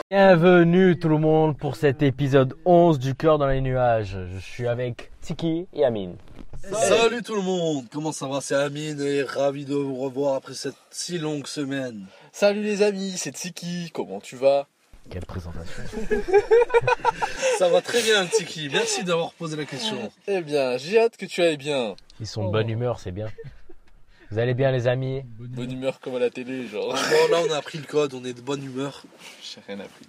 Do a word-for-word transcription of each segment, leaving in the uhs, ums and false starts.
Bienvenue tout le monde pour cet épisode onze du Cœur dans les nuages. Je suis avec Tiki et Amine. Salut tout le monde, comment ça va? C'est Amine et ravi de vous revoir après cette si longue semaine. Salut les amis, c'est Tiki, comment tu vas? Quelle présentation. Ça va très bien Tiki, merci d'avoir posé la question. Eh bien, j'ai hâte que tu ailles bien. Ils sont de bonne humeur, c'est bien. Vous allez bien les amis? Bonne humeur comme à la télé, genre. Bon là on a appris le code, on est de bonne humeur. J'ai rien appris.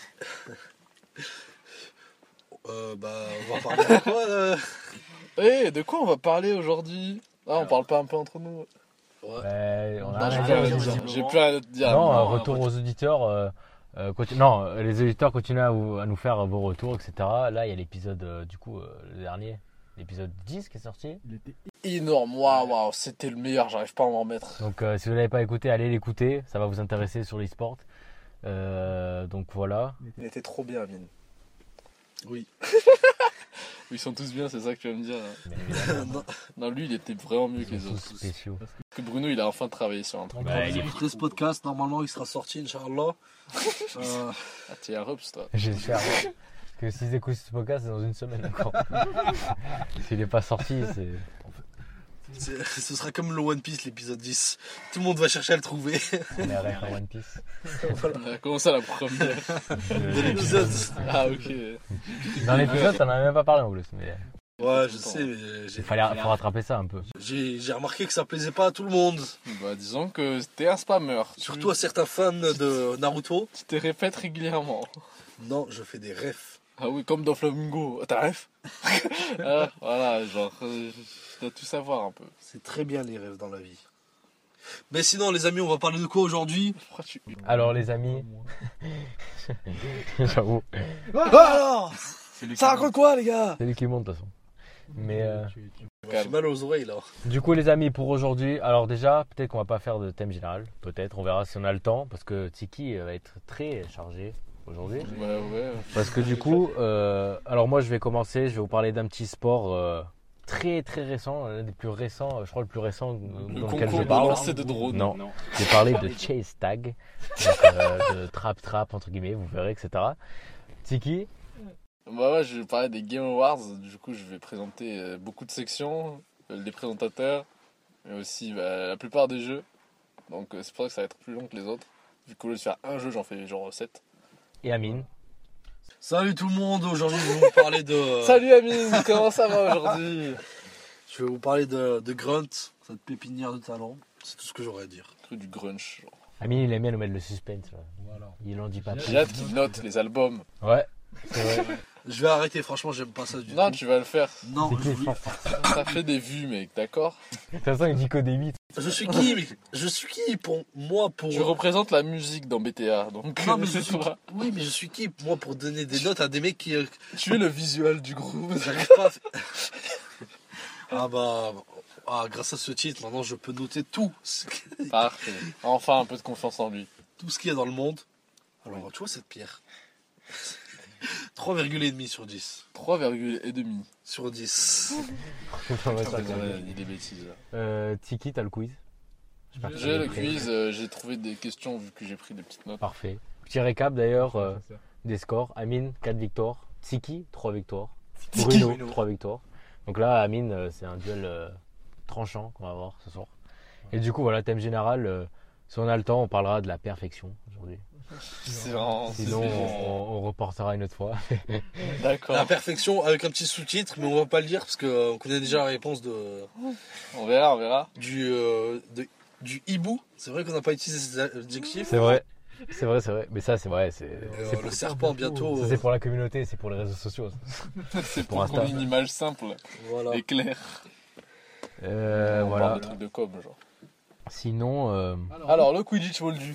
Euh, bah on va parler de quoi là? Eh, de quoi on va parler aujourd'hui? Ah, on parle pas un peu entre nous? Ouais. Ouais, on a Non, rien j'ai à plus dire. rien à te dire. J'ai plus rien à te dire. Non, Non, euh, retour aux auditeurs. euh, euh, continue- non, euh, les auditeurs continuent à, vous- à nous faire vos retours, et cetera. Là, il y a l'épisode, euh, du coup, euh, le dernier, l'épisode dix qui est sorti. énorme, waouh, waouh, c'était le meilleur, j'arrive pas à m'en remettre. Donc, euh, si vous ne l'avez pas écouté, allez l'écouter. Ça va vous intéresser sur l'e-sport. Euh, donc voilà. Il était trop bien, Amine. Oui. Ils sont tous bien, c'est ça que tu vas me dire. Hein. Bien évidemment. Non. Non, lui, il était vraiment mieux que Ils les sont autres. tous spéciaux. Parce que Bruno, il a enfin travaillé sur un truc. Bah, il est- Écoutez ce podcast, normalement il sera sorti Inch'Allah. Euh, Ah, t'es un Rups, toi. J'espère que s'ils écoutent ce podcast, c'est dans une semaine encore. S'il n'est pas sorti, c'est. c'est- ce sera comme le One Piece l'épisode dix. Tout le monde va chercher à le trouver. On est avec un One Piece. On a commencé à la première. De l'épisode. Ah, ok. Dans l'épisode, t'en as même pas parlé en plus. Mais Ouais je sais mais j'ai, il fallait faut rattraper ça un peu. j'ai, j'ai remarqué que ça plaisait pas à tout le monde. Bah, disons que t'es un spammer. Surtout à certains fans de Naruto. Tu te répètes régulièrement. Non, je fais des refs. Ah oui, comme dans Flamingo. T'as ref? Ah, voilà, genre, euh, je dois tout savoir un peu. C'est très bien les rêves dans la vie. Mais sinon les amis, on va parler de quoi aujourd'hui? Pourquoi tu... Alors, les amis. J'avoue. Alors ça raconte quoi les gars? C'est lui qui monte de toute façon. Mais euh, J'ai mal aux oreilles là. du coup, les amis, pour aujourd'hui, alors déjà, peut-être qu'on va pas faire de thème général. Peut-être, on verra si on a le temps. Parce que Tiki va être très chargé aujourd'hui. Ouais, ouais. Parce que du coup, euh, alors moi je vais commencer, je vais vous parler d'un petit sport euh, très très récent, l'un des plus récents, je crois le plus récent Le dans lequel concours je de parle. lancer de drone. Non, je vais parler de chase tag, donc, euh, de trap trap entre guillemets, vous verrez, et cetera. Tiki, Bah ouais, je vais parler des Game Awards. Du coup, je vais présenter euh, beaucoup de sections, euh, les présentateurs, mais aussi bah, la plupart des jeux. Donc euh, c'est pour ça que ça va être plus long que les autres. Vu qu'au lieu de faire un jeu, j'en fais genre sept. et Amine. Salut tout le monde, aujourd'hui je vais vous parler de... Salut Amine, comment ça va aujourd'hui? Je vais vous parler de, de Grunt, cette pépinière de talent. C'est tout ce que j'aurais à dire. Truc du grunge. Genre. Amine il aime bien nous mettre le suspense. Là. Il en dit pas plus. J'ai hâte qu'ils notent les albums. Ouais, c'est vrai. Je vais arrêter, franchement j'aime pas ça du Non, tout. tu vas le faire. Non, C'est je, qui voulais- fort. Ça fait des vues, mec, d'accord? De toute façon, il dit qu'au début. je suis qui mec Je suis qui pour moi pour... Tu représentes la musique dans B T A, donc Non mais je c'est suis... toi. Oui mais je suis qui moi pour donner des notes à des mecs qui... euh, Tu es le visuel du groupe. J'arrive pas à faire... Ah bah... Ah, grâce à ce titre, maintenant je peux noter tout. ce que- Parfait. Enfin un peu de confiance en lui. Tout ce qu'il y a dans le monde. Alors tu vois cette pierre trois virgule cinq sur dix. trois virgule cinq Sur dix. On va ça, Il quand même. y a des bêtises là. Euh, Tiki, t'as le quiz. J'espère que J'ai t'as le prêt. quiz, euh, j'ai trouvé des questions vu que j'ai pris des petites notes. Parfait. Petit récap d'ailleurs euh, des scores. Amine, quatre victoires. Tiki, trois victoires. Bruno, trois victoires. Donc là, Amine, euh, c'est un duel euh, tranchant qu'on va avoir ce soir. Et du coup, voilà, thème général. euh, si on a le temps, on parlera de la perfection aujourd'hui. C'est vraiment... Sinon, c'est- on, on reportera une autre fois. D'accord. La perfection avec un petit sous-titre, mais on va pas le dire parce qu'on connaît déjà la réponse de, On verra, on verra. du, euh, de- du hibou. C'est vrai qu'on n'a pas utilisé cet adjectif. C'est vrai. C'est vrai, c'est vrai. Mais ça, c'est vrai. C'est Euh, c'est le pour, serpent bientôt. ça, euh, c'est pour la communauté, c'est pour les réseaux sociaux. C'est pour pour Insta. qu'on ait une image simple Voilà. et claire. Euh, On voilà. parle de trucs de com, genre. Sinon, euh, Alors, le Quidditch Moldu.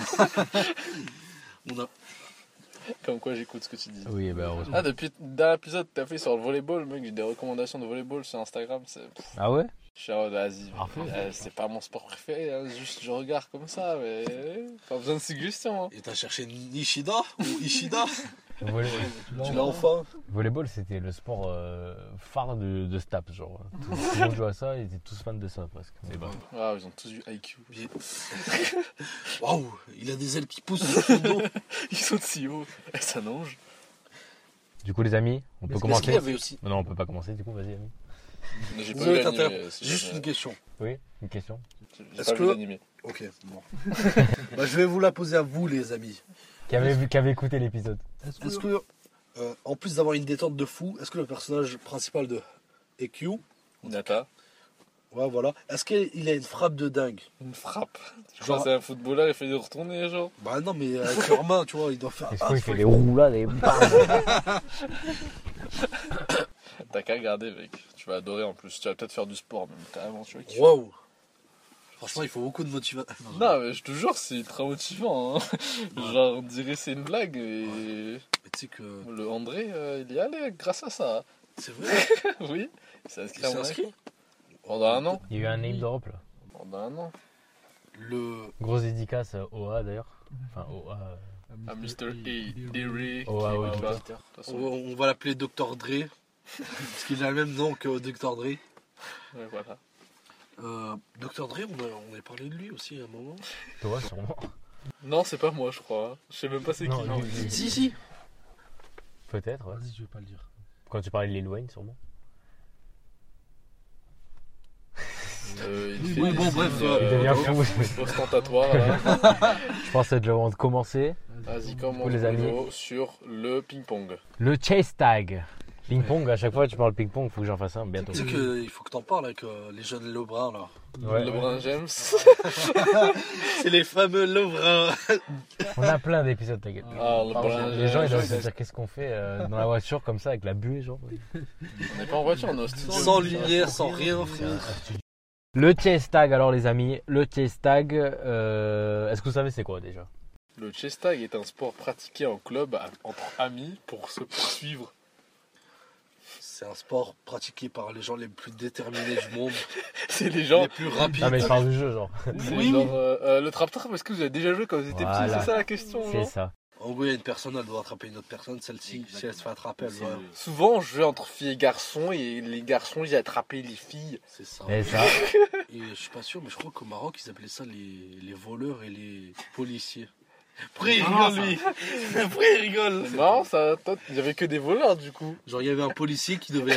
On a... Comme quoi, j'écoute ce que tu dis. oui, bah, heureusement. Ah, depuis dans l'épisode que t'as fait sur le volleyball, mec, j'ai des recommandations de volleyball sur Instagram. C'est... Ah ouais? Je suis en mode, vas-y, Parfait. euh, c'est pas mon sport préféré, hein, juste je regarde comme ça, mais pas besoin de suggestions. Hein. Et t'as cherché Nishida ou Ishida? Volley- Tu l'as enfin. Volleyball, c'était le sport euh, phare de, de Staps. Genre. Tout, tout le monde jouait à ça, ils étaient tous fans de ça presque. Mais bon. Ah, ils ont tous du I Q. Bien. Waouh, il a des ailes qui poussent sur son dos. Ils sautent si haut. Et ça nage. Du coup, les amis, on peut Est-ce qu'il commencer y avait aussi. Non, on peut pas commencer, du coup, vas-y, ami. Mais J'ai pas Désolé, vu Tata, l'animé. si juste jamais- une question. Oui, une question. J'ai Est-ce pas que- vu l'animé. Ok, bon. Bah, je vais vous la poser à vous, les amis. Qui avait, vu, qui avait écouté l'épisode. Est-ce que, euh, en plus d'avoir une détente de fou, est-ce que le personnage principal de E Q, Nata. ouais, voilà, est-ce qu'il a une frappe de dingue? Une frappe. Tu Genre- crois que c'est un footballeur, il fait de retourner, genre Bah non, mais avec leurs mains, tu vois, il doit faire. Est-ce Ah, qu'il faut- fait des roulades et T'as qu'à regarder, mec. Tu vas adorer en plus. Tu vas peut-être faire du sport, même carrément, tu vois. kiffer. Waouh! Franchement, il faut beaucoup de motivation. Non, mais je te jure, c'est très motivant. Hein. Genre, on dirait c'est une blague, mais Mais tu sais que. le André, euh, il y allait grâce à ça. C'est vrai, Oui, il s'est inscrit il à s'est mon inscrit. équipe. Pendant un an. Il y a eu un name d'Europe là. Pendant un an. Le. Grosse dédicace à O A d'ailleurs. Enfin, O A. À mister E. Derry. Oh, ah ouais, qui tout va- à de toute On façon, va, on va l'appeler docteur Dre. Parce qu'il a le même nom que docteur Dre. ouais, voilà. Euh, docteur Dre, on a, on a parlé de lui aussi à un moment. Toi, sûrement. Non, c'est pas moi, je crois. Je sais même pas c'est qui. Non, lui, lui. Si, si. Peut-être, ouais. Vas-y, je vais pas le dire. Quand tu parlais de Lil Wayne, sûrement. Euh, il Oui, fait oui, des bon, bref, signes, euh, Il euh, devient fou. ostentatoires, là. Je pense que c'est le moment de commencer. Vas-y, commence les amis. Bruno, sur le ping-pong. Le chase tag. Ping-pong, à chaque fois que tu parles ping-pong, il faut que j'en fasse un bientôt. Tu sais qu'il faut que t'en parles avec euh, les jeunes Lebrun là. Ouais. LeBron James. C'est les fameux Lebrun. On a plein d'épisodes, ta gueule. Ah, LeBron Les gens ils doivent se James. dire qu'est-ce qu'on fait euh, dans la voiture comme ça avec la buée genre. On n'est pas en voiture, on est au studio. Sans lumière, sans rien, frère. Le chase tag alors les amis, le chase tag, euh, est-ce que vous savez c'est quoi déjà? Le chess tag est un sport pratiqué en club à- entre amis pour se poursuivre. C'est un sport pratiqué par les gens les plus déterminés du monde, C'est les gens. les plus rapides. Ah mais je parle du jeu genre. C'est Oui, genre, euh, euh, le trap-trap, est-ce que vous avez déjà joué quand vous étiez Voilà. petit? C'est ça la question, C'est non ça. En gros, il y a une personne, elle doit attraper une autre personne. Celle-ci, si elle se fait attraper, elle doit. Souvent, on jouait entre filles et garçons, et les garçons, ils attrapaient les filles. C'est ça. Et ça. Et je suis pas sûr, mais je crois qu'au Maroc, ils appelaient ça les, les voleurs et les policiers. Pourquoi il rigole, lui Pourquoi il rigole C'est marrant, ça. Toi, il y avait que des voleurs, du coup. Genre, il y avait un policier qui devait.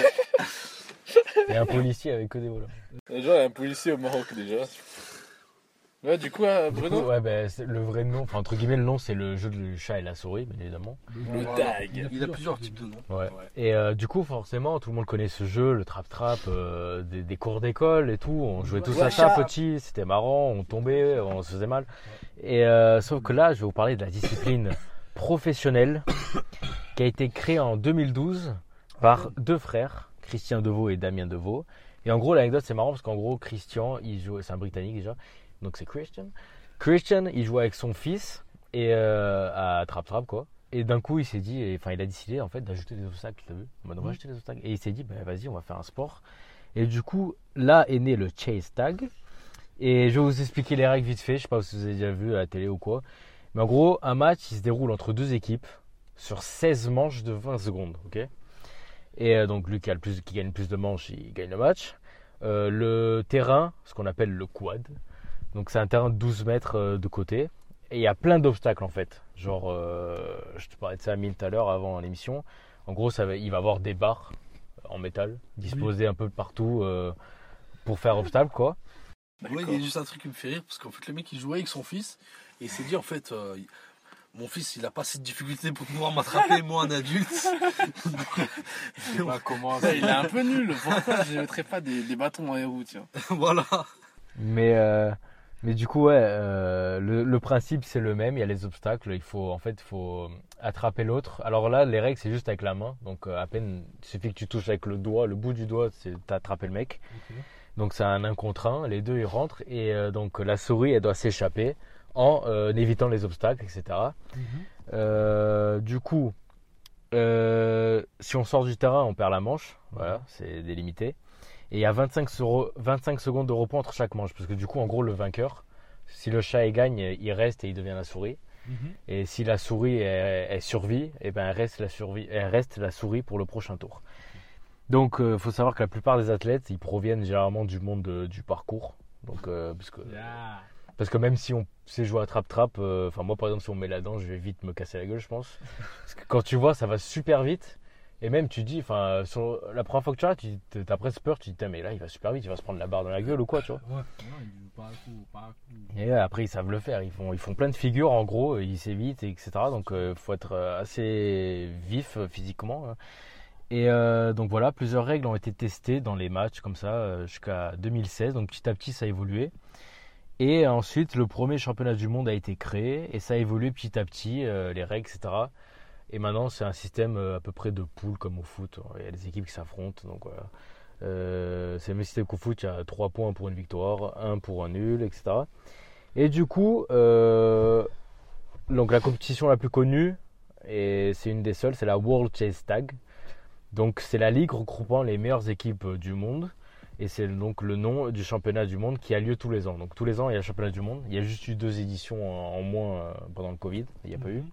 Et un policier avec que des voleurs. Déjà, il y a un policier au Maroc, déjà. Ouais, du coup, euh, Du Bruno. coup, ouais, ben, c'est- le vrai nom, enfin entre guillemets le nom c'est le jeu du chat et la souris, bien évidemment. Le tag. Il a plusieurs types de noms. Ouais. Et euh, du coup, forcément, tout le monde connaît ce jeu, le trap-trap, euh, des, des cours d'école et tout. On jouait tous à ça petit, c'était marrant, on tombait, on se faisait mal. Et euh, sauf que là, je vais vous parler de la discipline professionnelle qui a été créée en deux mille douze par deux frères, Christian Deveau et Damien Deveau. Et en gros, l'anecdote c'est marrant parce qu'en gros, Christian, il joue, c'est un Britannique déjà, donc c'est Christian. Christian, il jouait avec son fils et euh, à trap trap quoi. Et d'un coup, il s'est dit, et, enfin, il a décidé en fait d'ajouter des obstacles, t'as vu? On va ajouter des obstacles. Et il s'est dit, bah, vas-y, on va faire un sport. Et du coup, là est né le chase tag. Et je vais vous expliquer les règles vite fait. Je sais pas si vous avez déjà vu à la télé ou quoi. Mais en gros, un match, il se déroule entre deux équipes sur seize manches de vingt secondes, ok? Et euh, donc, lui qui, a le plus, qui gagne le plus de manches, il gagne le match. Euh, le terrain, ce qu'on appelle le quad. Donc, c'est un terrain de douze mètres euh, de côté. Et il y a plein d'obstacles en fait. Genre, euh, je te parlais de ça à mille tout à l'heure avant l'émission. En gros, ça va, il va y avoir des barres en métal disposées un peu partout euh, pour faire obstacle quoi. Ouais, il y a juste un truc qui me fait rire parce qu'en fait, le mec il jouait avec son fils et il s'est dit en fait, euh, il- mon fils il a pas cette difficulté pour pouvoir m'attraper, moi un adulte. Bah, comment Ouais, il est un peu nul. Pourquoi je ne mettrais pas des, des bâtons dans les roues, tiens. Voilà. Mais, euh, mais du coup, ouais, euh, le, le principe c'est le même. Il y a les obstacles. Il faut en fait, il faut attraper l'autre. Alors là, les règles c'est juste avec la main. Donc euh, à peine, il suffit que tu touches avec le doigt, le bout du doigt, c'est t'as attrapé le mec. Ok. Donc c'est un un contre un. Les deux ils rentrent et euh, donc la souris elle doit s'échapper en euh, évitant les obstacles, et cetera. Mhm. Euh, du coup, euh, si on sort du terrain, on perd la manche. Voilà, c'est délimité. Et il y a vingt-cinq, sero- vingt-cinq secondes de repos entre chaque manche. Parce que du coup, en gros, le vainqueur, si le chat il gagne, il reste et il devient la souris. Et si la souris elle, elle survit, et ben elle reste la survie, elle reste la souris pour le prochain tour. Donc il euh, faut savoir que la plupart des athlètes, ils proviennent généralement du monde de, du parcours. Donc euh, parce que Yeah. parce que même si on sait jouer à trap-trap, enfin euh, moi par exemple si on me met la dent, je vais vite me casser la gueule, je pense. Parce que quand tu vois, ça va super vite. Et même tu dis, enfin, sur la première fois que tu as, tu as presque peur, tu te dis, mais là il va super vite, il va se prendre la barre dans la gueule ou quoi, tu vois. Ouais, non, il joue pas à coup, pas à coup. Et après ils savent le faire, ils font, ils font plein de figures en gros, ils s'évitent, et cetera. Donc il euh, faut être assez vif euh, physiquement. Hein. Et euh, donc voilà, plusieurs règles ont été testées dans les matchs comme ça euh, jusqu'à deux mille seize, donc petit à petit ça a évolué. Et ensuite le premier championnat du monde a été créé et ça a évolué petit à petit, euh, les règles, et cetera. Et maintenant, c'est un système à peu près de poules comme au foot. Il y a des équipes qui s'affrontent. Donc voilà. Euh, c'est le même système qu'au foot. Il y a trois points pour une victoire, un pour un nul, et cetera. Et du coup, euh, donc la compétition la plus connue, et c'est une des seules, c'est la World Chase Tag. Donc c'est la ligue regroupant les meilleures équipes du monde. Et c'est donc le nom du championnat du monde qui a lieu tous les ans. Donc tous les ans, il y a le championnat du monde. Il y a juste eu deux éditions en moins pendant le Covid. Il n'y a pas eu.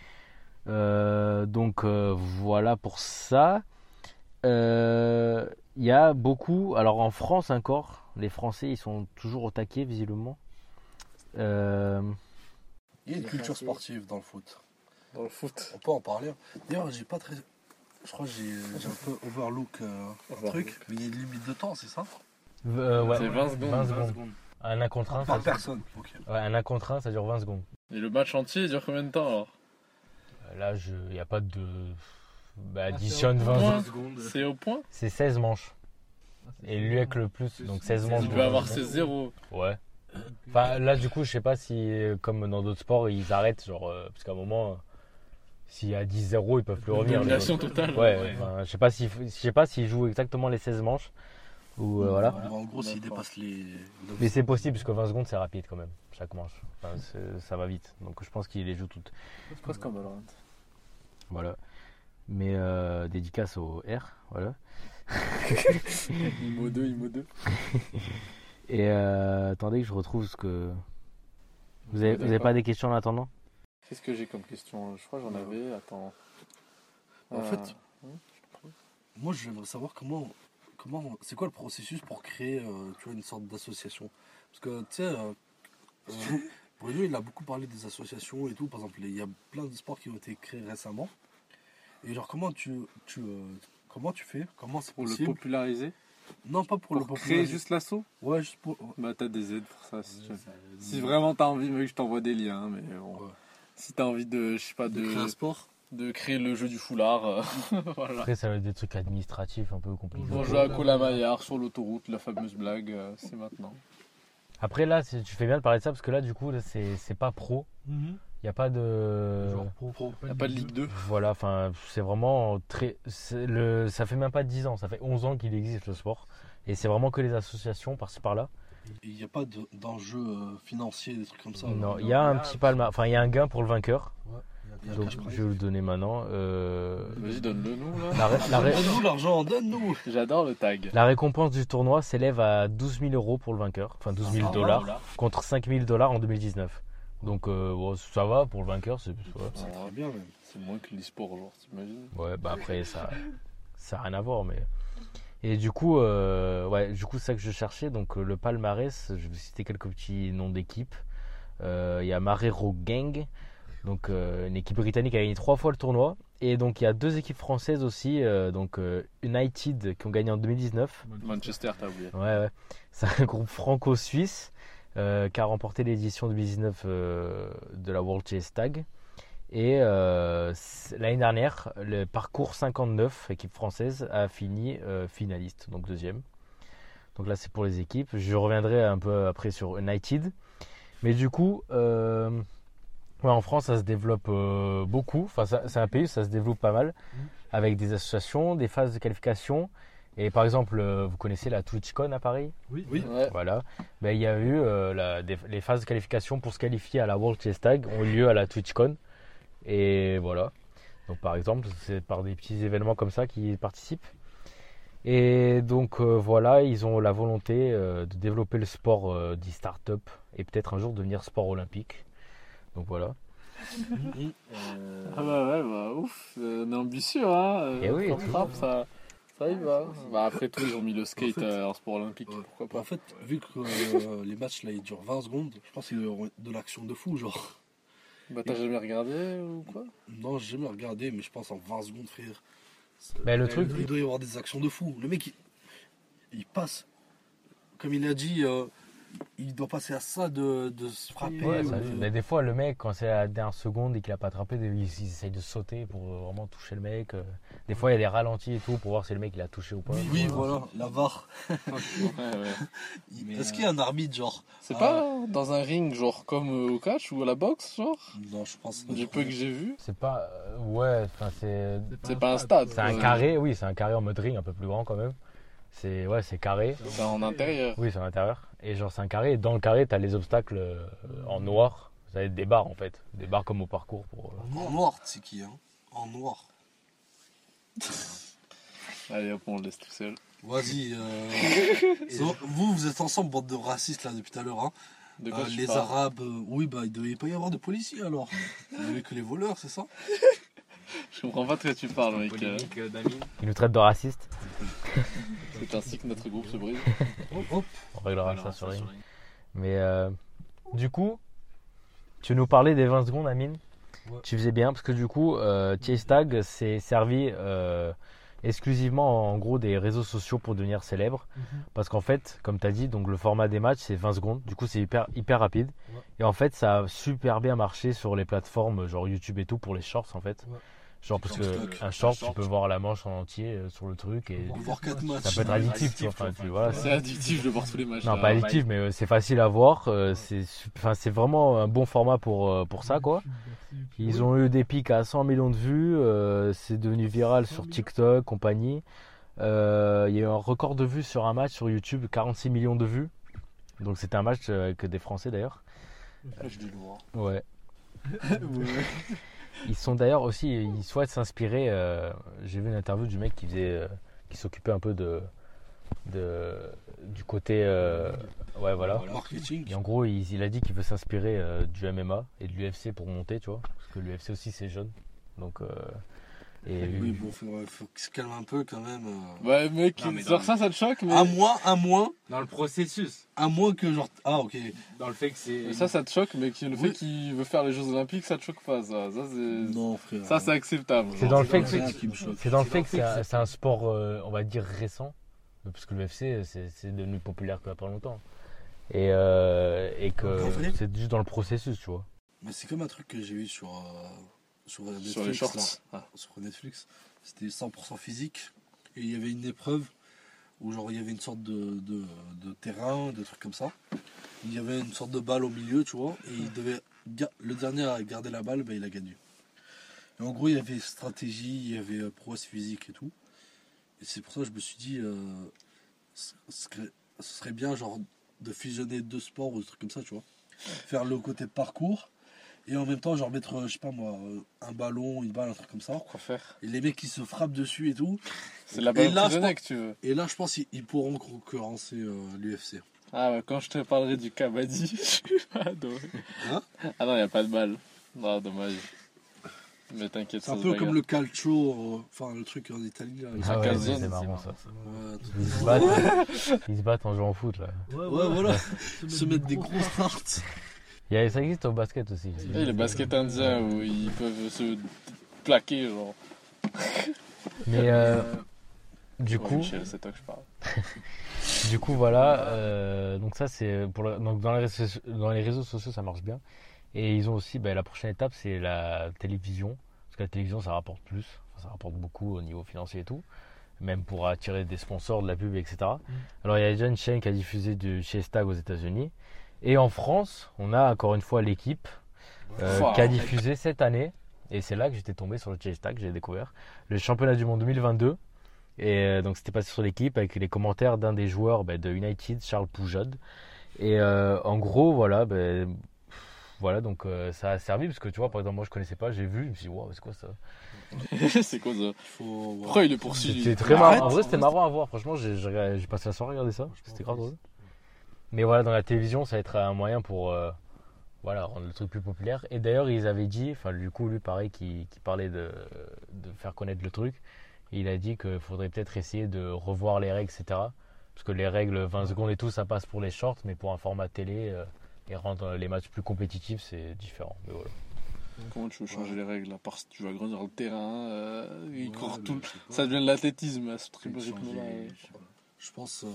Euh, donc euh, voilà pour ça. Il euh, y a beaucoup. Alors en France encore, les Français ils sont toujours au taquet visiblement. Euh... Il y a une culture sportive dans le foot. Dans le foot. On peut en parler. D'ailleurs, j'ai pas très. Je crois que j'ai, j'ai un peu overlook euh, un truc. Mais il y a une limite de temps, c'est ça euh, ouais. C'est vingt secondes. vingt secondes. Un un contre un, Par ça personne. Ok. Ouais, un un contre un, ça dure vingt secondes. Et le match entier il dure combien de temps alors? Là, il n'y a pas de. Bah, Ah, additionne c'est au vingt point. secondes. C'est au point? C'est seize manches. Et lui avec le plus, donc seize manches. Il peut avoir ses zéros. Ouais. Enfin, là, du coup, je sais pas si, comme dans d'autres sports, ils arrêtent, genre, euh, parce qu'à un moment, euh, s'il y a dix zéro, ils peuvent plus revenir. les Domination autres. totale. Ouais, enfin, je sais pas s'ils, je sais pas s'ils jouent exactement les seize manches. Ou euh, voilà. Bon, en gros, s'il dépasse les. Mais c'est possible, parce que vingt secondes, c'est rapide quand même, chaque manche. Enfin, c'est- ça va vite. Donc, je pense qu'ils les jouent toutes. C'est presque comme Valorant. Voilà. Mais euh, dédicace au R, voilà. Imo deux, Imo deux. Et euh, attendez que je retrouve ce que. Vous avez, vous avez pas des questions en attendant? Qu'est-ce que j'ai comme question? Je crois que j'en avais. Attends. En Euh, fait, moi, je voudrais savoir comment. comment c'est quoi le processus pour créer euh, tu vois, une sorte d'association? Parce que, tu sais, euh, euh, Bruno, il a beaucoup parlé des associations et tout. Par exemple, il y a plein de sports qui ont été créés récemment. Et genre, comment tu, tu, euh, comment tu fais? Comment c'est Pour le possible? populariser. Non, pas pour, le Pour créer populariser. juste l'assaut. Ouais, juste pour. Bah t'as des aides pour ça. Si, tu veux. Ça- Si vraiment t'as envie, mec, je t'envoie des liens. Mais bon. Ouais. Si t'as envie de, je sais pas, De de. créer un sport. De créer le jeu du foulard. euh, voilà. Après, ça va être des trucs administratifs un peu compliqués. On joue à Colamaillard sur l'autoroute, la fameuse blague, euh, c'est maintenant. Après, là, c'est- tu fais bien de parler de ça parce que là, du coup, là, c'est c'est pas pro. Il n'y a pas de. Genre pro, pro. Y a pas de Ligue deux. Voilà, enfin, c'est vraiment très. c'est le, ça fait même pas dix ans, ça fait onze ans qu'il existe le sport. Et c'est vraiment que les associations par-ci par-là. Il n'y a pas de- d'enjeux euh, financiers, des trucs comme ça. Non, il y a un petit palmarès. Enfin, il y a un gain pour le vainqueur. Il y a un Donc, cash prize. je vais le donner maintenant. Euh, Vas-y, donne-le nous là. la, ré- la ré- Donne-nous l'argent, donne-nous. J'adore le tag. la récompense du tournoi s'élève à douze mille euros pour le vainqueur. Enfin, douze mille dollars. Contre cinq mille dollars en deux mille dix-neuf. Donc, euh, bon, ça va pour le vainqueur. C'est, ouais. C'est très bien même. C'est moins que l'e-sport, genre, t'imagines? Ouais, bah après, ça ça n'a rien à voir. Mais... Et du coup, euh, ouais, du coup, c'est ça que je cherchais. Donc, euh, le palmarès, je vais citer quelques petits noms d'équipes. Euh, Il y a Marrero Gang, donc euh, une équipe britannique qui a gagné trois fois le tournoi. Et donc, il y a deux équipes françaises aussi. euh, donc, euh, United qui ont gagné en deux mille dix-neuf. Manchester, t'as oublié. Ouais, ouais. C'est un groupe franco-suisse euh, qui a remporté l'édition deux mille dix-neuf euh, de la World Chase Tag. Et euh, c'est- l'année dernière, le parcours cinquante-neuf, équipe française, a fini euh, finaliste, donc deuxième. Donc là, c'est pour les équipes. Je reviendrai un peu après sur United. Mais du coup, euh, ouais, en France, ça se développe euh, beaucoup. Enfin, ça- c'est un pays où ça se développe pas mal, avec des associations, des phases de qualification. Et par exemple, euh, vous connaissez la TwitchCon à Paris? Oui. Ouais. Voilà. Ben, il y a eu euh, la- des- les phases de qualification pour se qualifier à la World Chess Tag ont eu lieu à la TwitchCon. Et voilà. Donc par exemple, c'est par des petits événements comme ça qu'ils participent. Et donc euh, voilà, ils ont la volonté euh, de développer le sport euh, dit start-up et peut-être un jour devenir sport olympique. Donc voilà. Euh, Ah bah ouais, bah ouf, euh, on est ambitieux, hein. euh, Eh oui, comme toujours. frappe, ça, ça y va. Bah après tout, ils ont mis le skate En fait, euh, en sport olympique, ouais. pourquoi En pas. fait, vu que euh, les matchs là ils durent vingt secondes, je pense qu'ils auront de l'action de fou, genre. Bah t'as jamais regardé ou quoi? Non, j'ai jamais regardé, mais je pense en vingt secondes, frère. Mais le il, truc- il doit y avoir des actions de fou. Le mec, il, il passe. Comme il a dit, euh, il doit passer à ça de, de se frapper. Ouais, ou ça de- arrive. Mais des fois, le mec, quand c'est à la dernière seconde et qu'il a pas attrapé, il, il essaye de sauter pour euh, vraiment toucher le mec. euh. Des fois, il y a des ralentis et tout pour voir si le mec il a touché ou pas. Oui, oui, voilà, la V A R. Ouais, ouais. Il- Mais, Est-ce euh, qu'il y a un arbitre, genre C'est Ah. pas dans un ring, genre comme euh, au catch ou à la boxe, genre? Non, je pense Du peu que j'ai vu. C'est pas. euh, ouais, enfin, c'est. C'est pas un stade. C'est un Ouais. carré, oui, c'est un carré en mode ring, un peu plus grand quand même. C'est ouais, c'est carré. C'est en intérieur. Oui, c'est à l'intérieur. Et genre, c'est un carré. Et dans le carré, t'as les obstacles euh, en noir. Ça va être des barres en fait. Des barres comme au parcours. Pour, euh, En noir, tu sais qui, hein En noir. Allez hop, on le laisse tout seul. Vas-y. Euh... so- vous, vous êtes ensemble, bande de racistes, là, depuis tout à l'heure, hein De quoi Euh, tu Les parles? Arabes, euh, oui, bah, il devait pas y avoir de policiers, alors. Il n'y avait que les voleurs, c'est ça Je comprends pas de quoi tu parles, mec. euh, Polémique euh, d'Amine. Ils nous traitent de racistes. C'est ainsi que notre groupe se brise. Hop, hop. On réglera Alors, ça sur ça ring. sur ring. Mais euh, du coup, tu nous parlais des vingt secondes, Amine. Ouais. Tu faisais bien parce que du coup, euh, Chase Tag s'est servi euh, exclusivement en gros des réseaux sociaux pour devenir célèbre. Parce qu'en fait, comme tu as dit, donc le format des matchs c'est vingt secondes. Du coup, c'est hyper, hyper rapide. Ouais. Et en fait, ça a super bien marché sur les plateformes genre YouTube et tout pour les shorts en fait. Ouais. Genre parce que TikTok. un short, Un short, tu peux voir la manche en entier euh, sur le truc et On va voir quatre matchs. ça peut être Ouais, addictif, tu vois. addictif, Enfin, tu tu, vois. voilà, C'est addictif de voir tous les matchs. non, là. pas addictif, mais euh, c'est facile à voir. euh, c'est, su- enfin, c'est vraiment un bon format pour, euh, pour ça, quoi. Ils ont eu des pics à cent millions de vues. euh, c'est devenu viral sur TikTok, compagnie. Euh, Il y a eu un record de vues sur un match sur YouTube, quarante-six millions de vues. Donc c'était un match euh, avec des Français d'ailleurs. Je dis lourd. Ouais. Ils sont d'ailleurs aussi, ils souhaitent s'inspirer. euh, J'ai vu une interview du mec qui faisait, euh, qui s'occupait un peu de, de du côté, euh, ouais voilà. Marketing. Et en gros, il, il a dit qu'il veut s'inspirer euh, du M M A et de l'U F C pour monter, tu vois. Parce que l'U F C aussi c'est jeune. Donc, euh, et Oui, bon, faut, ouais, faut qu'il se calme un peu quand même. euh. Ouais, mec, Non, mais genre dans- ça, ça te choque, mais. À moins, à moins, Dans le processus. à moins que genre. Ah, ok. Dans le fait que c'est. mais ça, ça te choque, mais que le Oui. fait qu'il veut faire les Jeux Olympiques, ça te choque pas, ça. Ça, c'est, Non, frère. ça, c'est acceptable. c'est dans le fait que C'est c'est, ça qui me choque. c'est dans le C'est fait dans que le c'est fait un, que c'est un sport, euh, on va dire récent. Parce que l'U F C c'est, c'est devenu populaire qu'il n'y a pas longtemps. Et, euh, et que En vrai c'est juste dans le processus, tu vois. Mais c'est comme un truc que j'ai vu sur, euh, sur Netflix. Sur les shorts. là. Ah. Sur Netflix. C'était cent pour cent physique. Et il y avait une épreuve où genre il y avait une sorte de, de, de terrain, de trucs comme ça. Il y avait une sorte de balle au milieu, tu vois. Et il devait ga- le dernier à garder la balle, ben, il a gagné. Et en gros, il y avait stratégie, il y avait euh, prouesse physique et tout. Et c'est pour ça que je me suis dit, euh, ce serait, ce serait bien genre de fusionner deux sports ou des trucs comme ça, tu vois. Faire le côté parcours et en même temps genre mettre, euh, je sais pas moi, euh, un ballon, une balle, un truc comme ça. Quoi faire? Et les mecs qui se frappent dessus et tout. C'est la Et balle là, je prisonnée pense- que tu veux. Et là, je pense qu'ils ils pourront concurrencer euh, l'U F C. Ah ouais, quand je te parlerai du Kabaddi, je suis pas adoré. Hein? Ah non, y a pas de balle. Non, dommage. Mais t'inquiète, C'est ça un se peu bagarre. comme le calcio, euh, enfin le truc en Italie là. ils Ah sont- ouais, calzone, c'est c'est marrant marrant. ça. Ouais, Ils se battent, ils se battent en jouant au foot là. ouais, voilà. Se mettre des grosses tartes. Il y a, ça existe au basket aussi. Et les baskets indiens où ils peuvent se plaquer, genre. Mais euh, du Ouais, coup, Michel, c'est toi que je parle. du coup voilà. euh, donc ça c'est pour le- donc dans les réseaux, dans les réseaux sociaux ça marche bien. Et ils ont aussi bah, la prochaine étape c'est la télévision parce que la télévision ça rapporte plus, Enfin, ça rapporte beaucoup au niveau financier et tout. Même pour attirer des sponsors, de la pub, et cetera. Alors il y a déjà une chaîne qui a diffusé du chez Stag aux États-Unis. Et en France, on a encore une fois l'équipe euh, Wow. qui a diffusé cette année. Et c'est là que j'étais tombé sur le Chase Tag, j'ai découvert le championnat du monde deux mille vingt-deux. Et euh, donc c'était passé sur l'équipe avec les commentaires d'un des joueurs bah, de United, Charles Poujade. Et euh, en gros, voilà, bah, voilà, donc euh, ça a servi parce que tu vois, par exemple, moi je connaissais pas, j'ai vu, je me suis dit, wow, c'est quoi ça? C'est quoi ça? Il faut. ouais. Pourquoi il est poursuivi? C'était très Arrête. marrant. En vrai, c'était marrant à voir. Franchement, j'ai j'ai- j'ai passé la soirée à regarder ça. C'était grave drôle. Mais voilà, dans la télévision, ça va être un moyen pour, euh, voilà, rendre le truc plus populaire. Et d'ailleurs, ils avaient dit, enfin, du coup, lui, pareil, qui, qui parlait de, de faire connaître le truc, il a dit qu'il faudrait peut-être essayer de revoir les règles, et cetera. Parce que les règles vingt secondes et tout, ça passe pour les shorts, mais pour un format télé euh, et rendre les matchs plus compétitifs, c'est différent. Mais voilà. Comment tu veux changer ouais. les règles à part si tu veux agrandir le terrain, euh, ils Ouais, courent le- tout. je sais pas. Ça devient de l'athlétisme à ce Peut-être rythme-là. changer, ouais. je sais pas. Je pense, euh,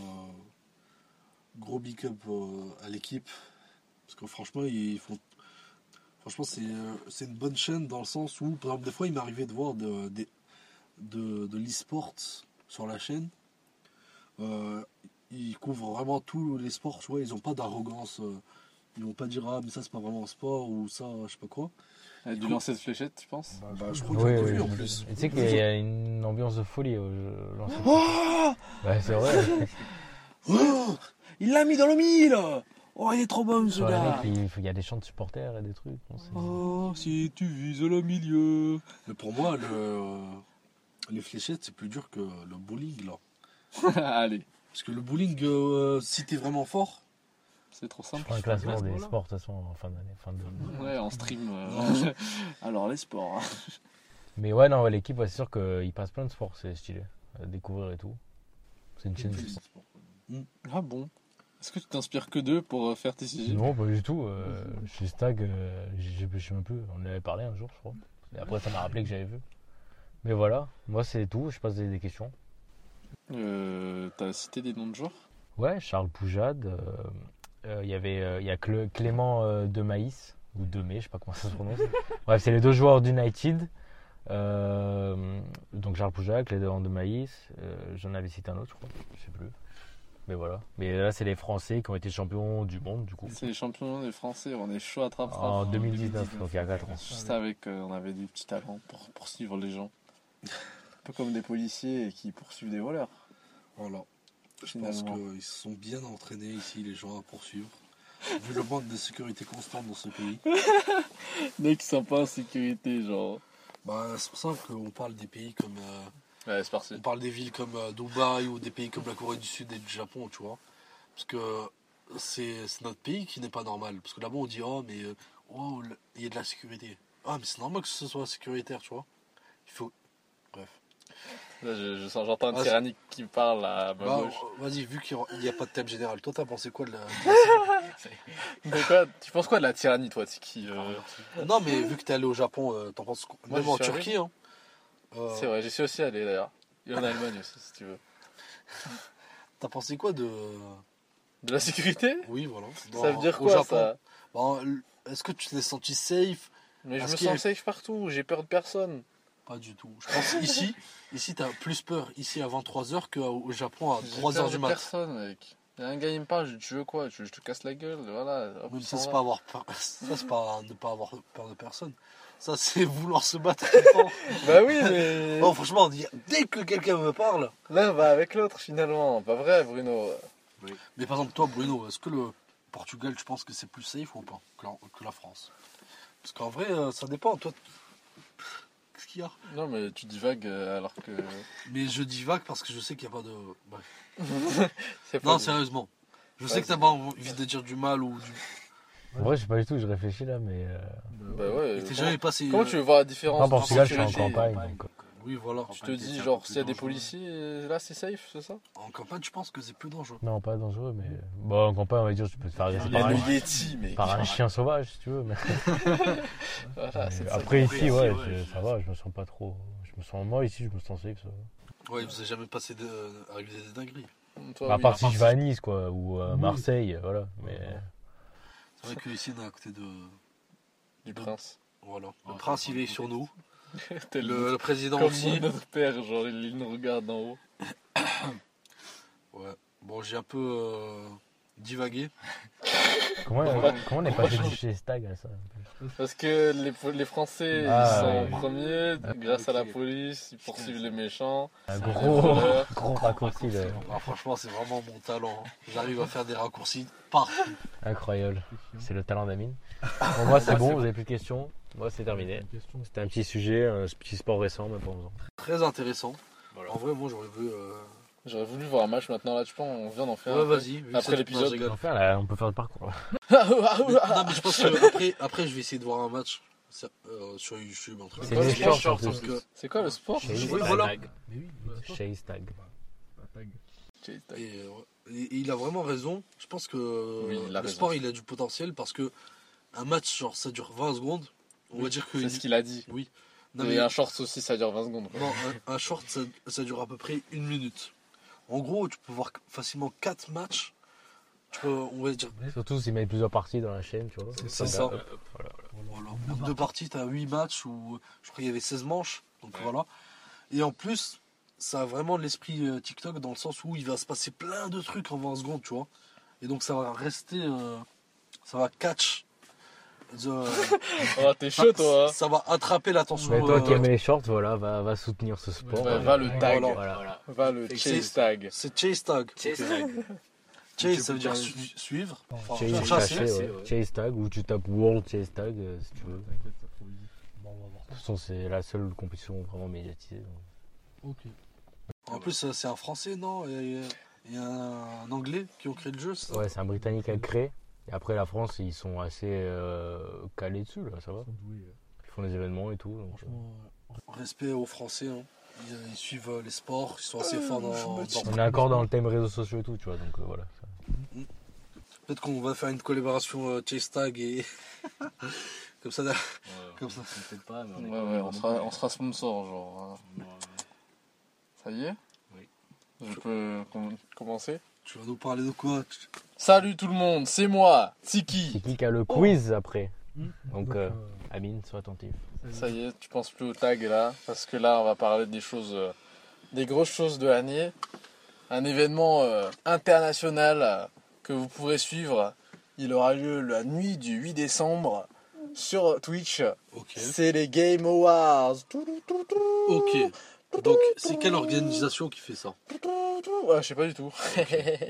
gros big up euh, à l'équipe. Parce que franchement, ils font. Franchement, c'est, euh, c'est une bonne chaîne dans le sens où, par exemple, des fois, il m'arrivait de voir de, de, de, de l'e-sport sur la chaîne. Euh, ils couvrent vraiment tous les sports, tu vois, ils n'ont pas d'arrogance. euh, Ils vont pas dire, ah, mais ça, c'est pas vraiment un sport ou ça, je sais pas quoi. Avec du lancer de fléchettes, tu penses Bah, je crois Oui, qu'il y a oui, vu en oui. plus. Et tu sais qu'il y a une ambiance de folie au jeu lancé. Oh Ouais, c'est vrai. Oh il l'a mis dans le mille. Oh, il est trop bon ce Sur la gars. net, il il y a des chants de supporters et des trucs. on sait. Oh, si tu vises le milieu. Mais pour moi, le, les fléchettes, c'est plus dur que le bowling, là. Allez, Parce que le bowling, euh, si t'es vraiment fort, c'est trop Je simple. prends un classement des sports de toute façon en fin d'année. Fin de... Ouais, en stream. euh, Alors, les sports. hein. Mais ouais, non, ouais, l'équipe, ouais, c'est sûr qu'il passe plein de sports, c'est stylé. À découvrir et tout. C'est une chaîne. Ah bon Est-ce que tu t'inspires que d'eux pour euh, faire tes sujets Non, pas du tout. Euh, chez Stag, euh, je je sais même plus. On en avait parlé un jour, je crois. Et après, ça m'a rappelé que j'avais vu. Mais voilà, moi, c'est tout. Je passe des, des questions. euh, T'as cité des noms de joueurs Ouais, Charles Poujade. euh, euh, Il y avait euh, il y a Cle- Clément euh, de Maïs, ou de Mai, je sais pas comment ça se prononce. Bref, c'est les deux joueurs d'United. Euh, donc Charles Poujade, Clément de Maïs. euh, J'en avais cité un autre, je crois. Je sais plus. Mais voilà. Mais là, c'est les Français qui ont été champions du monde, du coup. C'est les champions des Français, on est chaud à trappe En deux mille dix-neuf, donc il y a quatre ans. Juste avec, euh, on avait du petit talent pour poursuivre les gens. Un peu comme des policiers qui poursuivent des voleurs. voilà. Je Finalement. pense qu'ils se sont bien entraînés ici, les gens, à poursuivre. Vu le manque de sécurité constante dans ce pays. Mec, sympa en sécurité, genre. Bah, c'est pour ça qu'on parle des pays comme. euh, Ouais, c'est parti. on parle des villes comme euh, Dubaï ou des pays comme la Corée du Sud et du Japon, tu vois. Parce que c'est, c'est notre pays qui n'est pas normal. Parce que là-bas, on dit, oh, mais euh, oh, le- il y a de la sécurité. Ah, mais c'est normal que ce soit sécuritaire, tu vois. Il faut. Bref. Là, je, je sens, j'entends un Ah, tyrannique qui parle à ma Bah, gauche. euh, vas-y, vu qu'il n'y a pas de thème général, toi, t'as pensé quoi de la. Mais quoi, tu penses quoi de la tyrannie, toi, Tiki euh, Non, mais vu que t'es allé au Japon, euh, t'en penses quoi? Moi, Même j'y en suis allé. Turquie, hein. Euh, C'est vrai, j'y suis aussi allé d'ailleurs. Et en Allemagne aussi, si tu veux. T'as pensé quoi de. De la sécurité Oui, voilà. Ça veut Dans- dire au quoi, Japon. ça Bon, l- est-ce que tu t'es senti safe? Mais je Parce me qu'il y a- sens safe partout, j'ai peur de personne. Pas du tout. Je pense ici, ici t'as plus peur ici à vingt-trois heures qu'au Japon à J'ai trois peur heures de du mat. personne, mec. Y a un gars, il me parle, je dis, tu veux quoi tu veux, je te casse la gueule, voilà. Hop, Oui, il ça s'en c'est va. pas avoir peur. Ça c'est pas ne pas avoir peur de personne. Ça c'est vouloir se battre tout le temps. Bah oui, mais. Non, franchement, on dit, dès que quelqu'un me parle. L'un va avec l'autre finalement, pas vrai, Bruno. Mais par exemple, toi, Bruno, est-ce que le Portugal, tu penses que c'est plus safe ou pas que la, que la France? Parce qu'en vrai, euh, ça dépend. Toi, qu'est-ce qu'il y a? Non, mais tu divagues euh, alors que. Mais je dis vague parce que je sais qu'il n'y a pas de. Bref. C'est pas Non, du- sérieusement. Je sais Vas-y. que t'as pas envie de dire du mal ou du. En vrai, je sais pas du tout, je réfléchis là, mais. Euh... Bah ouais. Mais t'es comment- jamais passé. Comment euh, tu veux voir la différence En entre Portugal, je suis en sécurité- campagne. Donc... euh, Oui, voilà. Tu te dis, genre, s'il y a des policiers, euh, là c'est safe, c'est ça En campagne, je pense que c'est plus dangereux. Non, pas dangereux, mais. Bon, en campagne, on va dire, tu peux te faire agresser Il y a par, le un... Yeti, mec. par un chien sauvage, si tu veux. Mais... Voilà, mais c'est ça. après, Après, ici, ici, ouais, ouais, je- je- ça va, je me sens pas trop. Je me sens. Moi, ici, je me sens safe, ça va. Ouais, vous avez jamais passé de... arrivé des dingueries. Toi, Bah, à oui, part à si part je vais à Nice, quoi, ou à Oui. Marseille, voilà. Mais. C'est vrai qu'ici, on est à côté de. du prince. Voilà. Le Oh, prince, ça il va, est sur nous. T'es Le, le président Comme aussi. notre père, genre il nous regarde d'en haut. Ouais. Bon, j'ai un peu euh, divagué. Comment, Ouais. comment on est passé de chez Stag à ça? Parce que les, les Français Ah, ils sont ouais. premiers, grâce à la police, ils poursuivent les méchants. Un les gros, voleurs. gros raccourci, là. Ah, franchement, c'est vraiment mon talent. hein. J'arrive à faire des raccourcis partout. Incroyable. C'est le talent d'Amine. Bon, moi, c'est bon, vous avez plus de questions. Moi, c'est terminé. C'était un petit sujet, un petit sport récent, mais pas besoin. Très intéressant. En vrai, moi, j'aurais vu euh, J'aurais voulu voir un match maintenant, là, tu penses, on vient d'en faire Ouais, un. vas-y. vu que Après ça, tu l'épisode, peux rigoler. On, va faire, là, on peut faire le parcours. Mais- non, mais je pense que après, après, je vais essayer de voir un match ça, euh, sur YouTube. Un truc. C'est quoi, mes c'est shorts en shorts, plus. en plus. C'est quoi le sport Chase Oui, tag. voilà. Mais oui, mais Chase tag. Et, euh, ouais. Et- et il a vraiment raison. Je pense que Oui, il a le raison. sport, il a du potentiel parce que un match, genre, ça dure vingt secondes. On va dire que. C'est ce qu'il a dit. Non, Et mais- un short aussi, ça dure vingt secondes. quoi. non, un, un short, ça, ça dure à peu près une minute. En gros, tu peux voir facilement quatre matchs. Tu peux, on va dire. Surtout s'ils mettent plusieurs parties dans la chaîne, tu vois. C'est ça. Hop, voilà. Voilà. En deux parties, tu as huit matchs où je crois qu'il y avait seize manches. Donc Ouais. voilà. Et en plus, ça a vraiment l'esprit euh, TikTok dans le sens où il va se passer plein de trucs en vingt secondes, tu vois. Et donc ça va rester. euh, ça va catch. the- Oh, t'es chaud, toi. hein. Ça va attraper l'attention. Mais toi euh, qui aimes les shorts, voilà, va, va soutenir ce sport. Ouais, va le tag. Voilà. Voilà. Va le chase tag. C'est chase tag. Chase Ok. tag. Chase, ça veut dire su- suivre. Enfin, Chase, chasser. caché, chasser, ouais. ouais. Chase tag, ou tu tapes World Chase Tag euh, si tu veux. De toute façon, c'est la seule compétition vraiment médiatisée. donc. En plus, euh, c'est un français, non Et il y a un anglais qui ont créé le jeu, c'est ça Ouais, c'est un Britannique qui a créé. Et après, la France, ils sont assez euh, calés dessus, là, ça va. Ils font des événements et tout. donc, euh. Respect aux Français. Hein. Ils, ils suivent euh, les sports, ils sont assez forts dans. dans- On est encore dans le thème réseaux sociaux et tout, tu vois. Donc euh, voilà. ça. Peut-être qu'on va faire une collaboration euh, Chase Tag et. Comme ça, là. Comme ça. Peut-être pas, mais on est Ouais, quand ouais, même on dans sera, le- on sera sponsor, genre. hein. Ouais, ouais. Ça y est Oui. Je peux com- commencer Tu vas nous parler de quoi Salut tout le monde, c'est moi, C'est Tiki. qui qui a le quiz après Donc, euh, Amine, sois attentif. Ça y est, tu penses plus au tag là, parce que là on va parler des choses, euh, des grosses choses de l'année. Un événement euh, international euh, que vous pourrez suivre. Il aura lieu la nuit du huit décembre sur Twitch. Ok. C'est les Game Awards. Ok. Donc, c'est quelle organisation qui fait ça Ouais, je sais pas du tout. Je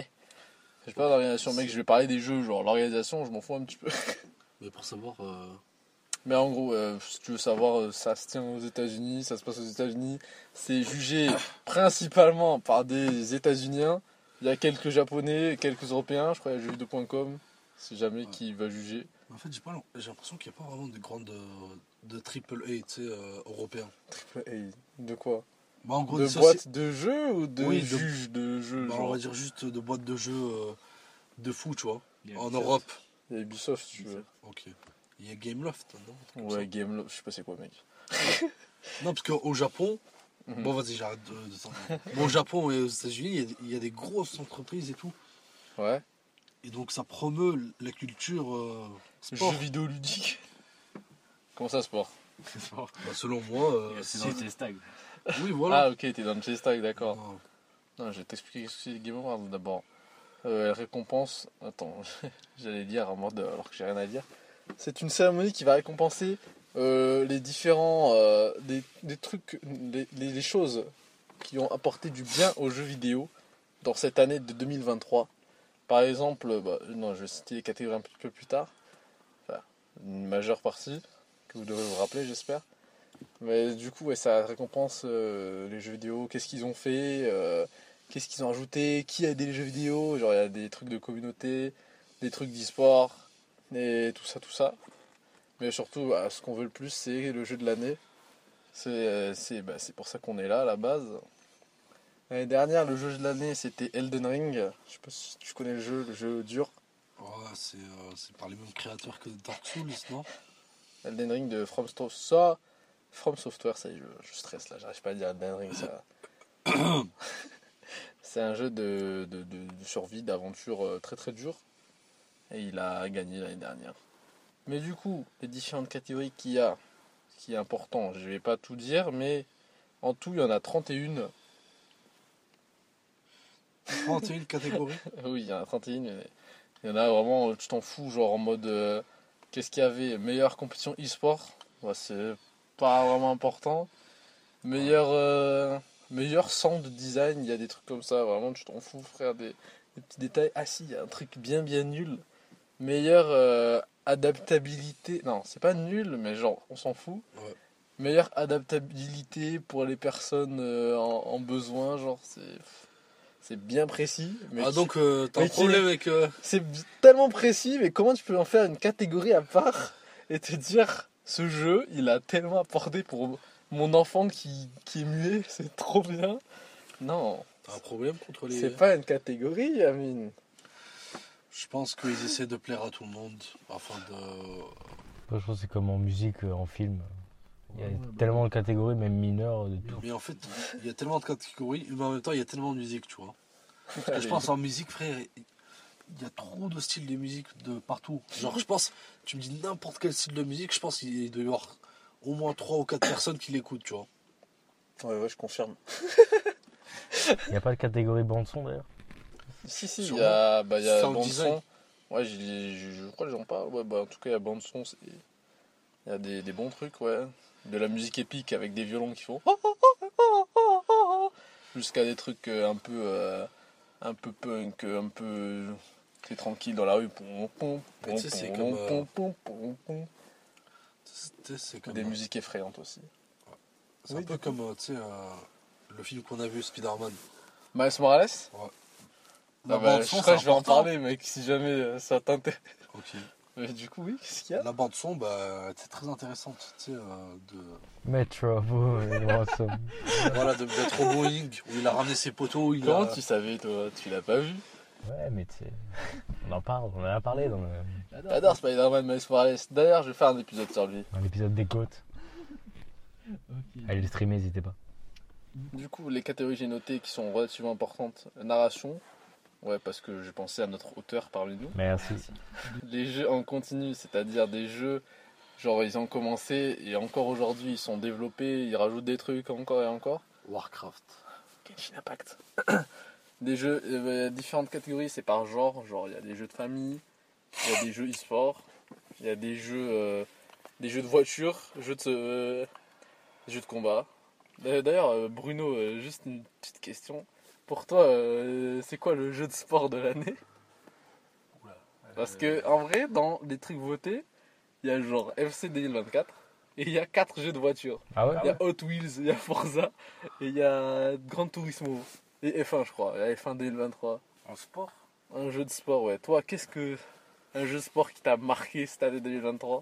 sais pas l'organisation, mec, je vais parler des jeux, genre l'organisation, je m'en fous un petit peu. Mais pour savoir. euh, Mais en gros, euh, si tu veux savoir, euh, ça se tient aux États-Unis, ça se passe aux États-Unis. C'est jugé principalement par des États-Uniens. Il y a quelques Japonais, quelques Européens, je crois, il y a jeux vidéo point com. C'est jamais qui va juger. En fait, j'ai pas l'im- j'ai l'impression qu'il n'y a pas vraiment de grandes. euh, de triple A, tu sais, euh, européens. Et de quoi Bah, en gros, De ça, boîtes c'est- de jeux ou de Oui, de- juges de jeux bah, on genre. va dire juste de boîtes de jeux euh, de fou, tu vois. Il y a En Ubisoft. Europe. Il y a Ubisoft, si tu veux. Ok. Il y a Gameloft, non Un truc comme Ouais, Game Lo- je sais pas c'est quoi, mec. ça. Non, parce qu'au Japon. Mhm. Bon, vas-y, j'arrête de, de t'en- Bon, au Japon et aux États-Unis, il y a- il y, a des grosses entreprises et tout. Ouais. Et donc, ça promeut la culture euh, sport. Jeux vidéo ludiques. Comment ça, sport C'est fort. Bah, selon moi, euh, Et C'est si- dans le chase tag. oui, voilà. Ah, ok, t'es dans le chase tag, d'accord. Non. Non, je vais t'expliquer ce que c'est les Game Awards d'abord. Euh, récompense. Attends, j'allais dire en mode alors que j'ai rien à dire. C'est une cérémonie qui va récompenser euh, les différents. euh, des, des trucs. Les, les- les choses qui ont apporté du bien aux jeux vidéo dans cette année de deux mille vingt-trois. Par exemple, bah, non, je vais citer les catégories un petit peu plus tard. Enfin, une majeure partie, que vous devrez vous rappeler, j'espère. Mais du coup, ouais, ça récompense euh, les jeux vidéo, qu'est-ce qu'ils ont fait, euh, qu'est-ce qu'ils ont ajouté, qui a aidé les jeux vidéo, genre il y a des trucs de communauté, des trucs d'e-sport, et tout ça, tout ça. Mais surtout, bah, ce qu'on veut le plus, c'est le jeu de l'année. C'est euh, c'est bah, c'est pour ça qu'on est là à la base. L'année dernière, le jeu de l'année, c'était Elden Ring. Je sais pas si tu connais le jeu, le jeu dur. Ouais, c'est euh, c'est par les mêmes créateurs que Dark Souls, non Elden Ring de From Software. From Software, ça y est, je, je stresse là, j'arrive pas à dire Elden Ring, ça. C'est un jeu de, de, de- de survie, d'aventure euh, très très dur. Et il a gagné l'année dernière. Mais du coup, les différentes catégories qu'il y a, ce qui est important, je vais pas tout dire, mais en tout, il y en a trente et une. trente et une catégories. Oui, il y en a trente et une. mais Il y en a vraiment, tu t'en fous, genre en mode. euh, Qu'est-ce qu'il y avait Meilleure compétition e-sport, ouais, c'est pas vraiment important. Meilleur, euh, meilleur sound design, il y a des trucs comme ça, vraiment tu t'en fous, frère, des, des petits détails. Ah si, il y a un truc bien bien nul. Meilleure euh, adaptabilité, non, c'est pas nul, mais genre on s'en fout. Ouais. Meilleure adaptabilité pour les personnes euh, en, en besoin, genre c'est. c'est bien précis. Mais Ah, qui- donc euh, t'as un mais qui- problème avec. euh, c'est b- tellement précis, mais comment tu peux en faire une catégorie à part et te dire ce jeu, il a tellement apporté pour mon enfant qui, qui est muet, c'est trop bien. Non, T'as un problème contre les. c'est pas une catégorie, Amine. Je pense qu'ils essaient de plaire à tout le monde afin de. Moi, je pense que c'est comme en musique, euh, en film. Il y a Ouais, ouais, tellement de catégories, même mineures, de tout. Mais en fait, il y a tellement de catégories, mais en même temps, il y a tellement de musique, tu vois. Parce que je pense en musique, frère, il y a trop de styles de musique de partout. Genre, je pense, tu me dis n'importe quel style de musique, je pense qu'il doit y avoir au moins trois ou quatre personnes qui l'écoutent, tu vois. Ouais, ouais, je confirme. Il n'y a pas de catégorie bande-son d'ailleurs. Si, si, il y Sûrement. a, bah, il y a Sound bande design. son. Ouais, j'y- je, je crois que j'en parle. Ouais, bah, en tout cas, il y a bande son. c'est- Il y a des, des bons trucs, ouais. De la musique épique avec des violons qui font. Jusqu'à des trucs euh, un peu. euh, un peu punk, un peu. T'es tranquille dans la rue. Pom, pom, Mais tu sais, c'est pom, comme, pom, euh, pom, pom, pom. C'est c'est comme. Des musiques effrayantes aussi. C'est Oui, un peu du coup. comme, euh, tu sais, euh, le film qu'on a vu, Spider-Man. Miles Morales. La Ah bah, bande je son, crois que c'est je vais en important. parler, mec, si jamais euh, ça t'intéresse. Ok. Mais du coup, oui, qu'est-ce qu'il y a La bande son, bah, c'est très intéressante, tu sais, euh, de. Metro Boy, Voilà, de d'être au Boeing, où il a ramené ses poteaux, il Comment a. tu savais, toi? Tu l'as pas vu? Ouais, mais tu sais, on en parle, on en a parlé dans le- J'adore Spider-Man Miles Morales. D'ailleurs, je vais faire un épisode sur lui. dans l'épisode des côtes. Ok. Allez le streamer, n'hésitez pas. Du coup, les catégories que j'ai notées qui sont relativement importantes. Narration. Ouais, parce que j'ai pensé à notre auteur parmi nous. Merci. Les jeux en continu, c'est-à-dire des jeux, genre ils ont commencé et encore aujourd'hui ils sont développés, ils rajoutent des trucs encore et encore. Warcraft. Genshin Impact. Des jeux, euh, il y a différentes catégories, c'est par genre. Genre il y a des jeux de famille, il y a des jeux e-sport, il y a des jeux, euh, des jeux de voiture, jeux de, euh, jeux de combat. D'ailleurs, euh, Bruno, euh, juste une petite question. Pour toi, euh, c'est quoi le jeu de sport de l'année? Parce que en vrai, dans les trucs votés, il y a genre F C deux mille vingt-quatre et il y a quatre jeux de voiture. Ah ouais Il y a Hot Wheels, il y a Forza et il y a Gran Turismo et F un, je crois. Il y a F un deux mille vingt-trois. En sport. Un jeu de sport, ouais. Toi, qu'est-ce que un jeu de sport qui t'a marqué cette année deux mille vingt-trois?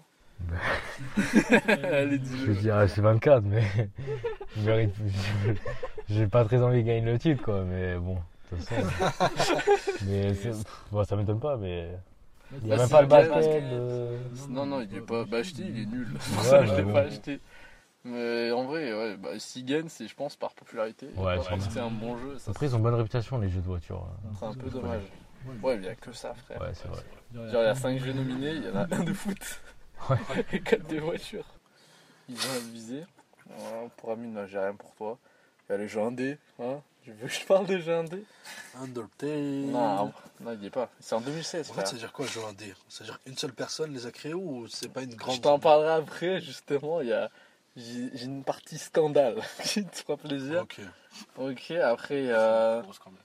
Allez, Je dis-le. vais dire H vingt-quatre, mais je mérite. J'ai pas très envie de gagner le titre, quoi. Mais bon, de toute façon. Mais c'est- bon, ça m'étonne pas, mais il y a Bah, même c'est pas le lequel, basket. basket le- Non, non, il est pas bah, acheté, il est nul. Ouais, Ça, je mais l'ai bon. pas acheté. Mais en vrai, ouais, bah, s'il gagne, c'est je pense par popularité. et Ouais, pas sûrement. parce que c'est un bon jeu. Ça, Après, ils ont bonne réputation, les jeux de voiture. c'est un peu dommage. Ouais, il n'y a que ça, frère. Ouais, c'est vrai. Genre, il y a cinq jeux nominés, il y en a un de foot Ouais. et quatre de voiture. Ils ont abusé. Voilà, pour Amine, là, j'ai rien pour toi. Il y a les jeux indés. Hein, tu veux que je parle des jeux indés? Undertale. Non, non, il y est pas. C'est en deux mille seize, En fait, frère. ça veut dire quoi, jouer un dé? Ça veut dire une seule personne les a créés ou c'est pas une grande. Je t'en parlerai après, justement. Il y a. J'ai j'ai une partie scandale qui te fera plaisir. Ok. Ok, après, il y a.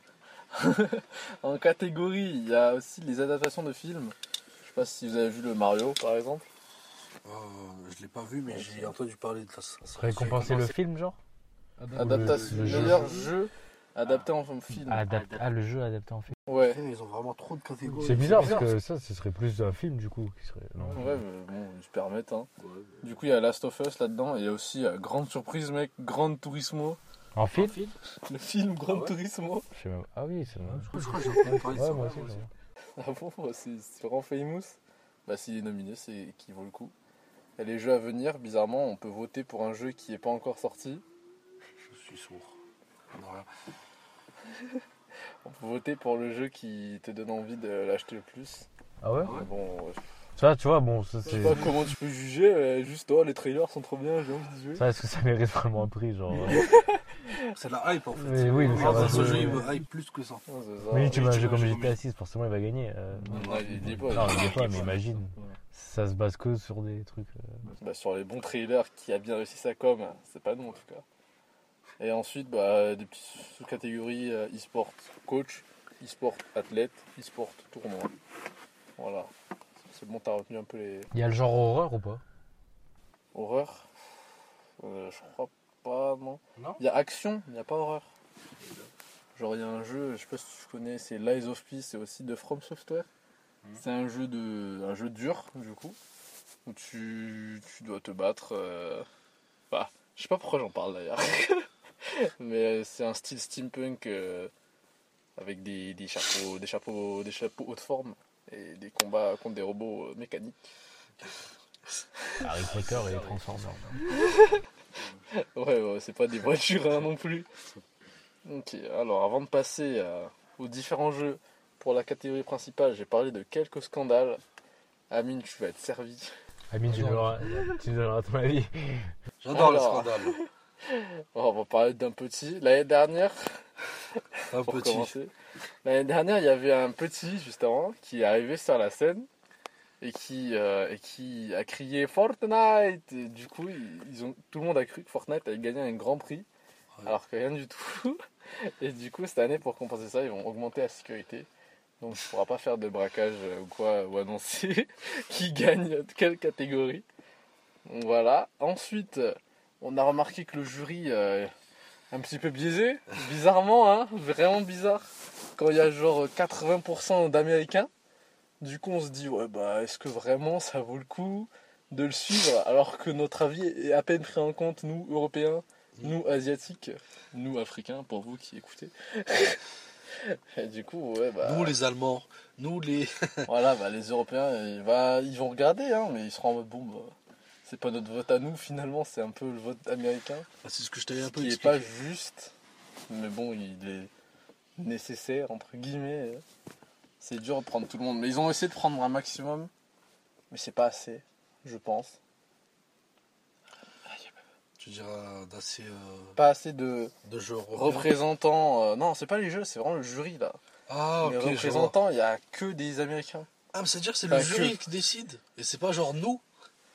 En catégorie, il y a aussi les adaptations de films. Je sais pas si vous avez vu le Mario, par exemple. Euh, je l'ai pas vu, mais j'ai entendu parler de ça. ça- Récompenser le film, genre Adaptation, le jeu. meilleur jeu adapté en film. Adap- Ah, le jeu adapté en film. Ouais. Putain, Ils ont vraiment trop de catégories. C'est bizarre parce que ça, ce serait plus un film du coup. Qui serait... non. Ouais, mais bon, ils se permettent. Hein. Du coup, il y a Last of Us là-dedans. Et il y a aussi, euh, grande surprise, mec, Gran Turismo. En film Le film Gran Ah ouais Turismo. Je sais même... Ah oui, c'est vrai. Je crois que j'ai entendu parler de Ouais, ça. moi aussi. ouais, ouais. Ah bon, bah, c'est c'est vraiment famous. Bah, s'il est nominé, c'est qu'il vaut le coup. Et les jeux à venir, bizarrement, on peut voter pour un jeu qui n'est pas encore sorti. Je suis sourd. Non, rien. On peut voter pour le jeu qui te donne envie de l'acheter le plus. Ah ouais Mais bon, euh, Ça, tu vois, bon, ça je sais c'est. pas comment tu peux juger. euh, juste, oh, les trailers sont trop bien, j'ai envie de jouer. Ça, est-ce que ça mérite vraiment un prix, genre euh, C'est de la hype en fait. Mais oui, mais ça Ah, va ce jouer. jeu il me hype plus que ça. Ouais, c'est ça. Oui, tu oui, mets un tu jeu comme vois, G j'ai T A six, forcément il va gagner. euh. Non, il est pas. Non, il il est est pas, mais imagine. Ça se base que sur des trucs. euh. Bah, sur les bons trailers qui a bien réussi sa com, c'est pas nous en tout cas. Et ensuite, bah, des petites sous-catégories euh, e-sport coach, e-sport athlète, e-sport tournoi. Voilà. C'est bon, t'as retenu un peu les Il y a le genre horreur ou pas horreurs. Euh, je crois pas, non. Non. Il y a action, il n'y a pas horreur. Genre, il y a un jeu, je sais pas si tu connais, c'est Lies of P, c'est aussi de From Software. Mmh. C'est un jeu, de, un jeu dur, du coup, où tu, tu dois te battre. Euh... Bah, je sais pas pourquoi j'en parle d'ailleurs. Mais c'est un style steampunk euh, avec des, des, chapeaux, des, chapeaux, des chapeaux haute forme et des combats contre des robots euh, mécaniques. Harry Potter et les Transformers. ouais, ouais, c'est pas des voitures hein, non plus. Ok, alors avant de passer à, aux différents jeux pour la catégorie principale, j'ai parlé de quelques scandales. Amine, tu vas être servi. Amine, tu nous donneras, tu nous donneras ton avis. J'adore Alors, le scandale. On va parler d'un petit. L'année dernière, Un pour petit. commencer, l'année dernière, il y avait un petit, justement, qui est arrivé sur la scène et qui, euh, et qui a crié Fortnite. Et du coup, ils ont, tout le monde a cru que Fortnite allait gagner un grand prix, ouais. Alors que rien du tout. Et du coup, cette année, pour compenser ça, ils vont augmenter la sécurité. Donc, il ne pourra pas faire de braquage ou quoi, ou annoncer qui gagne quelle catégorie. Donc, voilà. Ensuite, on a remarqué que le jury euh, est un petit peu biaisé, bizarrement, hein, vraiment bizarre. Quand il y a genre quatre-vingts pour cent d'Américains, du coup on se dit, ouais bah est-ce que vraiment ça vaut le coup de le suivre alors que notre avis est à peine pris en compte, nous Européens, nous Asiatiques, nous Africains, pour vous qui écoutez. Et du coup, ouais bah... Nous les Allemands, nous les... voilà, bah les Européens, ils, bah, ils vont regarder, hein, mais ils seront en mode, bon bah... C'est pas notre vote à nous, finalement, c'est un peu le vote américain. Ah, c'est ce que je t'avais un peu qui expliqué. Qui n'est pas juste, mais bon, il est nécessaire, entre guillemets. C'est dur de prendre tout le monde. Mais ils ont essayé de prendre un maximum, mais c'est pas assez, je pense. Tu diras d'assez... Euh, pas assez de, de jeux représentants... Euh, non, c'est pas les jeux, c'est vraiment le jury, là. Ah, les ok, représentants, il n'y a que des Américains. Ah, mais c'est-à-dire que c'est enfin, le jury que... qui décide, et c'est pas genre nous.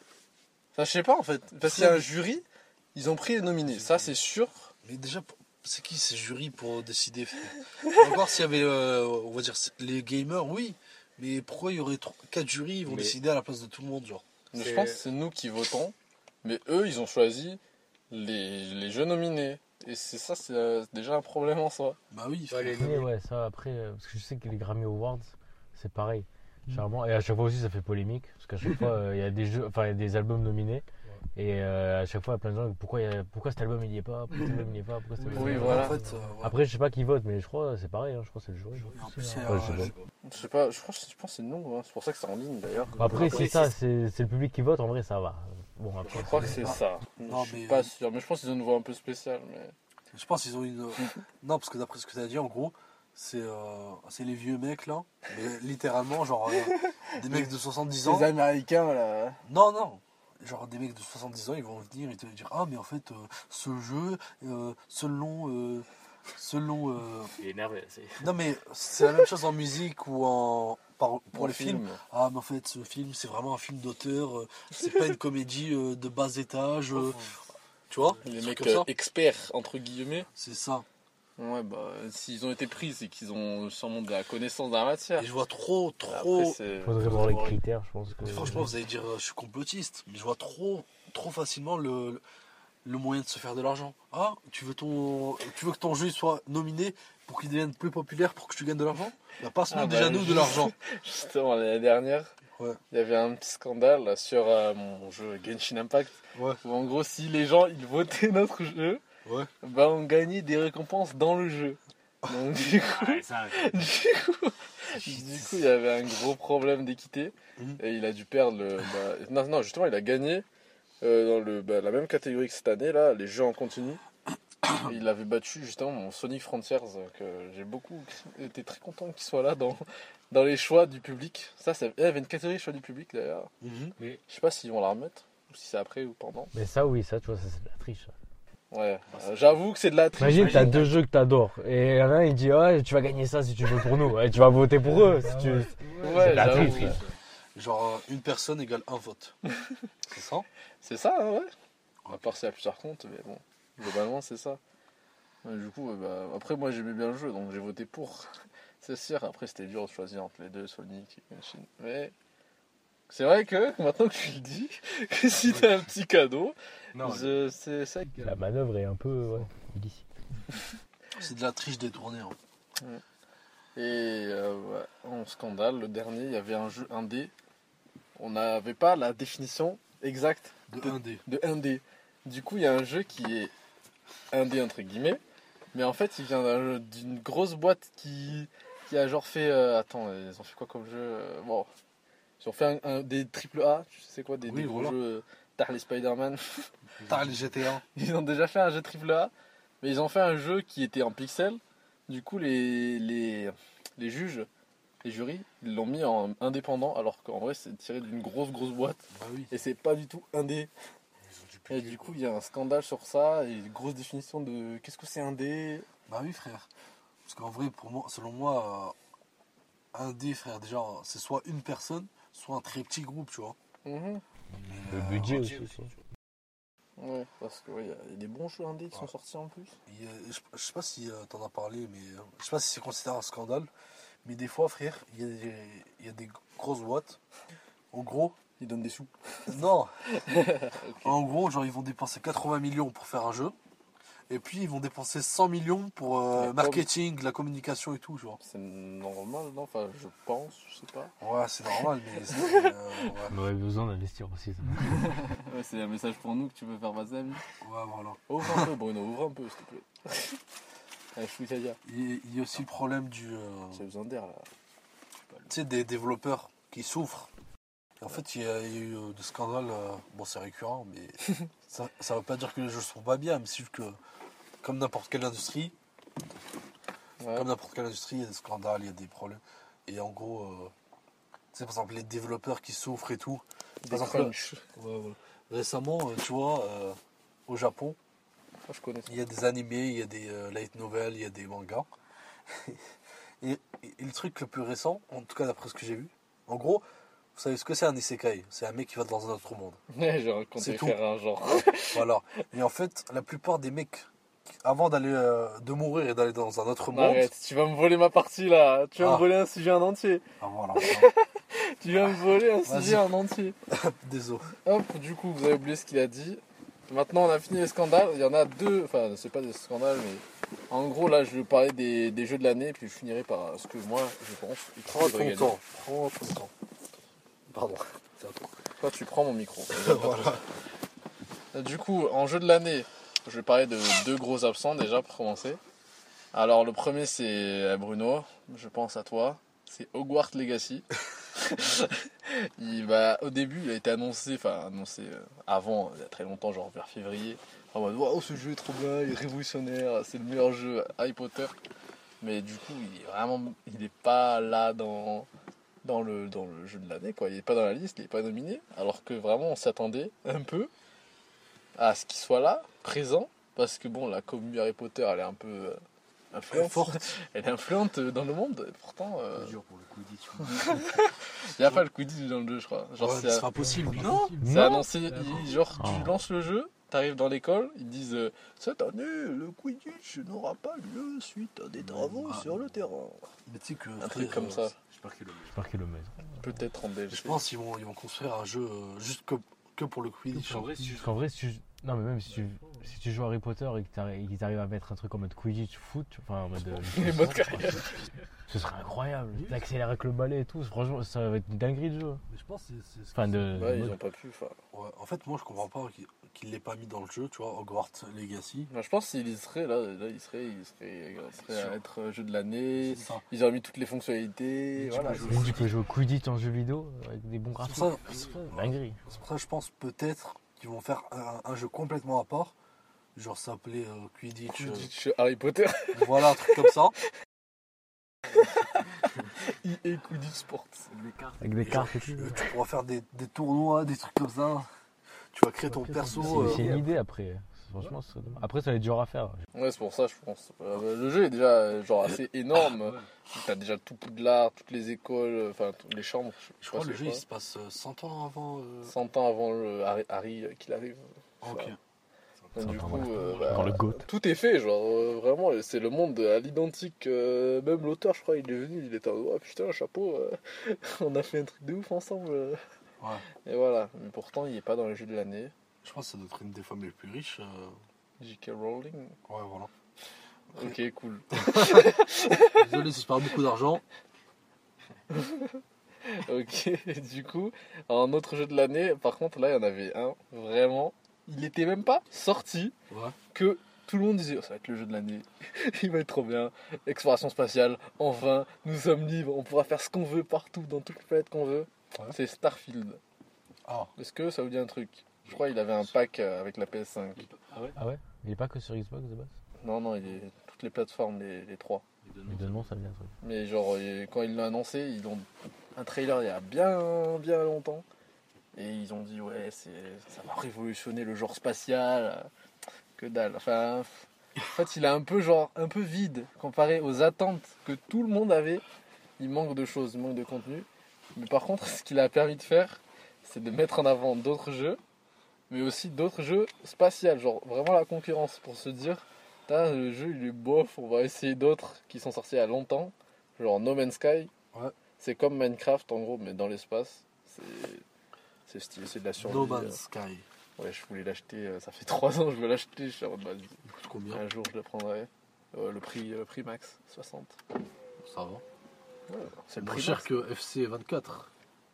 Enfin, je sais pas en fait, parce qu'il y a un jury, ils ont pris les nominés, ça c'est sûr. Mais déjà, c'est qui ces jurys pour décider? Encore s'il y avait, euh, on va dire, les gamers, oui, mais pourquoi il y aurait quatre jurys, ils vont mais... décider à la place de tout le monde, genre? Je pense que c'est nous qui votons, mais eux ils ont choisi les, les jeux nominés. Et c'est ça, c'est euh, déjà un problème en soi. Bah oui, ouais, les... ouais, ça après, parce que je sais que les Grammy Awards, c'est pareil. Charmant. Et à chaque fois aussi ça fait polémique parce qu'à chaque fois il euh, y a des jeux, enfin il y a des albums nominés ouais. Et euh, à chaque fois il y a plein de gens pourquoi, y a, pourquoi cet album il y est pas, pourquoi cet album il y est pas, pourquoi cet album oui, il y est voilà. pas. En fait, euh, ouais. Après je sais pas qui vote mais je crois c'est pareil, hein, je crois que c'est le jury. En plus, ouais, euh, je, sais je sais pas, je pense, je pense que c'est nous, hein. C'est pour ça que c'est en ligne d'ailleurs. Après c'est ça, c'est, c'est le public qui vote, en vrai ça va. Bon, après, je crois que c'est pas... ça. Non, je mais... suis pas sûr, mais je pense qu'ils ont une voix un peu spéciale. Mais... Je pense qu'ils ont une. Non, parce que d'après ce que tu as dit, en gros, c'est, euh, c'est les vieux mecs là, mais littéralement, genre euh, des mecs de soixante-dix ans. Les Américains là. Non, non. Genre des mecs de soixante-dix ans, ils vont venir et te dire ah, mais en fait, euh, ce jeu, euh, selon. Euh, selon euh... Il est énervé. C'est... Non, mais c'est la même chose en musique ou en. Par, pour en les film. films. Ah, mais en fait, ce film, c'est vraiment un film d'auteur, euh, c'est pas une comédie euh, de bas étage. Euh, tu vois? Les mecs euh, experts, entre guillemets. C'est ça. Ouais, bah, s'ils ont été pris, c'est qu'ils ont sûrement de la connaissance dans la matière. Et je vois trop, trop. Après, faudrait voir les critères, je pense que. Franchement, vous allez dire, je suis complotiste, mais je vois trop, trop facilement le, le moyen de se faire de l'argent. Ah, tu veux ton, tu veux que ton jeu soit nominé pour qu'il devienne plus populaire pour que tu gagnes de l'argent? Bah, passe-nous ah, déjà bah, nous juste, de l'argent. Justement, l'année dernière, ouais. Il y avait un petit scandale là, sur euh, mon jeu Genshin Impact. Ouais. Où en gros, si les gens ils votaient notre jeu, ouais. Bah on gagnait des récompenses dans le jeu. Donc du coup, ouais, ça, du coup, du coup, il y avait un gros problème d'équité mmh. Et il a dû perdre le. Bah, non, non, justement, il a gagné euh, dans le bah, la même catégorie que cette année là, les jeux en continu. Et il avait battu justement mon Sonic Frontiers que j'ai beaucoup été très content qu'il soit là dans dans les choix du public. Ça, ça il y avait une catégorie choix du public d'ailleurs. Mmh. Mais je sais pas s'ils vont la remettre ou si c'est après ou pendant. Mais ça oui, ça tu vois, ça c'est de la triche. Ouais, euh, j'avoue que c'est de la triche. Imagine, t'as deux jeux que t'adores et il y en a un il dit ah tu vas gagner ça si tu veux pour nous, ouais, tu vas voter pour eux si tu. Ouais, c'est de la triche. Oui. Genre une personne égale un vote. C'est ça? C'est ça, hein, ouais. À part s'il y a plusieurs comptes, mais bon, globalement c'est ça. Ouais, du coup, ouais, bah, après moi j'aimais bien le jeu donc j'ai voté pour. C'est sûr. Après c'était dur de choisir entre les deux, Sonic et Genshin. Mais c'est vrai que maintenant que tu le dis, que si t'as un petit cadeau. Non, je, c'est ça que... La manœuvre est un peu ouais, illicite. C'est de la triche détournée. Hein. Et euh, ouais, en scandale, le dernier, il y avait un jeu indé. On n'avait pas la définition exacte De de, un D. de indé. Du coup, il y a un jeu qui est indé entre guillemets, mais en fait, il vient d'un jeu- d'une grosse boîte qui, qui a genre fait. euh, attends, ils ont fait quoi comme jeu euh, Bon, ils ont fait un, un- des triple A, tu sais c'est quoi, des, Oui, des gros voilà. jeux. T'as les Spider-Man. T'as les G T A. Ils ont déjà fait un jeu triple A, mais ils ont fait un jeu qui était en pixel. Du coup, les, les, les juges, les jurys, ils l'ont mis en indépendant, alors qu'en vrai, c'est tiré d'une grosse, grosse boîte. Bah oui. Et c'est pas du tout indé. Ils ont dû Et piquer, du coup, quoi. il y a un scandale sur ça, et une grosse définition de qu'est-ce que c'est indé. Bah oui, frère. Parce qu'en vrai, pour moi, selon moi, euh, un D, frère, déjà, c'est soit une personne, soit un très petit groupe, tu vois. Mhm. Le Euh, budget un aussi, tu quoi. vois. Ouais, parce que ouais, il y, a- il y a des bons jeux indés qui Ouais. sont sortis en plus. Et, euh, je, je sais pas si euh, t'en as parlé, mais euh, je sais pas si c'est considéré un scandale. Mais des fois, frère, il y, a des- il y a des grosses boîtes. En gros, Ils donnent des sous. non. En gros, genre, ils vont dépenser quatre-vingts millions pour faire un jeu. Et puis, ils vont dépenser cent millions pour euh, Mais marketing, la communication et tout, genre. C'est normal, non? Enfin, je pense, je sais pas. Ouais, c'est normal, mais c'est, euh, ouais. On aurait besoin d'investir aussi. Ça. Ouais, c'est un message pour nous que tu veux faire passer, ami. Ouais, voilà. Ouvre un peu, Bruno, ouvre un peu, s'il te plaît. Allez, Chouïtadia. Il il y a aussi le problème du, euh, J'ai besoin d'air là. tu sais, des développeurs qui souffrent. Et en fait, il y a, il y a eu euh, des scandales, euh, bon, c'est récurrent, mais ça ne veut pas dire que les jeux sont pas bien, mais c'est juste que, comme n'importe quelle industrie, Ouais. comme n'importe quelle industrie, il y a des scandales, il y a des problèmes. Et en gros, euh, tu sais, par exemple, les développeurs qui souffrent et tout. Des Par exemple, crunchs. ouais, voilà. Récemment, euh, tu vois, euh, au Japon, Ah, je connais ça. il y a des animés, il y a des euh, light novels, il y a des mangas. et, et- et le truc le plus récent, en tout cas d'après ce que j'ai vu, en gros, vous savez ce que c'est un isekai? C'est un mec qui va dans un autre monde. Ouais, j'ai raconté C'est tout. faire un genre. Voilà. Et en fait, la plupart des mecs, avant d'aller euh, de mourir et d'aller dans un autre monde. Arrête, tu vas me voler ma partie là. Tu vas Ah. me voler un sujet en entier. Ah voilà. Tu vas me voler un Vas-y. sujet en entier. Désolé. Hop, du coup, vous avez oublié ce qu'il a dit. Maintenant, on a fini les scandales. Il y en a deux. Enfin, c'est pas des scandales, mais en gros, là, je vais parler des, des jeux de l'année. Puis je finirai par ce que moi, je pense. Prends devrait ton gagner. temps. Prends ton temps. Pardon. C'est à toi. Toi, tu prends mon micro. Voilà. Du coup, en jeu de l'année, je vais parler de deux gros absents déjà pour commencer. Alors, le premier, c'est Bruno. Je pense à toi. C'est Hogwarts Legacy. il va, au début, il a été annoncé, enfin annoncé euh, avant, il y a très longtemps, genre vers février. En mode, waouh, ce jeu est trop bien, il est révolutionnaire, c'est le meilleur jeu Harry Potter. Mais du coup, il est vraiment, il est pas là dans, dans le, dans le jeu de l'année, quoi. Il est pas dans la liste, il est pas nominé. Alors que vraiment, on s'attendait un peu à ce qu'il soit là, présent, parce que bon, la commu Harry Potter, elle est un peu euh, influente. Forte. Elle est influente dans le monde. Et pourtant, euh, C'est dur pour le Quidditch. il n'y a pas le Quidditch dans le jeu, je crois. Genre, Ouais, c'est, c'est impossible. Non c'est Non. annoncé, il- genre, Oh. tu lances le jeu, t'arrives dans l'école, ils disent euh, cette année, le Quidditch n'aura pas lieu suite à des travaux Ah. sur le terrain. Mais tu sais que, Un frère, truc comme euh, ça. J'espère qu'il le met. J'espère qu'ils le mettent. Peut-être en D L C. Je pense qu'ils vont, ils vont construire un jeu euh, juste que, que pour le Quidditch. En vrai, si tu- Parce qu'en vrai, si tu... Non, mais même si tu, si tu joues à Harry Potter et que t'arri- et qu'ils arrivent à mettre un truc en mode Quidditch foot, enfin en mode. euh, Les modes carrière. Ce serait incroyable. T'accélères avec le balai et tout. Franchement, ça va être une dinguerie de jeu. Mais je pense que c'est. c'est- Enfin, de. Ouais, de ils mode. ont pas pu. Enfin, Ouais, en fait, moi, je comprends pas qu'il qu'il l'ait pas mis dans le jeu, tu vois, Hogwarts Legacy. moi, je pense qu'il y serait là, là, il serait, il serait, il serait sûr. à être jeu de l'année. C'est ça. Ils ont mis toutes les fonctionnalités. Mais tu Voilà. peux jouer Même tu peux jouer au Quidditch en jeu vidéo avec des bons C'est graphiques. pour ça, c'est pour ça- Dinguerie. c'est pour ça que je pense peut-être qu'ils vont faire un, un jeu complètement à part. Genre s'appeler euh, Quidditch. euh, Quidditch Harry Potter. voilà, un truc comme ça. E A Quidditch Sports. Les cartes. Avec des cartes et tout. Euh, Tu pourras faire des, des tournois, des trucs comme ça. Tu vas créer ton perso. C'est euh, c'est une idée après. Franchement, ce serait dommage. Après, ça va être dur à faire. Ouais, c'est pour ça, je pense. Euh, le jeu est déjà euh, genre assez énorme. T'as déjà tout Poudlard, toutes les écoles, euh, enfin toutes les chambres. Je crois que le c'est jeu quoi. il se passe euh, cent ans avant. euh, cent ans avant le Harry, Harry, euh, qu'il arrive. Ok. Donc, du cent ans, coup, voilà. euh, bah, Dans le GOAT. tout est fait, genre euh, vraiment, c'est le monde à l'identique. euh, même l'auteur, je crois, il est venu, il était en oh putain, chapeau, euh, on a fait un truc de ouf ensemble. euh. Ouais. Et voilà, mais pourtant, il est pas dans le jeu de l'année. Je pense que ça doit être une des femmes les plus riches. euh, J K Rowling. Ouais, voilà. Ok, cool. Désolé si je parle beaucoup d'argent. Ok, du coup, un autre jeu de l'année, par contre, là, il y en avait un, vraiment, il était même pas sorti, Ouais. que tout le monde disait, oh, ça va être le jeu de l'année, il va être trop bien, exploration spatiale, enfin, nous sommes libres, on pourra faire ce qu'on veut partout, dans toutes les planètes qu'on veut. Ouais. C'est Starfield. Ah. Est-ce que ça vous dit un truc? Je crois qu'il avait un pack euh, avec la P S cinq. Ah ouais Ah ouais Il est pas que sur Xbox de base? Non, non, il est toutes les plateformes, les, les trois. Mais de nom, ça me dit un truc. Mais genre, euh, quand ils l'ont annoncé, ils ont un trailer il y a bien, bien longtemps. Et ils ont dit, ouais, c'est, ça va révolutionner le genre spatial. Que dalle. Enfin, en fait, il est un peu, genre, un peu vide comparé aux attentes que tout le monde avait. Il manque de choses, il manque de contenu. Mais par contre, ce qu'il a permis de faire, c'est de mettre en avant d'autres jeux, mais aussi d'autres jeux spatials. Genre, vraiment la concurrence pour se dire, putain, le jeu il est bof, on va essayer d'autres qui sont sortis il y a longtemps. Genre No Man's Sky. Ouais. C'est comme Minecraft en gros, mais dans l'espace. C'est, c'est stylé, c'est de la survie. No Man's Sky. Ouais, je voulais l'acheter, euh, ça fait trois ans que je veux l'acheter. Je suis en mode, vas-y, Il coûte combien? un jour je le prendrai. Euh, le, prix, le prix max, soixante. Ça va. Ouais, c'est le Moins prix cher max. que F C vingt-quatre.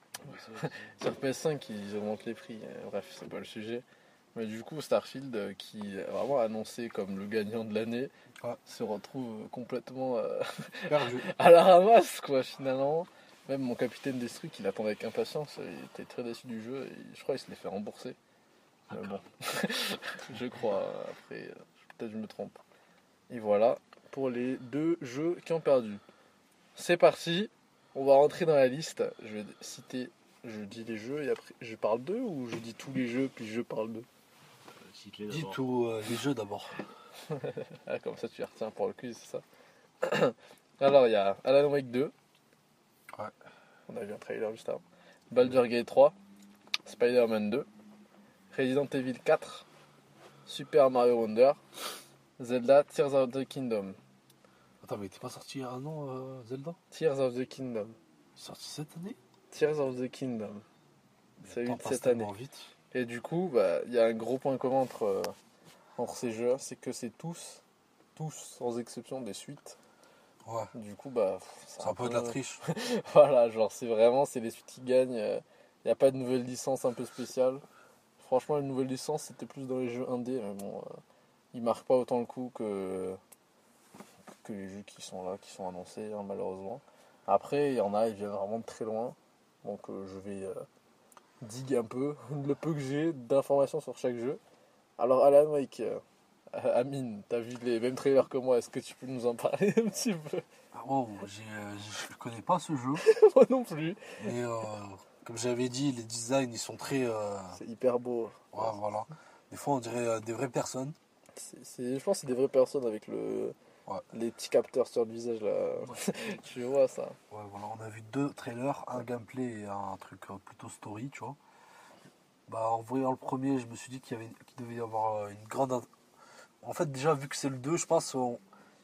Sur P S cinq, ils augmentent les prix. Euh, Bref, c'est pas le sujet. Mais du coup, Starfield, euh, qui est vraiment annoncé comme le gagnant de l'année, Ouais. se retrouve complètement euh, Perdu. à la ramasse, quoi, finalement. Même mon capitaine Destru, qui l'attendait avec impatience, il était très déçu du jeu et je crois qu'il se l'est fait rembourser. Mais bon, je crois. Après, euh, peut-être je me trompe. Et voilà pour les deux jeux qui ont perdu. C'est parti, on va rentrer dans la liste. Je vais citer, je dis les jeux et après je parle d'eux ou je dis tous les jeux puis je parle d'eux. Cite-les Dis d'abord. tous euh, les jeux d'abord. Ah, comme ça tu les retiens pour le quiz, c'est ça. Alors il y a Alan Wake deux. Ouais. On a vu un trailer juste avant. Baldur's Gate trois. Spider-Man deux. Resident Evil quatre. Super Mario Wonder. Zelda Tears of the Kingdom. Attends, mais t'es pas sorti il y a un an, euh, Zelda? Tears of the Kingdom. Sorti cette année? Tears of the Kingdom. C'est Le eu temps de passe cette année. tellement vite. Et du coup, bah, il y a un gros point commun entre, euh, entre ces jeux, c'est que c'est tous, tous sans exception des suites. Ouais. Du coup, bah, C'est un peu de la triche. Voilà, genre c'est vraiment, c'est les suites qui gagnent. Il n'y a pas de nouvelle licence un peu spéciale. Franchement, une nouvelle licence, c'était plus dans les jeux indés, mais bon, euh, ils marquent pas autant le coup que, que les jeux qui sont là, qui sont annoncés, hein, malheureusement. Après, il y en a, ils viennent vraiment de très loin. Donc euh, je vais euh, diguer un peu le peu que j'ai d'informations sur chaque jeu. Alors Alan Wake, euh, Amine, t'as vu les mêmes trailers que moi, est-ce que tu peux nous en parler un petit peu? Ah, wow, j'ai, euh, je connais pas ce jeu. Moi non plus. Mais euh, comme j'avais dit, les designs ils sont très. euh, C'est hyper beau. Ouais, voilà. Des fois on dirait euh, des vraies personnes. C'est, c'est- je pense que c'est des vraies personnes avec le, Ouais. les petits capteurs sur le visage là. Tu vois ça. Ouais, voilà, on a vu deux trailers, un gameplay et un truc euh, plutôt story, tu vois. Bah, en voyant le premier, je me suis dit qu'il y avait, qu'il devait y avoir euh, une grande. int- En fait, déjà, vu que c'est le deux, je pense on,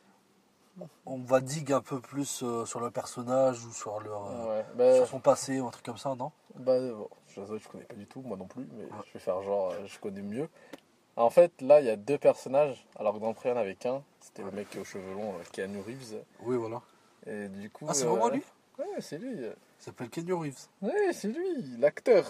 on va digue un peu plus euh, sur le personnage ou sur, leur, euh, Ouais. Bah, sur son passé ou un truc comme ça, non? bah, bon, je je connais pas du tout, moi non plus, mais Ouais. je vais faire genre, euh, je connais mieux. En fait, là, il y a deux personnages, alors que dans le premier, il n'y en avait qu'un. C'était le mec aux cheveux longs, euh, Keanu Reeves. Oui, voilà. Et du coup. Ah, c'est euh, vraiment lui? Ouais, c'est lui. Il s'appelle Keanu Reeves. Ouais, c'est lui, l'acteur.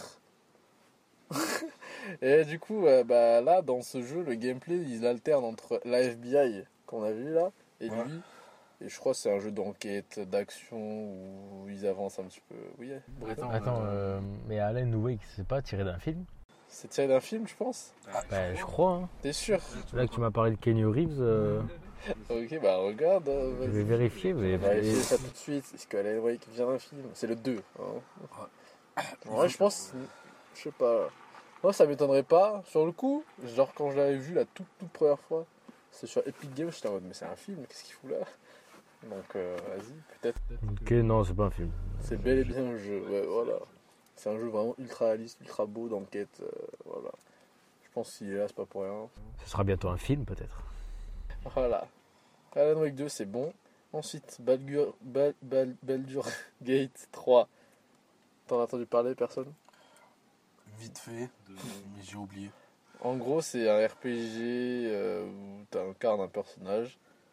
Et du coup, euh, bah, là, dans ce jeu, le gameplay, il alterne entre la F B I qu'on a vu là, et Ouais. lui. Et je crois que c'est un jeu d'enquête, d'action, où ils avancent un petit peu. Oui, Breton. Attends, euh, mais Alan Wake, c'est pas tiré d'un film? C'est tiré d'un film, je pense. Bah, je crois. Hein. T'es sûr? Là que tu m'as parlé de Kenny Reeves, euh, Ok, bah regarde. euh, je vas-y. vais vérifier. Mais... On va vérifier ça tout de suite. Est-ce que Alan Wake vient d'un film? C'est le deux. Hein. Ouais, je pense. Je sais pas. Moi, ça m'étonnerait pas. Sur le coup, genre quand je l'avais vu la toute, toute première fois, c'est sur Epic Games, j'étais en mode, mais c'est un film, qu'est-ce qu'il fout là? Donc, euh, vas-y, peut-être. Ok, non, c'est pas un film. C'est bel et bien un jeu. Ouais, voilà. C'est un jeu vraiment ultra réaliste, ultra beau d'enquête. euh, voilà. Je pense qu'il est là, c'est pas pour rien. Ce sera bientôt un film, peut-être. Voilà. Alan Wake deux, c'est bon. Ensuite, Baldur, Bal, Bal, Baldur Gate trois. T'en as entendu parler, personne? Vite fait, mais j'ai oublié. En gros, c'est un R P G euh, où tu incarnes un personnage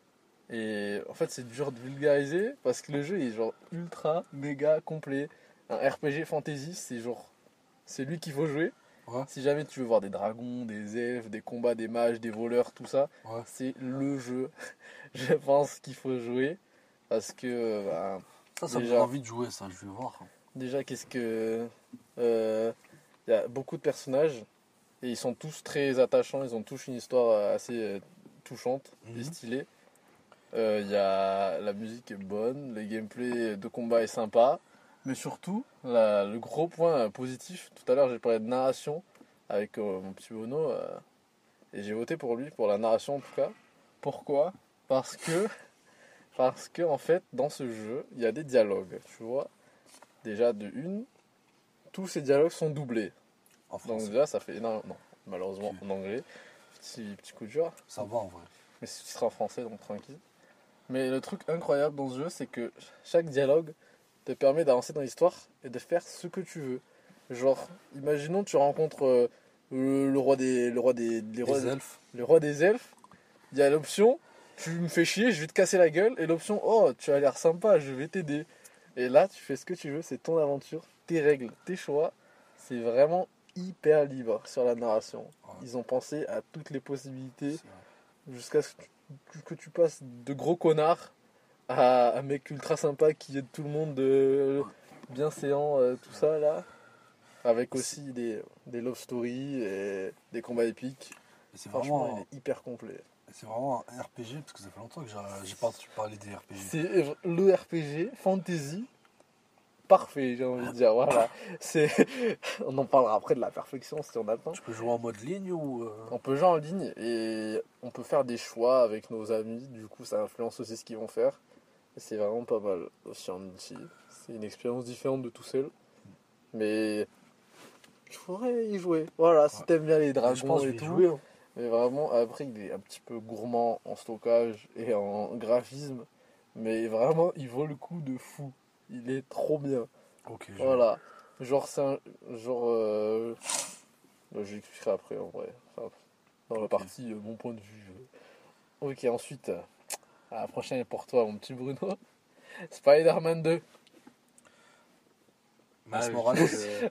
Et en fait, c'est dur de vulgariser parce que le jeu est genre ultra, méga complet. Un R P G fantasy, c'est genre. C'est lui qu'il faut jouer. Ouais. Si jamais tu veux voir des dragons, des elfes, des combats, des mages, des voleurs, tout ça, Ouais. c'est le jeu, je pense, qu'il faut jouer. Parce que. Bah, Ça, ça me déjà- donne envie de jouer, ça, je vais voir. déjà, qu'est-ce que. euh, Il y a beaucoup de personnages. Et ils sont tous très attachants. Ils ont tous une histoire assez euh, touchante et Mhm. stylée. Euh, Il y a la musique est bonne, le gameplay de combat est sympa, mais surtout la- le gros point positif. Tout à l'heure j'ai parlé de narration avec euh, mon petit Bono euh, et j'ai voté pour lui pour la narration en tout cas. Pourquoi? Parce que parce que en fait dans ce jeu il y a des dialogues. Tu vois déjà de une, tous ces dialogues sont doublés. En Donc français. déjà ça fait énorme. Non, malheureusement Ok. en anglais. Petit petit coup de dur. Ça va en vrai. Mais ce sera en français, donc tranquille. Mais le truc incroyable dans ce jeu, c'est que chaque dialogue te permet d'avancer dans l'histoire et de faire ce que tu veux. Genre, imaginons tu rencontres euh, le, le roi des, le roi des, les rois, Les elfes. le roi des elfes. Il y a l'option, tu me fais chier, je vais te casser la gueule. Et l'option, oh, tu as l'air sympa, je vais t'aider. Et là, tu fais ce que tu veux, c'est ton aventure, tes règles, tes choix. C'est vraiment hyper libre sur la narration. Ouais. Ils ont pensé à toutes les possibilités C'est vrai. jusqu'à ce que tu, que tu passes de gros connard à un mec ultra sympa qui aide tout le monde, de bienséant, euh, tout ça là. Avec aussi des, des love stories et des combats épiques. Et c'est Franchement, vraiment, il est hyper complet. c'est vraiment un R P G, parce que ça fait longtemps que j'ai j'ai pas entendu parler des R P G. C'est le R P G fantasy parfait, j'ai envie de dire. Voilà. C'est... On en parlera après de la perfection si on a le temps. Tu peux jouer en mode ligne ou. euh, On peut jouer en ligne et on peut faire des choix avec nos amis. Du coup, ça influence aussi ce qu'ils vont faire. Et c'est vraiment pas mal aussi en multi. C'est une expérience différente de tout seul. Mais il faudrait y jouer. Voilà, si Ouais. t'aimes bien les je dragons pense que je et vais tout. jouer. hein. Mais vraiment, après, il est un petit peu gourmand en stockage et en graphisme. Mais vraiment, il vaut le coup de fou. Il est trop bien. Ok, je Voilà. Genre, c'est un. Genre. Euh... bah, je l'expliquerai après en vrai. Enfin, dans la Ok. partie, euh, mon point de vue. euh. Ok, ensuite. euh, à la prochaine pour toi, mon petit Bruno. Spider-Man deux. Miles Ah, Morales. euh,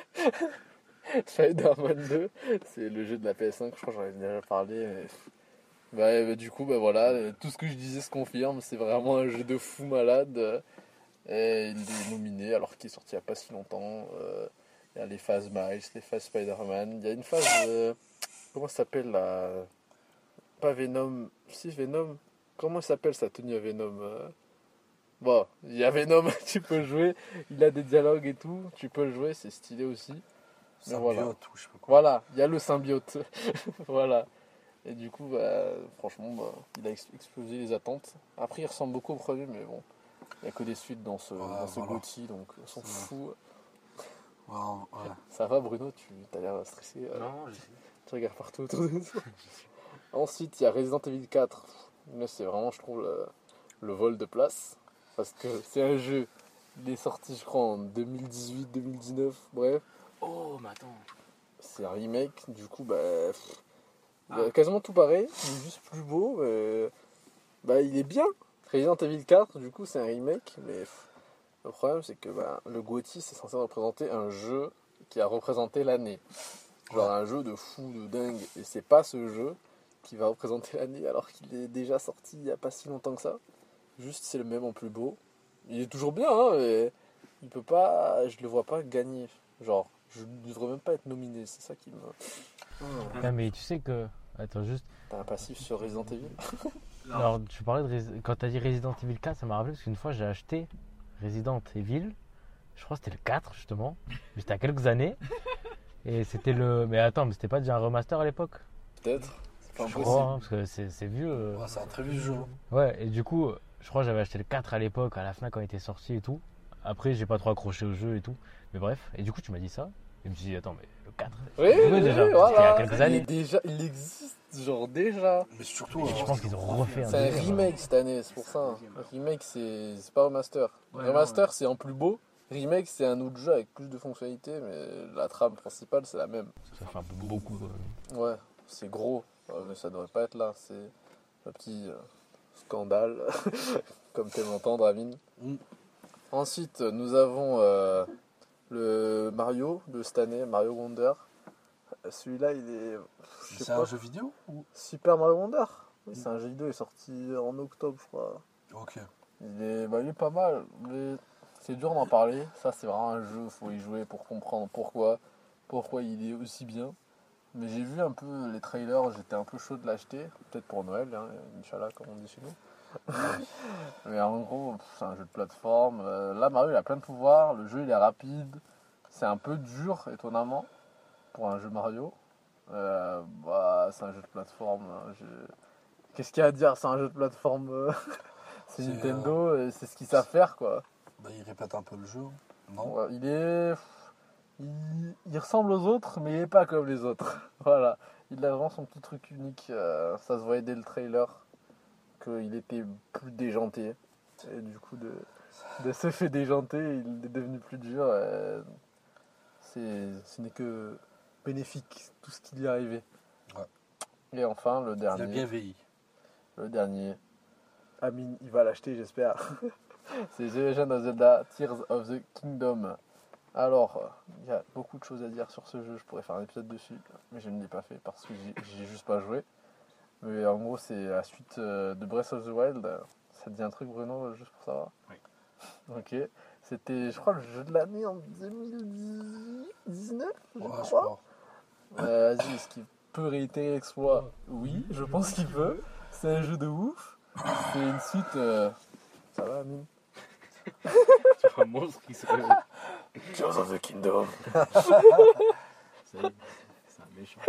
Spider-Man deux, c'est le jeu de la P S cinq, je crois que j'en ai déjà parlé. Mais... Bah, bah, du coup, bah voilà, euh, tout ce que je disais se confirme, c'est vraiment un jeu de fou malade. euh, Et il est nominé alors qu'il est sorti il n'y a pas si longtemps. euh, Il y a les phases Miles, les phases Spider-Man. Il y a une phase. euh, Comment ça s'appelle là? Pas Venom. Si, Venom. Comment il s'appelle sa tenue à Venom? euh Bon, il y a Venom, tu peux jouer. Il a des dialogues et tout. Tu peux le jouer, c'est stylé aussi. Mais Symbiote voilà. ou je sais pas quoi. Voilà, il y a le symbiote. Voilà. Et du coup, bah, franchement, bah, il a ex- explosé les attentes. Après, il ressemble beaucoup au premier, mais bon, il n'y a que des suites dans ce, Ouais, dans ce voilà. Gotti, donc on s'en C'est fout. Ouais, ouais. Ça va, Bruno, tu as l'air stressé. euh, Non, je sais. Tu regardes partout autour de toi. Ensuite, il y a Resident Evil quatre. Là, c'est vraiment, je trouve, le, le vol de place. Parce que c'est un jeu, il est sorti, je crois, en deux mille dix-huit deux mille dix-neuf, bref. Oh, mais attends. C'est un remake, du coup, bah, pff, il Ah. est quasiment tout pareil, il est juste plus beau, mais bah, il est bien. Resident Evil quatre, du coup, c'est un remake, mais pff, le problème, c'est que bah, le GOTY, c'est censé représenter un jeu qui a représenté l'année. Genre un jeu de fou, de dingue, et c'est pas ce jeu qui va représenter l'année alors qu'il est déjà sorti il y a pas si longtemps que ça. Juste, c'est le même en plus beau. Il est toujours bien, hein, mais il peut pas, je le vois pas gagner. Genre, je ne devrais même pas être nominé, c'est ça qui me... Ah, mais tu sais que. Attends, juste. T'as un passif sur Resident Evil? Alors, tu parlais de. Rés- Quand t'as dit Resident Evil quatre, ça m'a rappelé parce qu'une fois j'ai acheté Resident Evil. Je crois que c'était le quatre, justement. Mais c'était à quelques années. Et c'était le. Mais attends, mais c'était pas déjà un remaster à l'époque? Peut-être. C'est pas Je impossible. crois, hein, parce que c'est c'est vieux. euh. Ouais, c'est un très vieux jeu. hein. Ouais, et du coup, je crois que j'avais acheté le quatre à l'époque, à la Fnac quand il était sorti et tout. Après, j'ai pas trop accroché au jeu et tout. Mais bref, et du coup, tu m'as dit ça. Et je me suis dit, attends, mais le quatre. Oui, Oui, oui, déjà, oui, c'était il y a voilà. quelques Il, années. est déjà, il existe, genre déjà. Mais surtout. Et je euh, pense qu'ils ont refait un C'est un deuxième. remake cette année, c'est pour ça. Un remake, c'est c'est pas remaster. Ouais, Remaster, non, c'est en plus beau. Remake, c'est un autre jeu avec plus de fonctionnalités, mais la trame principale, c'est la même. Ça fait un peu beaucoup. euh. Ouais, c'est gros, euh, mais ça devrait pas être là. C'est un petit. euh, scandale, comme tu aimes l'entendre, Amine. Mm. Ensuite, nous avons euh, le Mario de cette année, Mario Wonder. Celui-là, il est. je sais C'est pas, un jeu vidéo ou... Super Mario Wonder. Oui, c'est un jeu vidéo, il est sorti en octobre, je crois. Ok. Il est, bah, il est pas mal, mais c'est dur d'en parler. Ça, c'est vraiment un jeu, faut y jouer pour comprendre pourquoi, pourquoi il est aussi bien. Mais j'ai vu un peu les trailers, j'étais un peu chaud de l'acheter, peut-être pour Noël, hein, Inch'Allah, comme on dit chez nous. Mais en gros, pff, c'est un jeu de plateforme. Euh, là, Mario, il a plein de pouvoirs, le jeu, il est rapide. C'est un peu dur, étonnamment, pour un jeu Mario. Euh, bah, c'est un jeu de plateforme. hein, je- Qu'est-ce qu'il y a à dire? C'est un jeu de plateforme. euh, c'est C'est, Nintendo, et c'est ce qu'ils savent faire, quoi. Bah, il répète un peu le jeu, non? Ouais, il est. Il... il ressemble aux autres, mais il est pas comme les autres. Voilà. Il a vraiment son petit truc unique. euh, Ça se voyait dès le trailer qu'il était plus déjanté. Et du coup, de, de ce fait déjanté, il est devenu plus dur. et C'est... Ce n'est que bénéfique, tout ce qui lui est arrivé. Ouais. Et enfin, le Il a dernier. bien vieilli. Le dernier. Amine, il va l'acheter, j'espère. C'est The Legend of Zelda Tears of the Kingdom. Alors, il y a beaucoup de choses à dire sur ce jeu. Je pourrais faire un épisode dessus, mais je ne l'ai pas fait parce que j'ai, j'ai juste pas joué. Mais en gros, c'est la suite euh, de Breath of the Wild. Ça te dit un truc, Bruno, juste pour savoir? Oui. Ok. C'était, je crois, le jeu de l'année en deux mille dix-neuf, je Ouais, je crois. crois. Euh, vas-y, est-ce qu'il peut réitérer l'exploit? Oui, je pense qu'il peut. C'est un jeu de ouf. C'est une suite. euh, Ça va, Amine? C'est un monstre qui se réveille. Tears of the Kingdom. C'est c'est un méchant.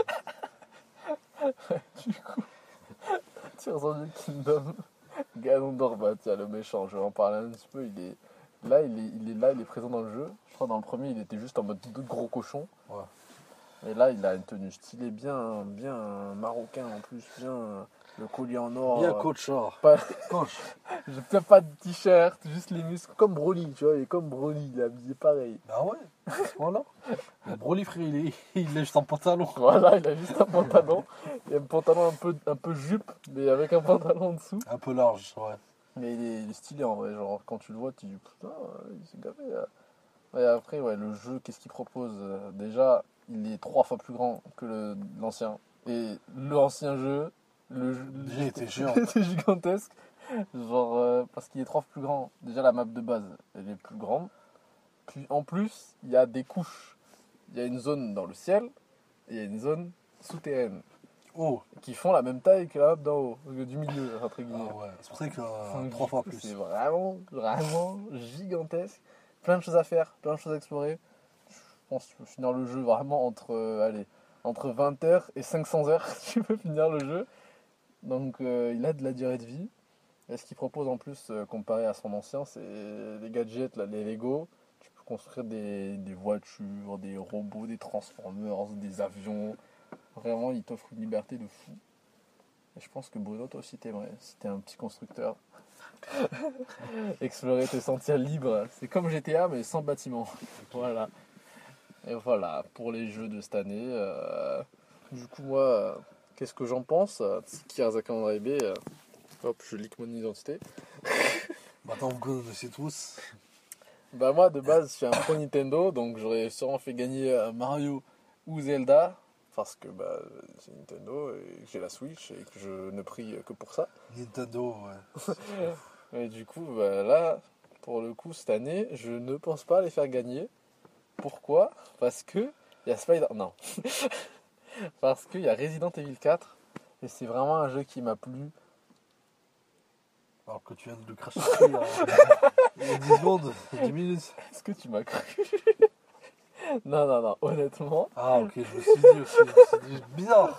Du coup, Tears of the Kingdom. Ganondorf, bah tiens, le méchant, je vais en parler un petit peu. Il est là, il est, il est là, il est présent dans le jeu. Je crois dans le premier, il était juste en mode de gros cochon. Ouais. Et là, il a une tenue stylée, bien, bien marocain en plus, bien le collier en or. Bien euh, coachard. pas- Coach. J'ai peut-être pas de t-shirt, juste les muscles, comme Broly, tu vois, il est comme Broly, il est habillé pareil. Bah ouais, voilà. Le Broly, frère, il est, il est juste en pantalon. Voilà, il a juste un pantalon, il a un pantalon un peu, un peu jupe, mais avec un pantalon en dessous. Un peu large, ouais. Mais il est, il est stylé en vrai, genre quand tu le vois, tu dis putain, il s'est gavé. Là. Et après, ouais, le jeu, qu'est-ce qu'il propose? Euh, Déjà, il est trois fois plus grand que le- l'ancien. Et l'ancien jeu, le jeu Le jeu était géant. était gigantesque. Genre, euh, parce qu'il est trois fois plus grand. Déjà, la map de base, elle est plus grande. Puis en plus, il y a des couches. Il y a une zone dans le ciel et il y a une zone souterraine Oh, qui font la même taille que la map d'en haut, du milieu, entre ah guillemets. ouais. C'est pour ça qu'il y a Donc, trois du fois coup, plus. C'est vraiment, vraiment gigantesque. Plein de choses à faire, plein de choses à explorer. Je pense que tu peux finir le jeu vraiment entre, euh, allez, entre vingt heures et cinq cents heures. Tu peux finir le jeu. Donc euh, il a de la durée de vie. Et ce qu'il propose en plus, euh, comparé à son ancien, c'est les gadgets, là, les Lego. Tu peux construire des, des voitures, des robots, des Transformers, des avions. Vraiment, il t'offre une liberté de fou. Et je pense que Bruno, toi aussi t'aimerais, si t'es un petit constructeur. Explorer, te sentir libre. C'est comme G T A, mais sans bâtiment. Voilà. Et voilà, pour les jeux de cette année. euh, Du coup, moi, euh, qu'est-ce que j'en pense? Tsiki Arzakan R B, euh, hop, je leak mon identité. Maintenant, vous connaissez tous. Bah moi, de base, je suis un pro Nintendo, donc j'aurais sûrement fait gagner euh, Mario ou Zelda. Parce que bah, c'est Nintendo et que j'ai la Switch et que je ne prie que pour ça. Nintendo, ouais. Et du coup, bah, là, pour le coup, cette année, je ne pense pas les faire gagner. Pourquoi? Parce que il y a Spider... Non. Parce qu'il y a Resident Evil quatre. Et c'est vraiment un jeu qui m'a plu. Alors que tu viens de le cracher dessus, là. Il y a dix secondes, dix minutes. Est-ce que tu m'as cru? Non, non, non. Honnêtement, Ah, ok, je me suis dit aussi. Je me suis dit, bizarre.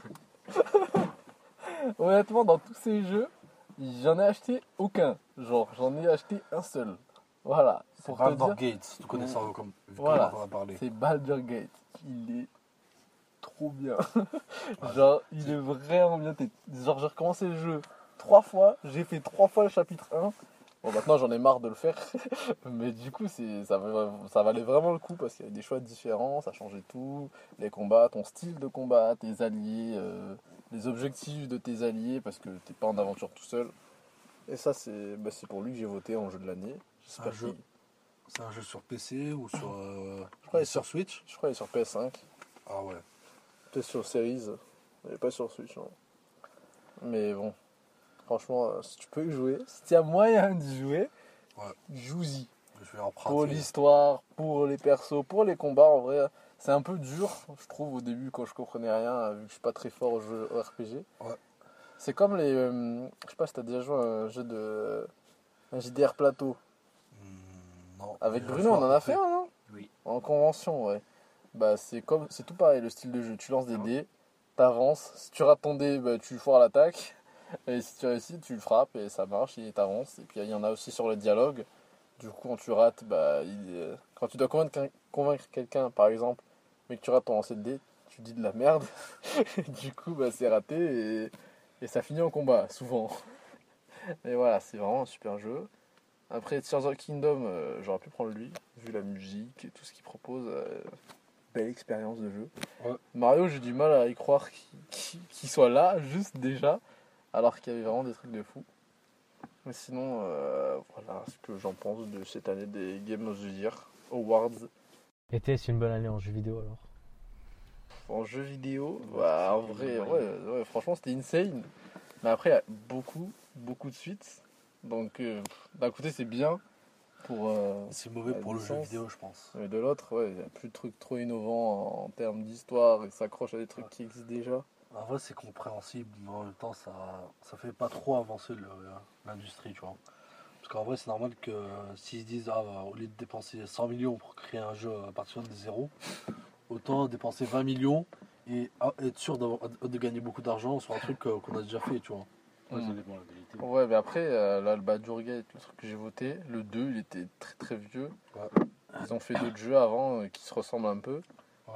honnêtement, dans tous ces jeux, j'en ai acheté aucun. Genre, j'en ai acheté un seul. Voilà. C'est Pour te Baldur's dire, Gate, tu connais ça comme. Voilà. Comment on en a parlé. c'est Baldur's Gate. Il est trop bien. Genre, il est vraiment bien. T'es- Genre, j'ai recommencé le jeu trois fois. J'ai fait trois fois le chapitre un. Bon, maintenant, j'en ai marre de le faire. Mais du coup, c'est, ça, va- ça valait vraiment le coup parce qu'il y avait des choix différents. Ça changeait tout. Les combats, ton style de combat, tes alliés, euh, les objectifs de tes alliés parce que t'es pas en aventure tout seul. Et ça, c'est bah, c'est pour lui que j'ai voté en jeu de l'année. C'est un J'espère jeu. qu'il- C'est un jeu sur P C ou sur, euh, Je crois qu'il est sur sur, Switch? je crois qu'il est sur P S cinq. Ah ouais. Peut-être sur Series. Mais pas sur Switch, non. Mais bon. Franchement, euh, si tu peux y jouer, si tu as moyen d'y jouer, Ouais. joue-y. Je vais emprunter. Pour l'histoire, pour les persos, pour les combats, en vrai, c'est un peu dur, je trouve, au début, quand je comprenais rien, vu que je suis pas très fort au jeu R P G. Ouais. C'est comme les... euh, je sais pas si t'as déjà joué à un jeu de... un J D R plateau. Hmm, non. Avec Je Bruno, vais on en a fait un, non? Oui. En convention, ouais. Bah, c'est comme... c'est tout pareil, le style de jeu. Tu lances des dés, t'avances. Si tu rates ton dé, bah, tu foires l'attaque. Et si tu réussis, tu le frappes et ça marche et t'avances. Et puis, il y en a aussi sur le dialogue. Du coup, quand tu rates, bah, il est- quand tu dois convaincre, quel- convaincre quelqu'un, par exemple, mais que tu rates ton lancer de dés, tu dis de la merde. Du coup, bah, c'est raté et... et ça finit en combat, souvent. Et voilà, c'est vraiment un super jeu. Après, Tears of the Kingdom, euh, j'aurais pu prendre lui, vu la musique et tout ce qu'il propose. euh, belle expérience de jeu. Ouais. Mario, j'ai du mal à y croire qu'il qu'il- qu'il soit là, juste déjà, alors qu'il y avait vraiment des trucs de fou. Mais sinon, euh, voilà ce que j'en pense de cette année des Game of the Year Awards. Était-ce une bonne année en jeu vidéo alors? En jeu vidéo, Ouais, bah, en c'était vrai, une ouais, ouais, franchement, c'était insane. Mais après, il y a beaucoup, beaucoup de suites. Donc, euh, pff, d'un côté, c'est bien pour. euh, C'est mauvais La pour le jeu licence. vidéo, je pense. mais de l'autre, ouais, il n'y a plus de trucs trop innovants en, en termes d'histoire et ça s'accroche à des trucs qui existent déjà. En vrai, c'est compréhensible, mais en même temps, ça, ça fait pas trop avancer le- l'industrie, tu vois. Parce qu'en vrai, c'est normal que euh, s'ils se disent, ah, bah, au lieu de dépenser cent millions pour créer un jeu à partir de zéro, autant dépenser vingt millions et ah, être sûr d'avoir- de gagner beaucoup d'argent sur un truc euh, qu'on a déjà fait, tu vois. Ouais, Mm. ça dépend de la qualité. Ouais, mais après, euh, là, le Baldur's Gate, le truc que j'ai voté, le deux, il était très très vieux. Ouais. Ils ont fait d'autres jeux avant euh, qui se ressemblent un peu. Ouais.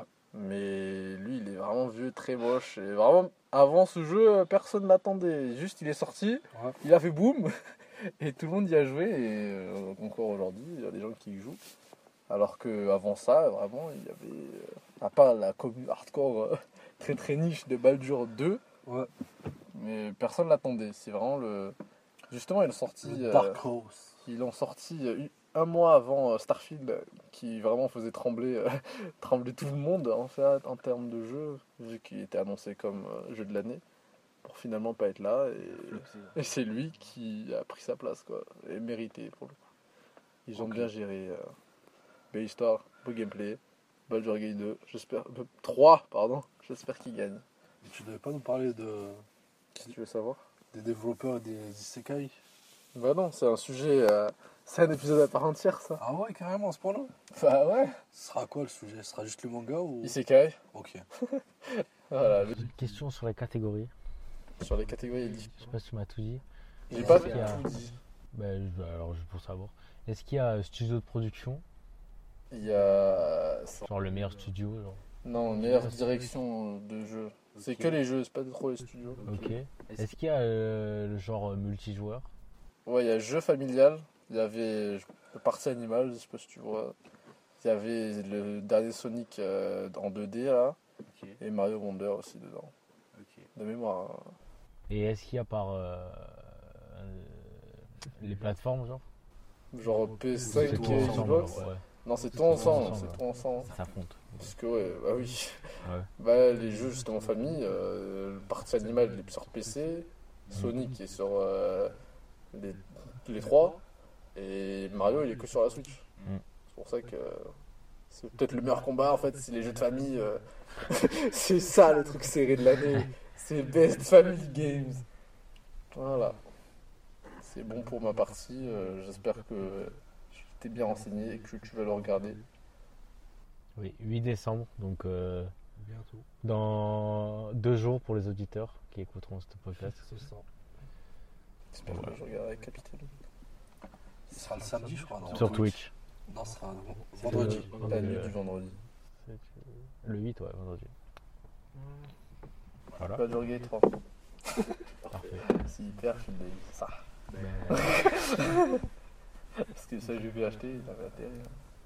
Mais lui, il est vraiment vieux, très moche. Et vraiment, avant ce jeu, euh, personne l'attendait. Juste, il est sorti, Ouais. il a fait boum, et tout le monde y a joué. Et euh, encore aujourd'hui, il y a des gens qui y jouent. Alors qu'avant ça, vraiment, il y avait, euh, à part la commu hardcore euh, très très niche de Baldur deux, Ouais. mais personne l'attendait. C'est vraiment le. Justement, ils l'ont sorti. Le euh, Dark Horse. ils l'ont sorti euh, un mois avant euh, Starfield, euh, qui vraiment faisait trembler, euh, trembler tout le monde en fait en termes de jeu, vu qu'il était annoncé comme euh, jeu de l'année, pour finalement pas être là. Et, et c'est lui qui a pris sa place, quoi, et mérité pour le coup. Ils ont Ok. bien géré. Euh, belle histoire, beau gameplay. Baldur's Gate deux, j'espère. euh, trois, pardon, j'espère qu'il gagne. Et tu devais pas nous parler de, Si tu veux savoir. des développeurs et des isekai? Bah non, c'est un sujet. euh, c'est un épisode à part entière, ça. Ah ouais, carrément, à ce point-là. Bah ouais. Ce sera quoi le sujet? Ce sera juste le manga ou... Isekai. Ok. Voilà, le- J'ai une question sur les catégories. sur les catégories. il dit- Je sais pas si tu m'as tout dit. J'ai Est-ce pas qu'il y a- tout dit. Ben, je- alors, juste pour savoir. Est-ce qu'il y a un studio de production? Il y a. Genre le meilleur studio genre. Non, meilleure direction de jeu. C'est Ok. que les jeux, c'est pas trop les studios. Ok. Est-ce qu'il y a euh, le genre euh, multijoueur? Ouais, il y a jeu familial. Il y avait le partie animal, je sais pas si tu vois. Il y avait le dernier Sonic euh, en deux D là. Ok. Et Mario Wonder aussi dedans. De mémoire. hein. Et est-ce qu'il y a par euh, euh, les plateformes genre? Genre P S cinq C'est et tout ensemble, Xbox. genre, ouais. Non, c'est C'est tout tout ensemble. ensemble, C'est tout ensemble. Ça s'affronte. Parce que ouais, bah oui. Ouais. Bah les jeux justement famille, euh, le partie animal il est sur P C, Sonic est sur euh, les, les trois, et Mario il est que sur la Switch. Mm. C'est pour ça que c'est peut-être le meilleur combat en fait, c'est les jeux de famille. euh, c'est ça le truc serré de l'année, c'est Best Family Games. Voilà. C'est bon pour ma partie, euh, j'espère que je t'ai bien renseigné et que tu vas le regarder. Oui, huit décembre, donc euh, Bientôt. dans deux jours pour les auditeurs qui écouteront ce podcast. C'est ça. J'espère que je regarderai Capitaine. Ce sera le samedi, je crois. Non, Sur Twitch. Non, ce sera C'est vendredi. le- La le- nuit du vendredi. Le huit, ouais, vendredi. Voilà, Baldur's Gate trois. parfait. S'il perd, je le dis ça. Ben, Parce que ça, j'ai vu acheter, il avait atterri.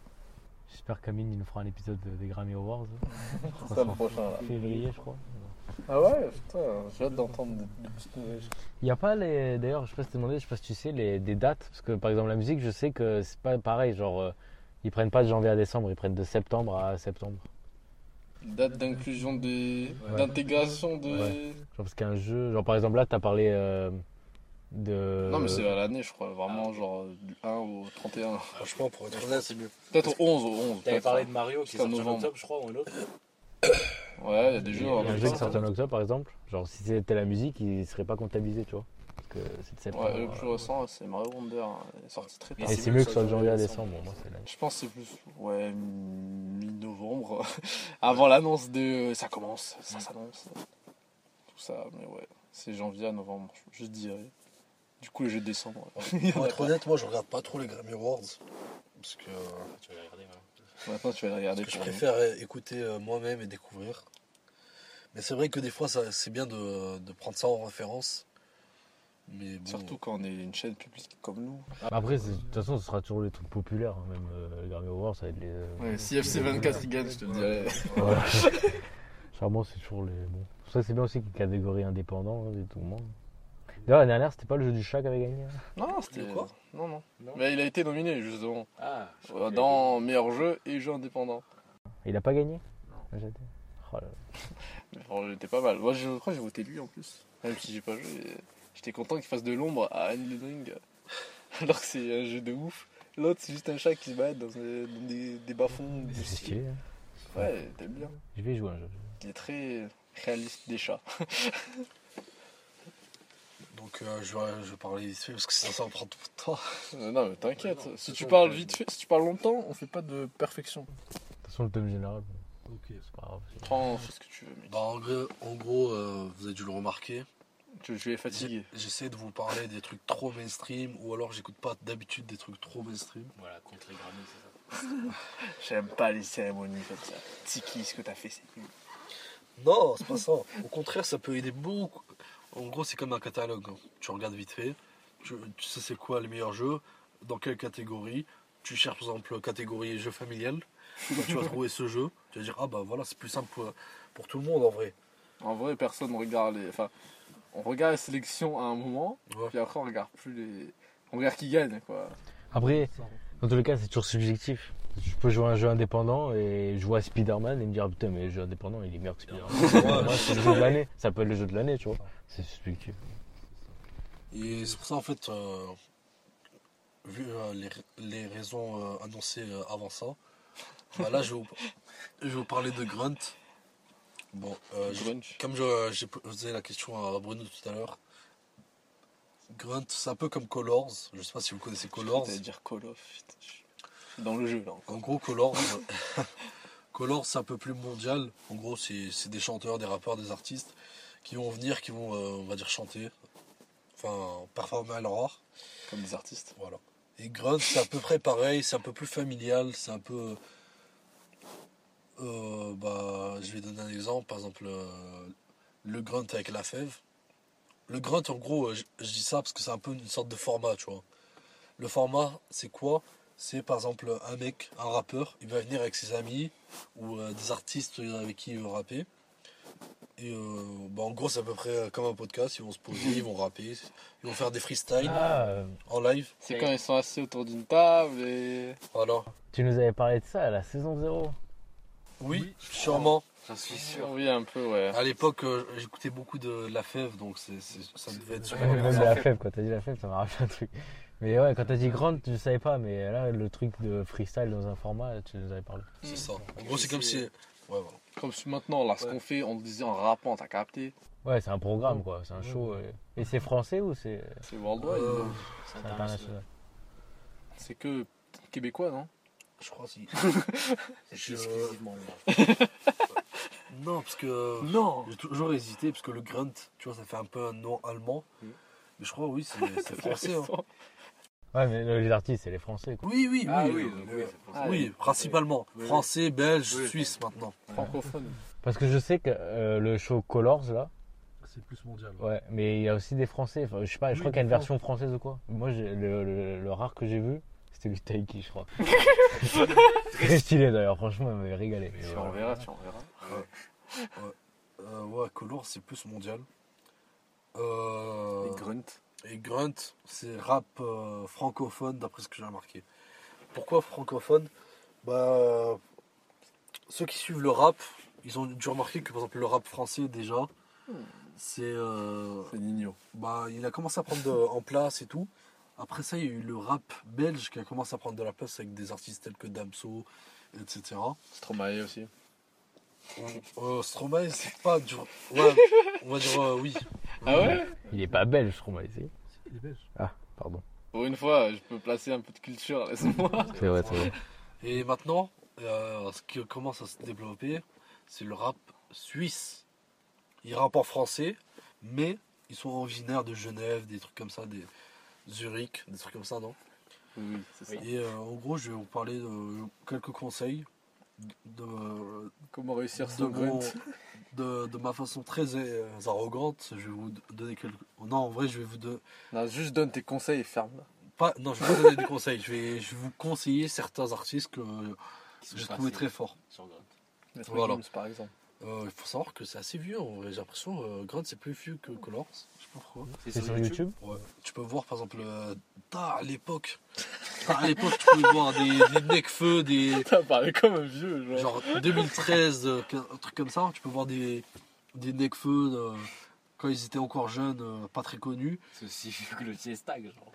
j'espère qu'Amine il nous fera un épisode de- des Grammy Awards. C'est ça le prochain là. Février, je crois. Ah ouais, putain, j'ai hâte d'entendre des, des petites nouvelles. Il n'y a pas les. D'ailleurs, je sais pas si t'ai demandé, je sais pas si tu sais, les... des dates. Parce que par exemple, la musique, je sais que c'est pas pareil. Genre, euh, ils prennent pas de janvier à décembre, ils prennent de septembre à septembre. Date d'inclusion des. Ouais. d'intégration de. Ouais. Genre, parce qu'un jeu. Genre, par exemple, là, t'as parlé euh, de. Non, mais c'est à l'année, je crois, vraiment, genre du un au trente et un. Franchement, pour être honnête, c'est mieux. Peut-être au onze, au onze. T'avais peut-être, parlé hein. de Mario qui Jusqu'à sort en novembre. octobre, je crois, ou un autre. Ouais, il y a des jeux Il y en a un même jeu qui temps. sort en octobre, par exemple. Genre, si c'était la musique, il serait pas comptabilisé, tu vois. Parce que c'est de septembre. Ouais, le plus euh, récent, c'est Mario Wonder. hein. Il est sorti très tard. Et c'est mieux que ce soit de janvier à décembre. Moi, c'est là. Je pense que c'est plus, ouais, mi-novembre. Avant l'annonce de. Ça commence, ça s'annonce. Tout ça, mais ouais, c'est janvier à novembre, je dirais. Du coup, les jeux de décembre. ouais. Pour être honnête, moi je regarde pas trop les Grammy Awards. Parce que, Tu vas regarder, Maintenant, tu vas les regarder parce que je pour nous. préfère euh, écouter euh, moi-même et découvrir. Mais c'est vrai que des fois ça- c'est bien de, de prendre ça en référence. Mais bon, Surtout quand on est une chaîne publique comme nous. Après, c'est- de toute façon, ce sera toujours les trucs populaires. hein, Même euh, les Grammy Awards, ça va être les. euh, Ouais, si F C vingt-quatre il gagne, je te le dirais. Ouais. Charmant, c'est toujours les. Bon. C'est pour ça que c'est bien aussi qu'une catégorie indépendant, hein, tout le monde. D'ailleurs, l'année dernière, c'était pas le jeu du chat qui avait gagné hein Non, c'était quoi Non, non. Non. Mais il a été nominé, justement. Ah, Euh, Dans meilleur jeu et jeu indépendant. Il a pas gagné Non. Oh là là. Mais franchement, il était pas mal. Moi, je crois que j'ai voté lui en plus. Même si j'ai pas joué. J'étais content qu'il fasse de l'ombre à Elden Ring. Alors que c'est un jeu de ouf. L'autre, c'est juste un chat qui se bat dans, des- dans des, des bas-fonds. C'est bousillés. stylé. hein. Ouais, t'aimes bien. Je vais y jouer un jeu. Il est très réaliste des chats. donc euh, je, vais, je vais parler vite fait parce que ça, ça va prendre tout le temps. Euh, non, mais t'inquiète. Si tu parles vite fait, si tu parles longtemps, on fait pas de perfection. De toute façon, le thème général, bon, Ok. c'est pas grave. c'est- Prends, fais ce que tu veux, mec. Bah, en gros, en gros euh, vous avez dû le remarquer. Tu, tu es fatigué. J'ai- J'essaie de vous parler des trucs trop mainstream ou alors j'écoute pas d'habitude des trucs trop mainstream. Voilà, contre les Grammy, c'est ça. J'aime pas les cérémonies comme ça. Tiki, ce que t'as fait, c'est nul. Non, c'est pas ça. Au contraire, ça peut aider beaucoup. En gros, c'est comme un catalogue. hein. Tu regardes vite fait, tu, tu sais c'est quoi les meilleurs jeux, dans quelle catégorie. Tu cherches par exemple catégorie jeu familial, bah, tu vas trouver ce jeu. Tu vas dire ah bah voilà, c'est plus simple pour, pour tout le monde en vrai. En vrai, personne regarde les. Enfin, on regarde les sélections à un moment, Ouais. puis après on regarde plus les. On regarde qui gagne, quoi. Après, dans tous les cas, c'est toujours subjectif. Je peux jouer à un jeu indépendant et jouer à Spider-Man et me dire ah, putain, mais le jeu indépendant il est meilleur que Spider-Man. Moi, c'est le jeu de l'année. Ça peut être le jeu de l'année, tu vois. C'est subjectif. Et c'est pour ça en fait, euh, vu euh, les, les raisons euh, annoncées euh, avant ça, bah là je vais, vous, je vais vous parler de Grunt. Bon, euh, je- Grunge. comme je, j'ai posé la question à Bruno tout à l'heure, Grunt c'est un peu comme Colors. Je sais pas si vous connaissez Colors. T'allais dire Call of. putain, je suis dans le jeu, là. encore. En gros, Colors, euh, Colors c'est un peu plus mondial. En gros, c'est c'est des chanteurs, des rappeurs, des artistes qui vont venir, qui vont, euh, on va dire, chanter, enfin, performer à leur art. Comme des artistes. Voilà. Et Grunt, c'est à peu près pareil, c'est un peu plus familial, c'est un peu. Euh, bah, je vais donner un exemple, par exemple, euh, le Grunt avec la fève. Le Grunt, en gros, euh, je, je dis ça parce que c'est un peu une sorte de format, tu vois. Le format, c'est quoi? C'est par exemple un mec, un rappeur, il va venir avec ses amis ou euh, des artistes avec qui il veut rapper. Et euh, bah, en gros, c'est à peu près comme un podcast, ils vont se poser, ils vont rapper, ils vont faire des freestyles Ah, euh, en live. C'est quand ils sont assis autour d'une table et. Voilà. tu nous avais parlé de ça à la saison zéro. Oui, sûrement. J'en suis sûr. Oui, un peu, ouais. À l'époque, euh, j'écoutais beaucoup de La Fève, donc c'est, c'est- ça devait être super. Ouais, même intéressant. la fève, quand t'as dit la fève, ça m'a rappelé un truc. Mais ouais, quand t'as dit Grant, je savais pas, mais là, le truc de freestyle dans un format, tu nous avais parlé. C'est ça. En gros, c'est comme si. Ouais, voilà. Comme si maintenant, là, ce Ouais. qu'on fait, on le disait en rappant, t'as capté. Ouais, c'est un programme, quoi, c'est un show. euh. Et c'est français ou c'est C'est worldwide. Euh, c'est international? C'est que québécois, non? je crois si. C'est Je- exclusivement Non, parce que. Non. J'ai toujours hésité, parce que le grunt, tu vois, ça fait un peu un nom allemand. Mm. Mais je crois, oui, c'est, c'est français. hein. Ouais, mais euh, les artistes, c'est les français, quoi. Oui, oui, oui. Ah euh, oui, euh, donc oui, c'est pour ça. Ah, oui, oui. principalement. Oui. Français, belge, Oui. suisse maintenant. Francophone. Parce que je sais que euh, le show Colors, là, C'est plus mondial. ouais, mais il y a aussi des français. Enfin, je sais pas, je Oui, crois qu'il y a une des version française ou quoi. Moi, j'ai- le, le, le rare que j'ai vu, c'était le Taiki, je crois. Très stylé d'ailleurs, franchement, il m'avait régalé. Mais Tu voilà. en verras, tu en verras. Euh, ouais, Colors, c'est plus mondial. Euh, Les grunts. et Grunt, c'est rap euh, francophone, d'après ce que j'ai remarqué. Pourquoi francophone? Bah, ceux qui suivent le rap, ils ont dû remarquer que, par exemple, le rap français, déjà, c'est... euh, C'est Nino. bah, il a commencé à prendre de- en place et tout. Après ça, il y a eu le rap belge qui a commencé à prendre de la place avec des artistes tels que Damso, et cetera. Stromae aussi. Euh, Stromae, c'est pas dur. Ouais, on va dire euh, oui. Ah ouais? Il est pas belge, je crois, ici. Il est belge. Ah, pardon. Pour une fois, je peux placer un peu de culture, laisse-moi. C'est vrai, c'est vrai. Et maintenant, euh, ce qui commence à se développer, c'est le rap suisse. Ils rappent en français, mais ils sont originaires de Genève, des trucs comme ça, des Zurich, des trucs comme ça, non? Oui, c'est ça. Et euh, en gros, je vais vous parler de quelques conseils de, Comment réussir de, son mon- grunt? de, de ma façon très euh, arrogante. Je vais vous donner quelques. Non, en vrai, je vais vous donner. Non, juste donne tes conseils et ferme-la. Pas... Non, je vais pas vous donner des conseils. Je vais, je vais vous conseiller certains artistes que Qui sont j'ai passés trouvé très forts. sur Grunt. Maître Voilà. Gims, par exemple. Euh, Il faut savoir que c'est assez vieux. En vrai, j'ai l'impression euh, Grunt c'est plus vieux que Colors. Je sais pas pourquoi. C'est sur YouTube? Ouais. Tu peux voir par exemple euh, tard à l'époque. Tard à l'époque, tu peux voir des, des Necfeu, des T'as parlé comme un vieux, genre. genre deux mille treize, euh, un truc comme ça. Tu peux voir des des Necfeu euh, quand ils étaient encore jeunes, euh, pas très connus. C'est aussi vieux que le Tiestag, genre.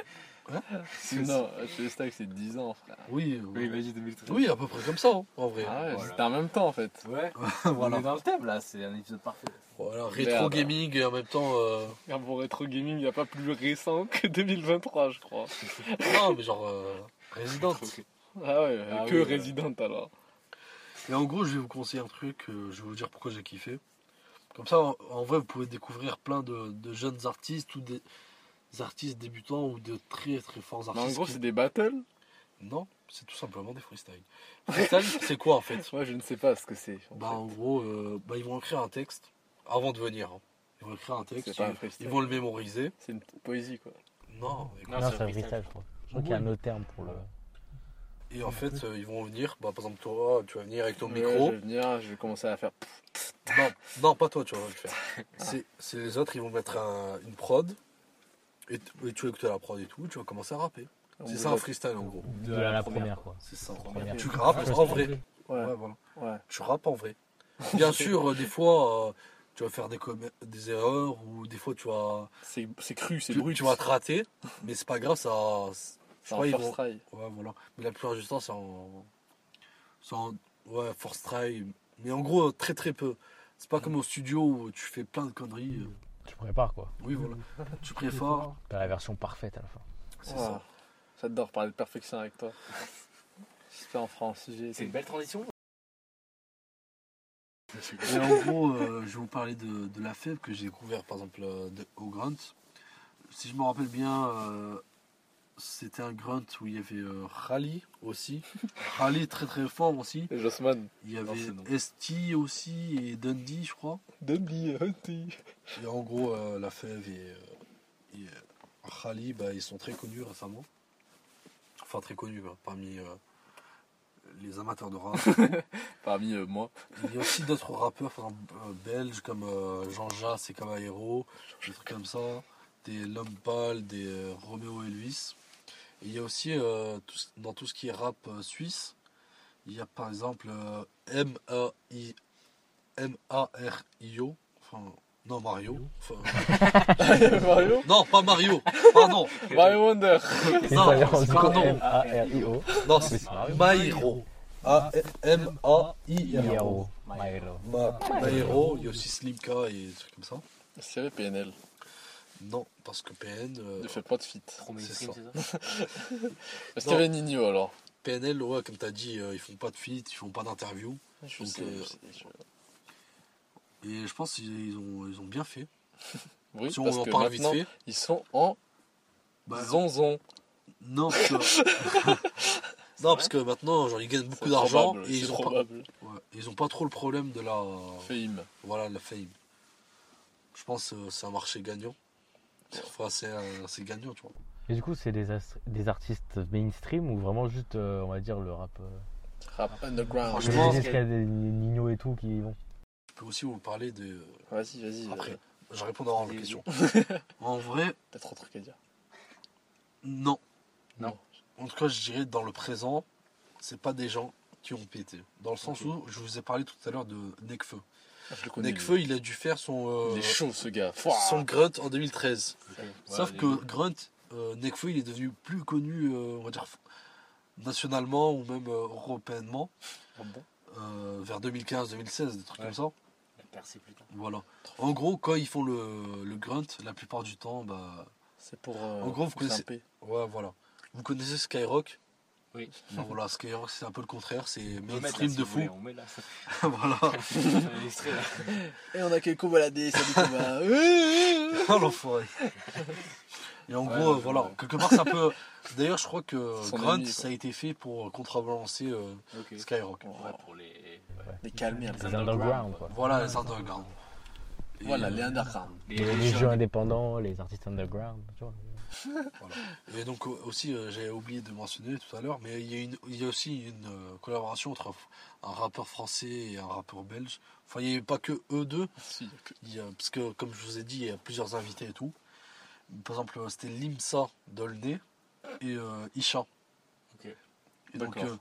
Non, chez Stack, c'est dix ans, frère. Oui, euh, Oui, vas-y, deux mille treize. oui, à peu près comme ça, hein, en vrai. Ah ouais, Voilà. c'était en même temps, en fait. Ouais, Voilà. on est dans le thème là, c'est un épisode parfait. Voilà, rétro Merde. gaming et en même temps. euh, Ah, pour rétro gaming, il n'y a pas plus récent que deux mille vingt-trois, je crois. Non, mais genre euh, Resident. Ah ouais, Ah que oui, ouais. Resident alors. Et en gros, je vais vous conseiller un truc. euh, je vais vous dire pourquoi j'ai kiffé. Comme ça, en, en vrai, vous pouvez découvrir plein de, de jeunes artistes ou des, des artistes débutants ou de très très forts Mais artistes. en gros, qui- c'est des battles. Non, c'est tout simplement des freestyles. Freestyle, c'est quoi en fait? Moi, je ne sais pas ce que c'est. en Bah, fait. en gros, euh, bah, ils vont écrire un texte avant de venir. hein. Ils vont écrire un texte, C'est pas un ils, freestyle. ils vont le mémoriser. C'est une petite poésie, quoi. Non, écoute. Non, Non, c'est c'est un un freestyle, je crois. Je crois Oui. qu'il y a un autre terme pour le. Et en fait, euh, ils vont venir. Bah, par exemple, toi, tu vas venir avec ton Ouais, micro. je vais venir, je vais commencer à faire. Non, non, pas toi, tu vas le faire. C'est, c'est les autres, ils vont mettre un- une prod. Et, t- et tu vas écouter la prod et tout, tu vas commencer à rapper. C'est ça un freestyle en gros. De la, la première, quoi. C'est ça. Première. Tu rappes en vrai. Ouais, Ouais, voilà. ouais. Tu rappes en vrai. Bien sûr, euh, des fois, euh, tu vas faire des, comm- des erreurs ou des fois, tu vas, C'est c'est cru, c'est tu, brut. tu vas te rater. Mais c'est pas grave, ça. Je C'est crois un ils first vont- try. Ouais, voilà. Mais la plupart du temps, c'est en. C'est en. Ouais, force try. Mais en gros, très très peu. C'est pas comme au studio où tu fais plein de conneries. euh. Tu prépares, quoi. Oui, voilà. Tu prépares. T'as la version parfaite à la fin. C'est Wow. ça. J'adore parler de perfection avec toi. J'espère en fera un sujet. C'est une belle transition. Et en gros, euh, je vais vous parler de, de la fève que j'ai découvert par exemple euh, de- au Grunt. Si je me rappelle bien, euh, c'était un Grunt où il y avait euh, Rally aussi. Rally très très fort aussi. Et Jossman. Il y Non, avait c'est non. S T aussi et Dundee, je crois. Dundee, Hunty. Et en gros, euh, la fève et, euh, et, euh, Rally, bah, ils sont très connus récemment. Enfin, très connus quoi, parmi euh, les amateurs de rap. Parmi euh, moi. Il y a aussi d'autres rappeurs, par exemple, euh, belges comme euh, Jean Jass et Caballero, des trucs comme ça, des L'Homme Pâle, des euh, Romeo Elvis. Et il y a aussi, euh, tout ce- dans tout ce qui est rap euh, suisse, il y a par exemple euh, M A I M A R I O, enfin, non Mario, enfin, Mario. non pas Mario, pardon, Mario Wonder. non, on dit pardon, M A R I O. non c'est Maïro, A M A I R O. Hiro. Mairo. Ma- Maïro, il y a aussi Slimka et des trucs comme ça. Est-ce qu'il y avait P N L? Non, parce que P N, euh, Ne fait pas de feat. Trop C'est mainstream, ça. c'est ça. Est-ce qu'il y avait Nino alors? P N L, ouais, comme tu as dit, euh, ils font pas de feat, ils font pas d'interview. Je Donc, sais, euh, je sais, je- Et je pense qu'ils ont, ils ont bien fait. Oui, Si on parce en que parle vite maintenant, fait, ils sont en bah, zonzon. non, parce que, non, parce que maintenant, genre, ils gagnent beaucoup C'est d'argent probable, et ils c'est ont, pas, probable. ouais, ils ont pas trop le problème de la, Fame. voilà, la fame. Je pense que c'est un marché gagnant. Enfin, c'est, un- c'est gagnant, tu vois. Et du coup, c'est des, as- des artistes mainstream ou vraiment juste, euh, on va dire, le rap euh... Rap underground. Franchement, Est-ce qu'il y a des Nino et tout qui y vont? Je peux aussi vous parler de. Vas-y, vas-y. Après, euh, je répondrai à vos Vas-y, questions. En vrai, T'as trop de trucs à dire. non. Non. En tout cas, je dirais dans le présent, c'est pas des gens qui ont pété. Dans le sens Ok. où je vous ai parlé tout à l'heure de Nekfeu. Ah, je le connais. lui. Nekfeu, il a dû faire son, euh, Il est chaud, ce gars. Fouah. son grunt en deux mille treize. Ouais, Sauf les- que grunt, euh, Nekfeu, il est devenu plus connu, euh, on va dire, nationalement ou même euh, européennement, Ah bon euh, vers deux mille quinze deux mille seize, des trucs Ouais. comme ça. Il a percé plus tard. Voilà. En gros, quand ils font le, le grunt, la plupart du temps, bah, C'est pour. euh, En gros, vous connaissez- grimper. ouais, voilà. Vous connaissez Skyrock? Oui. Ben voilà, Skyrock, c'est un peu le contraire, c'est On peut mettre, mainstream là, si de vous fou. voulez, On met là. Voilà. Un extrait, là. Et on a quelques baladés, ça dit combat. Oh l'enfoiré. Et en Ouais, gros, ouais, euh, voilà, ouais. quelque part, c'est un peu. D'ailleurs, je crois que Son Grunt, ennemi, quoi. ça a été fait pour contrebalancer euh, Ok. Skyrock. Ouais, pour les. Ouais. Les calmer un peu. Les underground, quoi. Voilà, les underground. Et, Voilà, euh, les underground. Les, Les les jeux jeux indépendants, les artistes underground. Tu vois. Voilà. Et donc euh, aussi, euh, j'avais oublié de mentionner tout à l'heure, mais il y a, une, il y a aussi une euh, collaboration entre un rappeur français et un rappeur belge. Enfin, il n'y avait pas que eux deux, Si, y a que- il y a- parce que comme je vous ai dit, il y a plusieurs invités et tout. Par exemple, euh, c'était Limsa Dolné et euh, Isha. Ok. Et donc, D'accord. euh,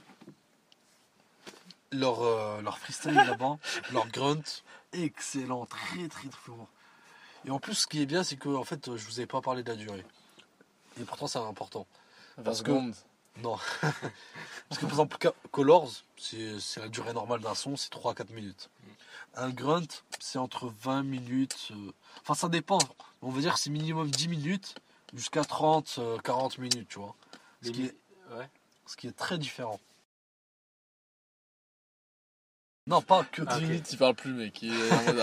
leur, euh, leur freestyle là-bas, leur grunt, excellent, très très très fort. Et en plus, ce qui est bien, c'est que en fait, je vous ai pas parlé de la durée. Et pourtant, c'est important. vingt Parce que- secondes. Non. Parce que par exemple, Ca- Colors, c'est c'est la durée normale d'un son, c'est trois à quatre minutes. Un grunt, c'est entre vingt minutes. euh, Enfin, ça dépend. On va dire que c'est minimum dix minutes jusqu'à trente, euh, quarante minutes, tu vois. Ce qui, est, Ouais. ce qui est très différent. Non, pas que. Ah, dix ok. minutes, il parle plus, mec. Il est en mode.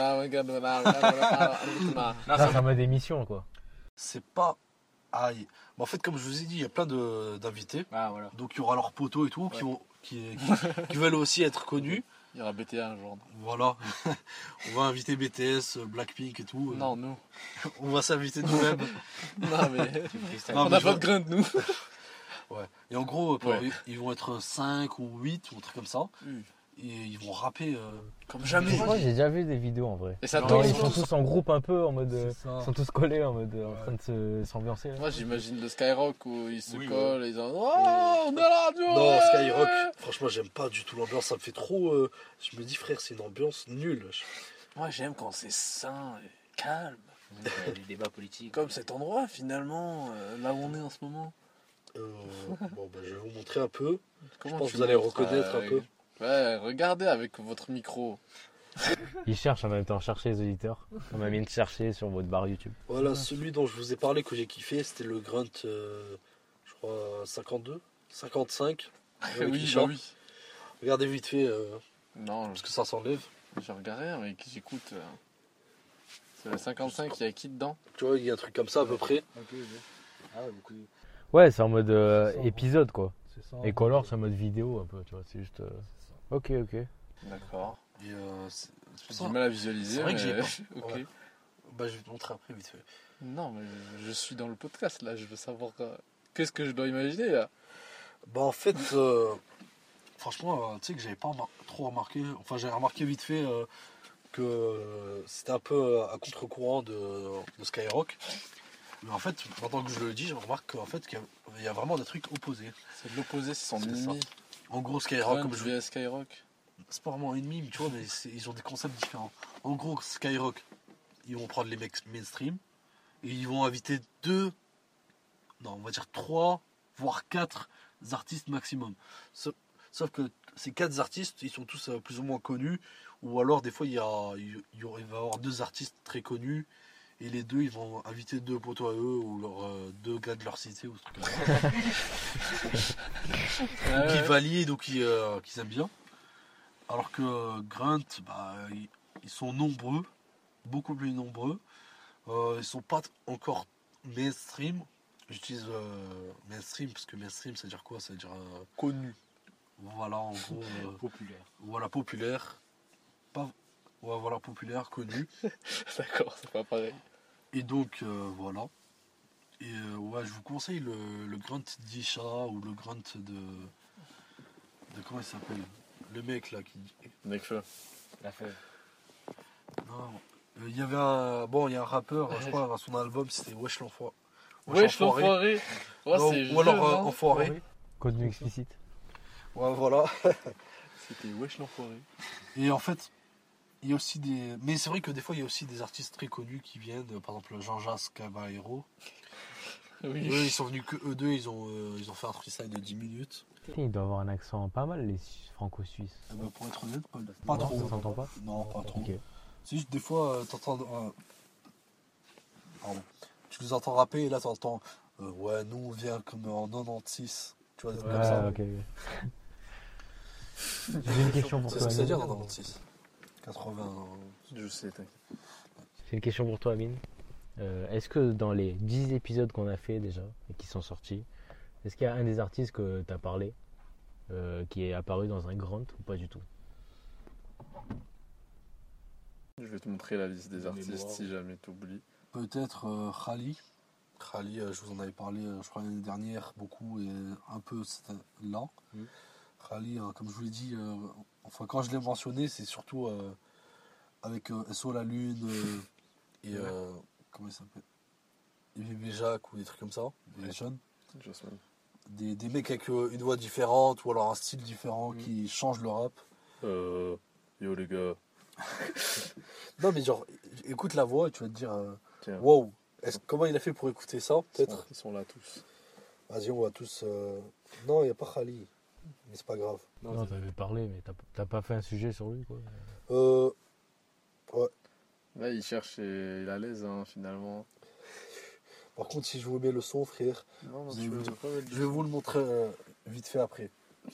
Non, ça, c'est en mode émission, quoi. C'est pas. Aïe. Mais en fait, comme je vous ai dit, il y a plein de- d'invités. Ah, voilà. Donc, il y aura leurs potos et tout qui, vont, qui, qui, qui veulent aussi être connus. Il y aura B T A un jour. Voilà. On va inviter B T S, Blackpink et tout. Non, nous. On va s'inviter nous-mêmes. Non, mais. Freestyle. Non, On mais n'a je pas vois- de grunt, nous. Ouais. Et en gros, pour- Ouais. ils vont être cinq ou huit ou un truc comme ça. Oui. Et ils vont rapper. euh, Comme Je jamais. crois que j'ai déjà vu des vidéos en vrai. Et ça Non, Genre, tombe. ils sont tous en groupe un peu, en mode. euh, C'est ça. Ils sont tous collés, en mode. euh, En Ouais. train de se- s'ambiancer. là. Moi, j'imagine le Skyrock où ils se Oui, collent et ils ont. Oh, on est à la radio. Non, ouais. Skyrock, franchement, j'aime pas du tout l'ambiance. Ça me fait trop. euh, Je me dis, frère, c'est une ambiance nulle. Moi, j'aime quand c'est sain et calme. Donc, euh, les débats politiques. Comme cet endroit, finalement, euh, là où on est en ce moment. Euh, bon, bah, je vais vous montrer un peu. Comment pense tu que vous allez montres, reconnaître un peu. Ouais, regardez avec votre micro. Ils cherchent en même temps, cherchez les auditeurs. On m'a mis de chercher sur votre barre YouTube. Voilà, celui dont je vous ai parlé que j'ai kiffé, c'était le Grunt, euh, je crois, cinquante-deux, cinquante-cinq. avec oui, Isha. bah oui. Regardez vite fait, euh, Non, parce que ça s'enlève. je regarde rien, mais j'écoute. euh, C'est le cinquante-cinq, il y a qui dedans? Tu vois, il y a un truc comme ça à peu près. Ah ouais, beaucoup. Ouais, c'est en mode euh, épisode quoi. C'est ça. Et Color, c'est en mode vidéo un peu, tu vois. C'est juste. euh, Ok, ok. D'accord. Et, euh, c'est- c'est pour J'ai ça. du mal à visualiser. C'est vrai que mais- j'ai ok. Ouais. Bah, je vais te montrer après vite fait. Non, mais je suis dans le podcast là, je veux savoir. euh, Qu'est-ce que je dois imaginer là? Bah, en fait, euh, franchement, euh, tu sais que j'avais pas remar- trop remarqué. Enfin, j'avais remarqué vite fait euh, que euh, c'était un peu à contre-courant de, de Skyrock. Mais en fait, maintenant que je le dis, je remarque qu'en fait, qu'il y a- il y a vraiment des trucs opposés. C'est de l'opposé, c'est son C'est ennemi. En gros, Skyrock, Grunt comme je vs Skyrock. c'est pas vraiment ennemi, mais tu vois, mais c'est- ils ont des concepts différents. En gros, Skyrock, ils vont prendre les mecs mainstream et ils vont inviter deux, non, on va dire trois, voire quatre artistes maximum. Sauf, sauf que ces quatre artistes, ils sont tous euh, plus ou moins connus, ou alors des fois il y a, il y aura- il va y avoir deux artistes très connus. Et les deux, ils vont inviter deux potos à eux ou leur, euh, deux gars de leur cité ou ce truc comme ça. Qui valident ou qui, euh, qu'ils aiment bien. Alors que euh, Grunt, bah, ils, ils sont nombreux, beaucoup plus nombreux. Euh, ils sont pas t- encore mainstream. J'utilise euh, mainstream parce que mainstream, ça veut dire quoi? Ça veut dire euh, Connu. voilà, en gros, euh, Populaire. voilà populaire, pas, ouais, voilà populaire, connu. D'accord, c'est pas pareil. Et donc euh, voilà. Et euh, ouais, je vous conseille le, le grunt d'Isha ou le grunt de, de comment il s'appelle? Le mec là qui. Nekfeu. La fève. Non. Il y avait un. Bon, il y a un rappeur, je crois, dans son album, c'était Wesh l'enfoiré. Wesh l'enfoiré. Ouais, Non, c'est ou alors jeune, euh, hein. enfoiré. Contenu explicite. Ouais, voilà. C'était Wesh l'enfoiré. Et en fait, il y a aussi des. Mais c'est vrai que des fois, il y a aussi des artistes très connus qui viennent. Par exemple, Jean-Jacques Caballero. Oui. Eux, ils sont venus que eux deux, ils ont, euh, ils ont fait un freestyle de dix minutes. Il doit avoir un accent pas mal, les franco-suisses. Eh ben, pour être honnête, pas, pas Non, trop. ça s'entend pas. Non, pas trop. Ok. C'est juste des fois, euh, t'entends. euh, Pardon. Tu les entends rapper et là, t'entends. euh, ouais, nous, on vient comme en quatre-vingt-seize. Tu vois, des trucs Ouais, comme ça. ok. J'ai une question pour C'est toi, ce que ça veut Amine. dire en quatre-vingt-seize. quatre-vingts. Je sais, t'inquiète. J'ai une question pour toi, Amine. Euh, est-ce que dans les dix épisodes qu'on a fait déjà et qui sont sortis, est-ce qu'il y a un des artistes que tu as parlé euh, qui est apparu dans un Grunt ou pas du tout? Je vais te montrer la liste des De artistes mémoire. si jamais t'oublies. Peut-être euh, Khali. Khali, euh, je vous en avais parlé, euh, je crois, l'année dernière, beaucoup, et un peu c'était là. Mm. Khali, euh, comme je vous l'ai dit, euh, enfin, quand je l'ai mentionné, c'est surtout euh, avec euh, S O La Lune euh, et. euh, comment il s'appelle? Et Bébé Jacques ou des trucs comme ça, des Ouais. jeunes. Jasmine. Des, des mecs avec euh, une voix différente ou alors un style différent Mm. qui change le rap. Euh. Yo les gars. Non, mais genre, écoute la voix et tu vas te dire, euh, Tiens. wow, est-ce- comment il a fait pour écouter ça, peut-être? Ils sont là tous. Vas-y, on va tous. euh, Non, il n'y a pas Khali. Mais c'est pas grave. Non, t'avais parlé, mais t'as- t'as pas fait un sujet sur lui, quoi. Euh, Là, il cherche et il est à l'aise, hein, finalement. Par contre, si je vous mets le son, frère, Non, non, Vous tu avez veux vu- pas mettre je vais vous le montrer euh, vite fait après.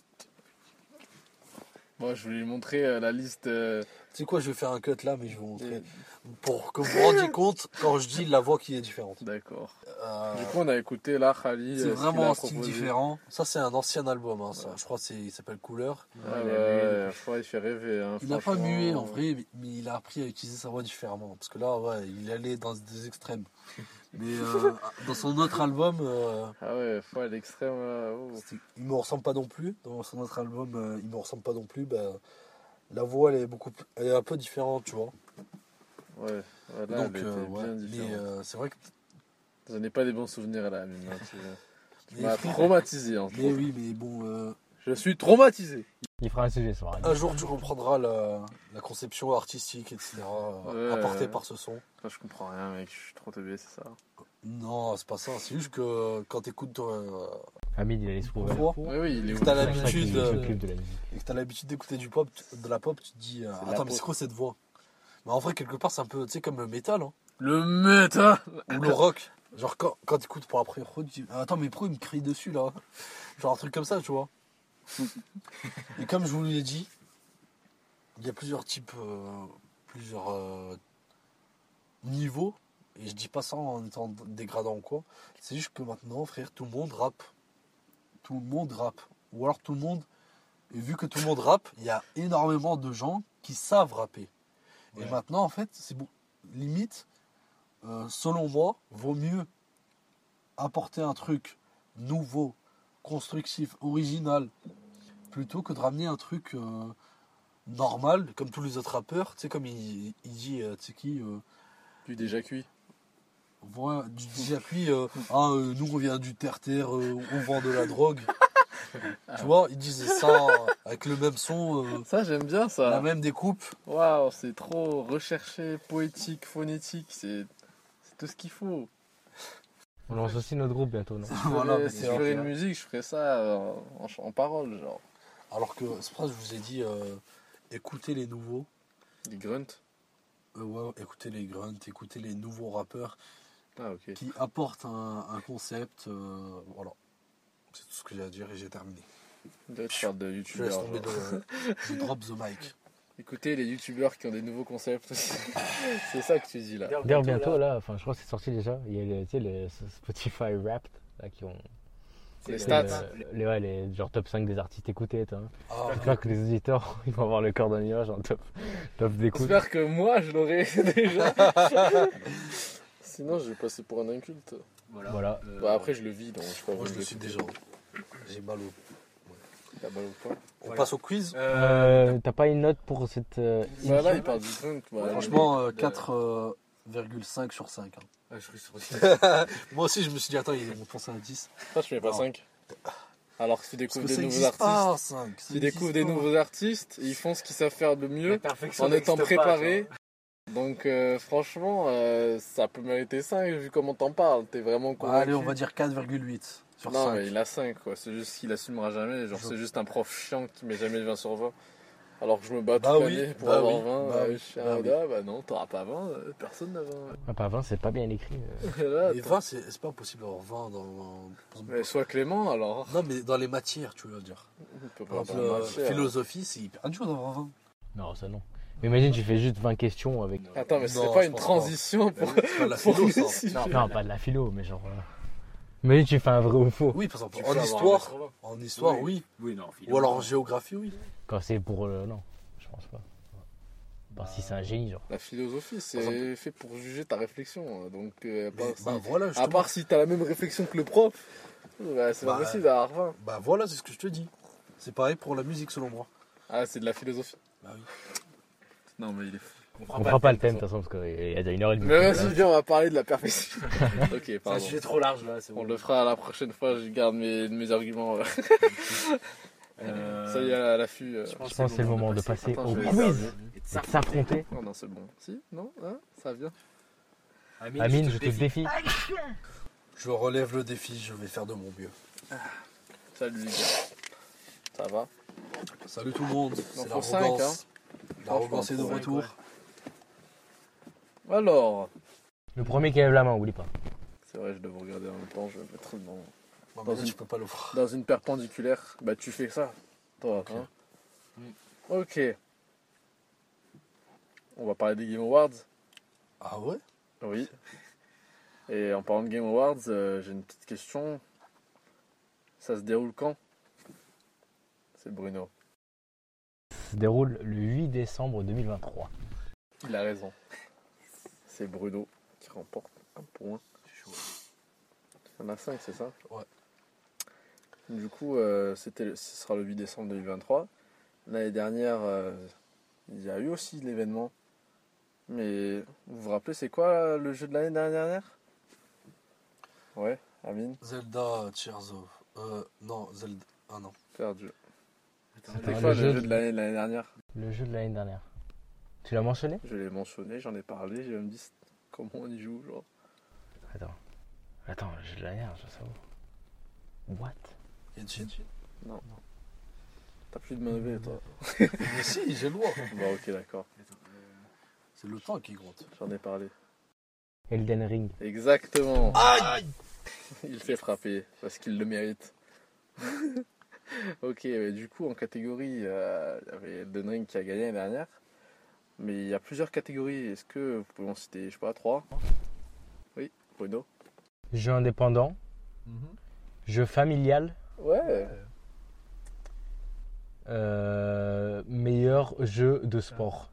Moi, je voulais lui montrer euh, la liste. euh, Tu sais quoi, je vais faire un cut là, mais je vais vous montrer. des- Pour que vous vous rendiez compte quand je dis la voix qui est différente. D'accord. Euh, Du coup, on a écouté là, Khali. c'est euh, ce qu'il vraiment a un style proposé. différent. Ça, c'est un ancien album. Hein, ça. Ouais. Je crois qu'il s'appelle Couleur. Ah ouais, ouais, il fait rêver. Hein, Il n'a pas franchement. mué en vrai, mais, mais il a appris à utiliser sa voix différemment. Parce que là, ouais, il allait dans des extrêmes. Mais euh, dans son autre album, euh, Ah ouais, faut à l'extrême. là, oh. c'était- il me ressemble pas non plus. Dans son autre album, euh, il me ressemble pas non plus. Bah, la voix, elle est beaucoup, plus- elle est un peu différente, tu vois. Ouais, ouais, là, Donc, elle était euh, bien ouais. Mais différente. euh, c'est vrai que. Je n'ai pas des bons souvenirs là, Amine. hein, tu tu Mais, m'as traumatisé. En mais oui, mais bon. euh, Je suis traumatisé. Il fera un sujet ce soir. un jour, tu reprendras la, la conception artistique, et cetera. euh, Ouais. apportée par ce son. Enfin, je comprends rien, mec. Je suis trop teubé, c'est ça. Non, c'est pas ça. C'est juste que quand t'écoutes euh, Hamid, il a l'esprit Pourquoi ouvert. Oui, oui, il est T'as ouvert. C'est pour ça qu'il l'habitude, euh, s'occupe de la musique. et que t'as l'habitude d'écouter du pop, tu- de la pop, tu te dis euh, C'est de la attends, mais pop. c'est quoi cette voix? Mais en vrai, quelque part, c'est un peu, tu sais, comme le métal, hein, Le méta. ou le rock. Genre, quand, quand t'écoutes pour la première fois, tu dis attends, mais pourquoi il me crie dessus là? Genre, un truc comme ça, tu vois. Et comme je vous l'ai dit, il y a plusieurs types, euh, plusieurs euh, niveaux. Et je dis pas ça en étant dégradant ou quoi. C'est juste que maintenant, frère, tout le monde rappe. Tout le monde rappe. Ou alors tout le monde. Et vu que tout le monde rappe, il y a énormément de gens qui savent rapper. Et Ouais. maintenant, en fait, c'est bon. Limite, euh, selon moi, vaut mieux apporter un truc nouveau, constructif, original, plutôt que de ramener un truc euh, normal, comme tous les autres rappeurs. Tu sais, comme il, il dit, euh, tu sais qui euh, Du déjà cuit. voilà, du D J Puis, euh, ah, euh, nous on vient du terre-terre, euh, on vend de la drogue. Tu vois, ils disaient ça euh, avec le même son, euh, Ça, j'aime bien la ça. même découpe. Waouh, c'est trop recherché, poétique, phonétique. C'est c'est tout ce qu'il faut. On lance aussi notre groupe bientôt, non? Si je Voilà, ferais, mais si c'est je ferais vrai. une musique, je ferais ça euh, en, ch- en parole, genre. Alors que c'est pour ça que je vous ai dit, euh, écoutez les nouveaux, Des grunts. euh, ouais, écoutez les grunts, écoutez les nouveaux rappeurs Ah, ok. qui apportent un, un concept. euh, voilà, c'est tout ce que j'ai à dire et j'ai terminé. Là, tu parles de Je laisse youtubeurs. tomber genre. le, je drop the mic. Écoutez les youtubeurs qui ont des nouveaux concepts. C'est ça que tu dis là. D'ailleurs, bientôt, là, enfin, je crois que c'est sorti déjà. Il y a le, tu sais, les Spotify Wrapped, là, qui ont. Les tu sais, stats. le- les, ouais, les genre top cinq des artistes écoutés, tu vois. Ah, J'espère que les auditeurs, ils vont avoir le cœur d'un nuage en top, top d'écoute. J'espère que moi je l'aurai déjà. Sinon, je vais passer pour un inculte. Voilà. euh, Bah, après, je le vis donc je peux moi je vous le suis écouter. déjà. J'ai mal au. T'as mal au point. On Voilà. passe au quiz. Euh, T'as pas une note pour cette. euh, Bah là, émission il parle du truc. Bah, Franchement, euh, de- quatre virgule cinq sur cinq. hein. Ah, je suis sur dix. Moi aussi, je me suis dit, attends, ils vont penser à dix. Pourquoi je mets pas Non. cinq? Alors que tu Parce découvres que des ça nouveaux existe artistes. pas, cinq. Ça Tu découvres des existe pas. nouveaux artistes, ils font ce qu'ils savent faire de mieux La perfection en étant n'existe pas, préparés. Donc euh, franchement, euh, ça peut mériter cinq vu comment t'en parles. T'es vraiment Bah, convaincu. allez, on va dire quatre virgule huit sur Non, cinq. mais il a cinq quoi. C'est juste qu'il assumera jamais. Genre, Je- c'est juste un prof chiant qui met jamais vingt sur vingt. Alors que je me bats Bah toute oui, l'année pour bah avoir oui, vingt. bah euh, oui, je suis bah un oui. gars, bah non, t'auras pas vingt. euh, Personne n'a vingt. Ah, pas vingt, c'est pas bien écrit. euh. Là, Mais attends. vingt, c'est c'est pas possible d'avoir vingt dans. dans- Mais sois clément alors. Non, mais dans les matières, tu veux dire. On peut Par pas exemple, avoir euh, matière. philosophie, c'est hyper dur d'avoir vingt. Non, ça non. Mais imagine, tu fais juste vingt questions avec. Attends, mais c'est Non, pas je une pense transition pour. C'est pas de la pour philo, le ça. sujet. Non, non, pas de la philo, mais genre. euh, Imagine, tu fais un vrai ou faux. Oui, par exemple, Tu en peux avoir un histoire, quatre-vingts. en histoire, Oui. oui. Oui, non. Ou alors en géographie, oui. Quand c'est pour. euh, non, je pense pas. Bah, si c'est un génie, genre. La philosophie, Par c'est fait pour juger ta réflexion. Donc, euh, à part Mais, si- bah voilà, à justement. part si t'as la même réflexion que le prof, bah, c'est pas Bah, possible d'avoir vingt. Bah voilà, c'est ce que je te dis. C'est pareil pour la musique, selon moi. Ah, c'est de la philosophie. Bah oui. Non, mais il est fou. On fera pas le thème, de toute façon, parce qu'il y a déjà une heure et demie. Mais vas-y, viens, on va parler de la perfection. Ok, C'est un pardon. sujet trop large là. c'est On bon. le fera la prochaine fois, je garde mes, mes arguments. Euh, Ça y est, à l'affût. euh. Je pense que c'est le moment de passer Attends, au je vais quiz. regarder. et de Et de s'affronter. s'affronter. Oh non, c'est bon. Si Non Hein Ça vient Amine, je te défie. Je relève le défi, je vais faire de mon mieux. Salut les gars. Ça va Salut tout le monde. Il en C'est faut cinq, l'arrogance. hein. L'arrogance est de Franchement, retour. Alors, Le premier qui lève la main, oublie pas. c'est vrai, je devais regarder en même temps, je vais mettre dans, Non, Dans mais là, une- tu peux pas le voir. dans une perpendiculaire. Bah, tu fais ça, toi. Ok. Hein ok. On va parler des Game Awards. Ah ouais? Oui. Et en parlant de Game Awards, euh, j'ai une petite question. Ça se déroule quand? C'est Bruno. Ça se déroule le huit décembre deux mille vingt-trois. Il a raison. C'est Bruno qui remporte un point. Il y en a cinq, c'est ça? Ouais. Du coup, euh, c'était, le- ce sera le huit décembre deux mille vingt-trois. L'année dernière, euh, il y a eu aussi l'événement. Mais vous vous rappelez, c'est quoi le jeu de l'année dernière? Ouais, Amine, Zelda Tears of. Euh, non, Zelda. Ah non. perdu. Attends, C'est le quoi le jeu jeu de- de l'année de l'année dernière? Le jeu de l'année dernière. Tu l'as mentionné? Je l'ai mentionné, j'en ai parlé, j'ai même dit comment on y joue, genre. Attends. Attends, le jeu de l'année dernière, je sais où. What? Genshin. T'as plus de main levée, toi. Mais si, j'ai le droit. Bon, ok, d'accord, C'est le temps qui compte. j'en ai parlé. Elden Ring. Exactement. Aïe! Il s'est frappé parce qu'il le mérite. Ok, mais du coup en catégorie, euh, il y avait Elden Ring qui a gagné l'année dernière. Mais il y a plusieurs catégories. Est-ce que vous pouvez en citer, je sais pas, trois? Oui, Bruno. Jeu indépendant. Jeu familial. Ouais. Euh, meilleur jeu de sport.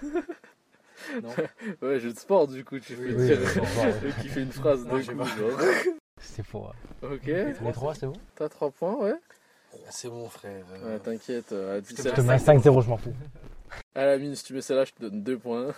Ouais, jeu de sport du coup, tu fais Oui, dire- jeu de sport, ouais. qui fait une phrase Non, de j'ai coup, pas. genre. C'est faux. hein. Ok, Les trois, c'est bon? t'as trois points, ouais. C'est mon frère. euh, Ouais, t'inquiète, euh, à Je dix-sept, te mets cinq zéro, je m'en fous. à la mine, si tu mets celle-là, je te donne deux points.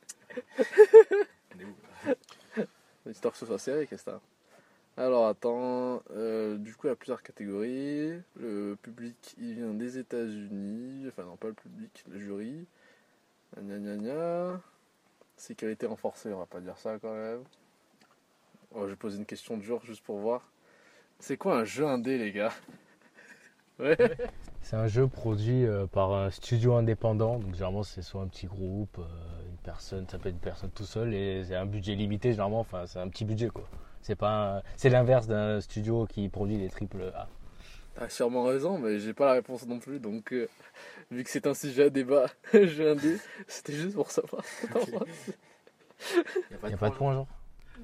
Histoire que ce soit serré, qu'est-ce que t'as? Alors attends, euh, du coup il y a plusieurs catégories. Le public il vient des États-Unis, enfin non pas le public, le jury. Gna gna gna. Sécurité renforcée, on va pas dire ça quand même. Oh, je vais poser une question dure juste pour voir. C'est quoi un jeu indé les gars? Ouais. C'est un jeu produit euh, par un studio indépendant. Donc généralement c'est soit un petit groupe, euh, une personne, ça peut être une personne tout seul et c'est un budget limité généralement. Enfin c'est un petit budget quoi. C'est pas, un- c'est l'inverse d'un studio qui produit des triple A. T'as sûrement raison, mais j'ai pas la réponse non plus, donc euh, vu que c'est un sujet à débat, jeu indé, c'était juste pour savoir. Il n'y a Il n'y a pas de point genre.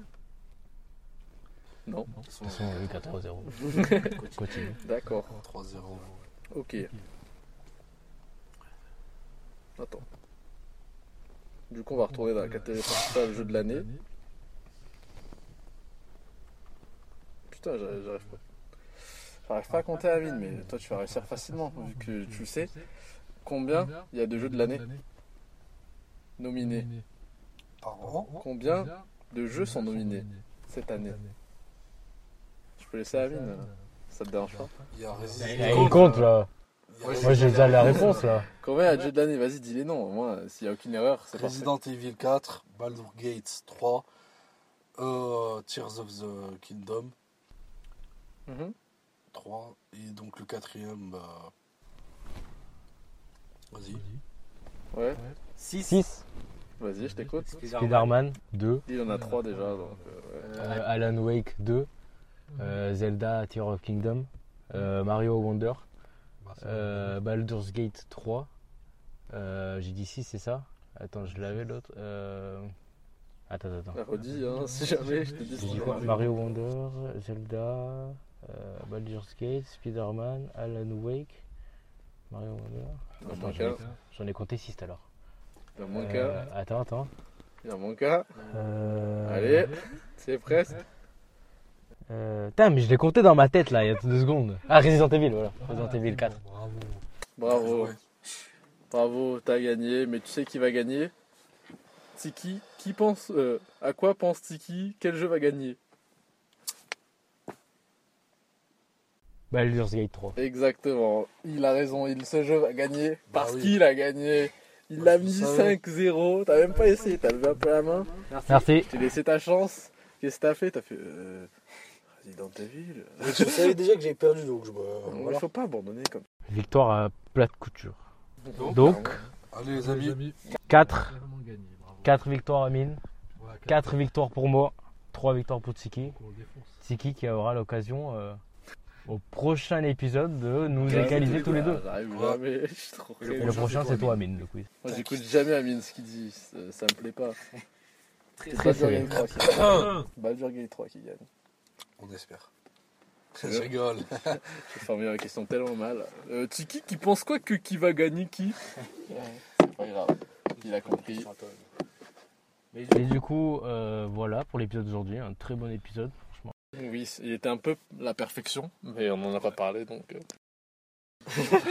Non, De toute façon vu qu'à trois zéro. Continue. d'accord. trois zéro. Ok. Attends. Du coup, on va retourner dans la catégorie principale jeu de l'année. Putain, j'arrive j'arrive pas. J'arrive pas à compter Amine, mais toi tu vas réussir facilement, vu que tu sais combien il y a de jeux de l'année nominés. Par an. Combien de jeux sont nominés cette année? Je peux laisser Amine, euh, ça te dérange pas? Il y a Il Resident compte là. il y a Moi j'ai déjà la réponse là. Combien il y a de jeux de l'année? Vas-y, dis les noms, au moins, s'il n'y a aucune erreur, c'est parfait. Resident Evil quatre, Baldur's Gate trois, euh, Tears of the Kingdom Mhm. trois, et donc le quatrième, bah... Vas-y. Ouais, six. vas-y, je t'écoute. Spider-Man deux. Il y en a trois déjà, donc euh, ouais. Euh, Alan Wake deux. euh, Zelda Tears of Kingdom. euh, Mario Wonder. euh, Baldur's Gate trois. euh, J'ai dit six, c'est ça? Attends, je l'avais l'autre. Euh... Attends, attends. Bah, redis, hein, si jamais je te dis J'ai dit quoi? Mario Wonder, Zelda, euh, Baldur's Gate, Spider-Man, Alan Wake, Mario Wonder. Il en Attends, manque j'en ai- un. J'en ai compté six tout à l'heure. Il en manque Euh, un. attends, attends. Il en manque un. Euh... Allez, c'est presque. Euh... Putain, mais je l'ai compté dans ma tête là, il y a deux secondes. Ah, Resident Evil, voilà. Resident Evil quatre. Bravo. Ouais. Bravo, t'as gagné. Mais tu sais qui va gagner? Tiki. Qui pense euh, à quoi pense Tiki? Quel jeu va gagner? Baldur's Gate trois. Exactement. Il a raison. Il, ce jeu va gagner parce Bah oui. qu'il a gagné. Il Bah, a je mis savais. cinq zéro. T'as même pas essayé. T'as levé un peu la main. Merci. T'as laissé ta chance. Qu'est-ce que t'as fait? T'as fait. Euh, Resident Evil. Mais je savais déjà que j'avais perdu, donc je me... Il voilà. faut pas abandonner comme Victoire à plate couture. ça. Donc, Allez les amis, quatre. Vraiment gagné, bravo. quatre victoires à Mine. Ouais, quatre. quatre victoires pour moi. trois victoires pour Tsiki. On le défonce. Tsiki qui aura l'occasion euh, au prochain épisode de nous Ouais, égaliser tous les deux. J'arrive Ouais. jamais. Je suis trop Et le Et prêt. le prochain, prochain, c'est c'est toi, toi, Amine, le quiz. Moi j'écoute jamais Amine ce qu'il dit, ça, ça me plaît pas. C'est Très Baldur's serré. Gate trois qui gagne. Baldur's Gate trois qui gagne. on espère. Je rigole. J'ai formulé la question tellement mal. Euh, Tiki qui pense quoi que qui va gagner qui? C'est pas grave, il a compris. Et du coup, euh, voilà pour l'épisode d'aujourd'hui. Un très bon épisode, franchement. Oui, il était un peu la perfection, mais on n'en a pas parlé donc. euh,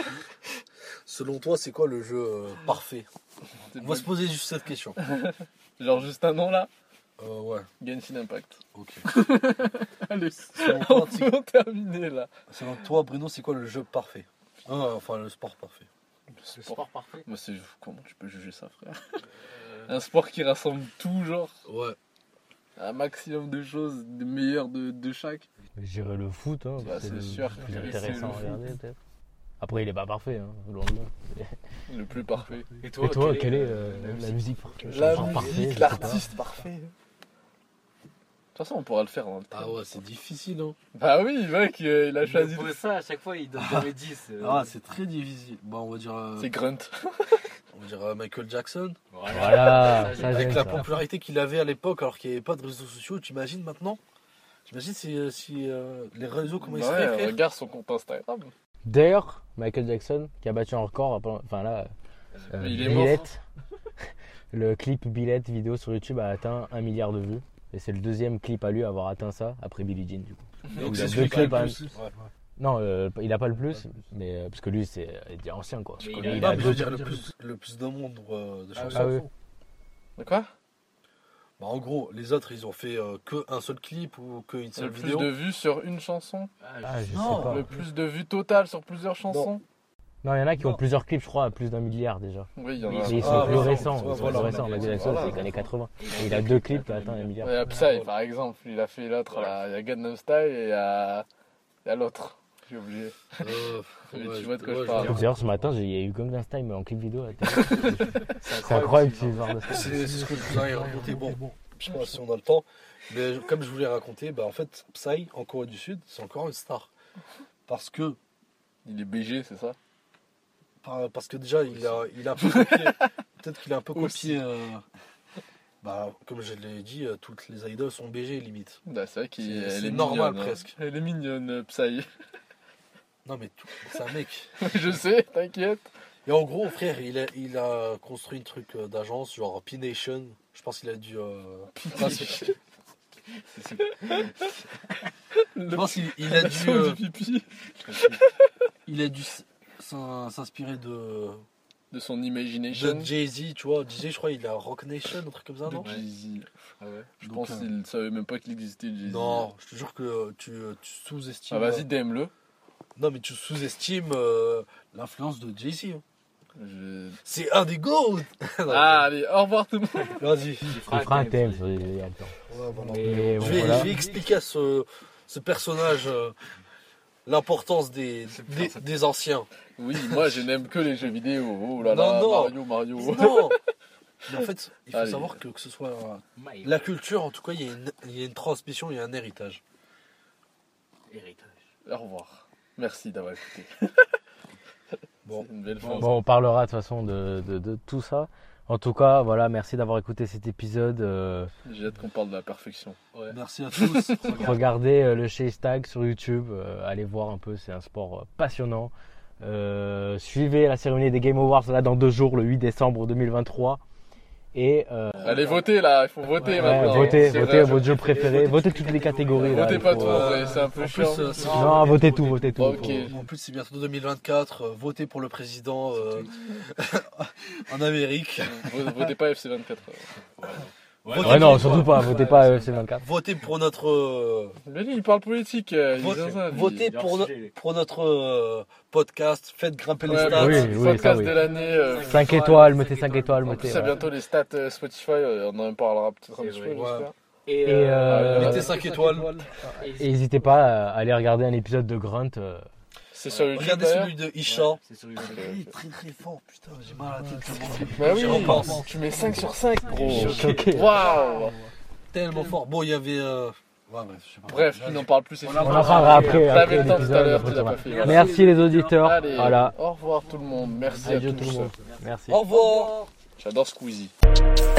Selon toi, c'est quoi le jeu euh, parfait? c'est On va se poser juste cette question. Genre juste un nom là? Euh, ouais, Genshin Impact. ok. Allez, Selon on toi, Tiki- peut terminer là. selon toi, Bruno, c'est quoi le jeu parfait? Ah, enfin, le sport parfait. Le sport parfait. Moi, c'est comment tu peux juger ça, frère? Un sport qui rassemble tout, genre Ouais. un maximum de choses, de meilleures de, de chaque. Je dirais le foot, hein, Bah, c'est c'est le sûr. plus C'est intéressant le à foot. regarder peut-être. Après, il est pas parfait, hein, loin de là. Le plus parfait. Et toi, quelle est euh, la musique parfaite? La Genre parfait, je musique, sais pas. l'artiste parfait. De toute façon, on pourra le faire en même temps. Ah ouais, c'est difficile, hein. Bah oui, le mec, euh, il a choisi. Pour ça, à chaque fois, il donne dans les dix. euh. Ah, c'est très difficile. Bon, on va dire, euh, C'est Grunt. on va dire euh, Michael Jackson. Voilà, ça Avec j'aime la ça. popularité qu'il avait à l'époque, alors qu'il n'y avait pas de réseaux sociaux, tu imagines maintenant? T'imagines si, euh, si euh, les réseaux, comment ils Bah seraient, ouais, frère? regarde son compte Instagram. D'ailleurs, Michael Jackson, qui a battu un record, enfin là, euh, Il est mort. Billette, le clip Billette vidéo sur YouTube a atteint un milliard de vues. Et c'est le deuxième clip à lui à avoir atteint ça, après Billie Jean du coup. Donc il a c'est deux celui qui a le clips à- plus. Ouais. Non, euh, il a pas le plus, mais euh, parce que lui c'est il est déjà ancien quoi. Mais Il, il a- il Non, a mais je veux deux- dire le plus, le plus de monde euh, de Ah chansons. Ah oui. De quoi? Bah, en gros, les autres, ils ont fait euh, que un seul clip ou qu'une seule Le plus vidéo. de vues sur une chanson? Ah, je Non, sais pas. Le plus de vues totales sur plusieurs chansons? Non, il y en a qui ont Non. plusieurs clips, je crois, à plus d'un milliard déjà. Oui, il y en Oui, a. Mais ils sont Ah, plus voilà. récents. Ouais, Ils sont voilà. plus récents. Michael Jackson, Voilà. c'est les années quatre-vingts. Et il a deux clips qui ont atteint un milliard. Il y a Psy par exemple, il a fait l'autre là. Il y a Gangnam Style et il y a, il y a l'autre. J'ai oublié. Euh, Mais ouais, tu vois de quoi je ouais, parle. vois. D'ailleurs, ce matin, j'ai- il y a eu Gangnam Style mais en clip vidéo à la télé. C'est incroyable, tu voir de ça. C'est c'est ce que je vous ai raconté. Bon, je sais pas si on a le temps. Mais comme je vous l'ai raconté, bah, en fait, Psy, en Corée du Sud, c'est encore une star. Parce que, Il est B G, c'est ça? par- parce que déjà, il a, il a un peu copié. Peut-être qu'il a un peu copié. euh, bah, comme je l'ai dit, euh, toutes les idols sont B G limite. Bah, c'est vrai qu'il C'est- elle c'est est normal, mignonne, hein. presque. Elle est mignonne, euh, Psy. Non, mais tout- c'est un mec. Je sais, t'inquiète. Et en gros, frère, il a, il a construit un truc euh, d'agence, genre P-Nation. Je pense qu'il a dû. euh, passer- Je pense qu'il il a dû, Son euh, du pipi. il a dû s- s'in- s'inspirer de, De son de imagination. Jay-Z, tu vois. Jay-Z, je crois, il a Rock Nation, un truc comme ça, De non Jay-Z. Ah ouais. Je Donc, pense euh, qu'il savait même pas qu'il existait Jay-Z. Non, je te jure que euh, tu, euh, tu sous-estimes. Ah vas-y, D M le. Non, mais tu sous-estimes euh, l'influence de Jay-Z. hein. Je... C'est un des goals. Ah allez, au revoir tout le monde. Vas-y. Il fera un thème sur les les habitants. Ouais, voilà. Mais bon, Je vais, voilà. je vais expliquer à ce, ce personnage euh, l'importance des, des, des anciens. Oui, moi je n'aime que les jeux vidéo. Oh là Non, là, non. Mario, Mario. Non. Mais en fait, il faut Allez. savoir que, que ce soit euh, la culture, en tout cas, il y, a une, il y a une transmission, il y a un héritage. Héritage. Au revoir. Merci d'avoir écouté. Bon. C'est une belle fin. Bon, on parlera de toute façon de, de, de tout ça. En tout cas, voilà, merci d'avoir écouté cet épisode. euh, J'ai hâte qu'on parle de la perfection. Merci à tous. regardez euh, le Chase Tag sur YouTube. euh, allez voir un peu, c'est un sport euh, passionnant. Euh, suivez la cérémonie des Game Awards là dans deux jours, le huit décembre deux mille vingt-trois. Et euh, Allez, votez là, il faut voter ouais, maintenant. votez, C'est votez vrai. votre jeu préféré, votez toutes les catégories. là, Votez il pas faut, tout, euh, ouais, c'est un peu en chiant. plus, euh, c'est- Non, votez tout, votez tout. Ok. faut- En plus, c'est bientôt deux mille vingt-quatre. euh, votez pour le président euh, en Amérique. Votez pas F C vingt-quatre. Votez Ouais, non, pour- surtout pas, votez pas à F C vingt-quatre. Votez pour notre. euh, Mais lui, il parle politique. euh, il Vote- est dans un- votez il est pour, hors no- sujet. pour notre euh, podcast. Faites grimper les Ouais, stats. Oui, le oui, ça, podcast oui. de l'année. euh, cinq étoiles, mettez cinq étoiles, En mettez. plus, il y a voilà. bientôt les stats euh, Spotify, euh, on en parlera peut-être un C'est petit vrai. peu, Ouais. j'espère. Et, Et, euh, Mettez cinq étoiles. Et n'hésitez pas à aller regarder un épisode de Grunt. euh, C'est sur YouTube. Regardez d'ailleurs. celui de Isha. Ouais, c'est sur YouTube. Il est très très fort, putain, j'ai mal à la tête tellement, Bah J'y oui, repense. tu mets cinq sur cinq, gros. choqué. Waouh. tellement fort. Bon, il y avait. euh, Ouais, bref, je sais pas. Bref, tu n'en parles plus, c'est On fini. On en parlera après. T'avais après le temps tout à l'épisode, l'heure, après tu l'as ça. pas fait. Merci les auditeurs. Allez, Voilà. au revoir tout le monde. Merci Adieu à tout tous. le monde. Merci. Au revoir. J'adore Squeezie.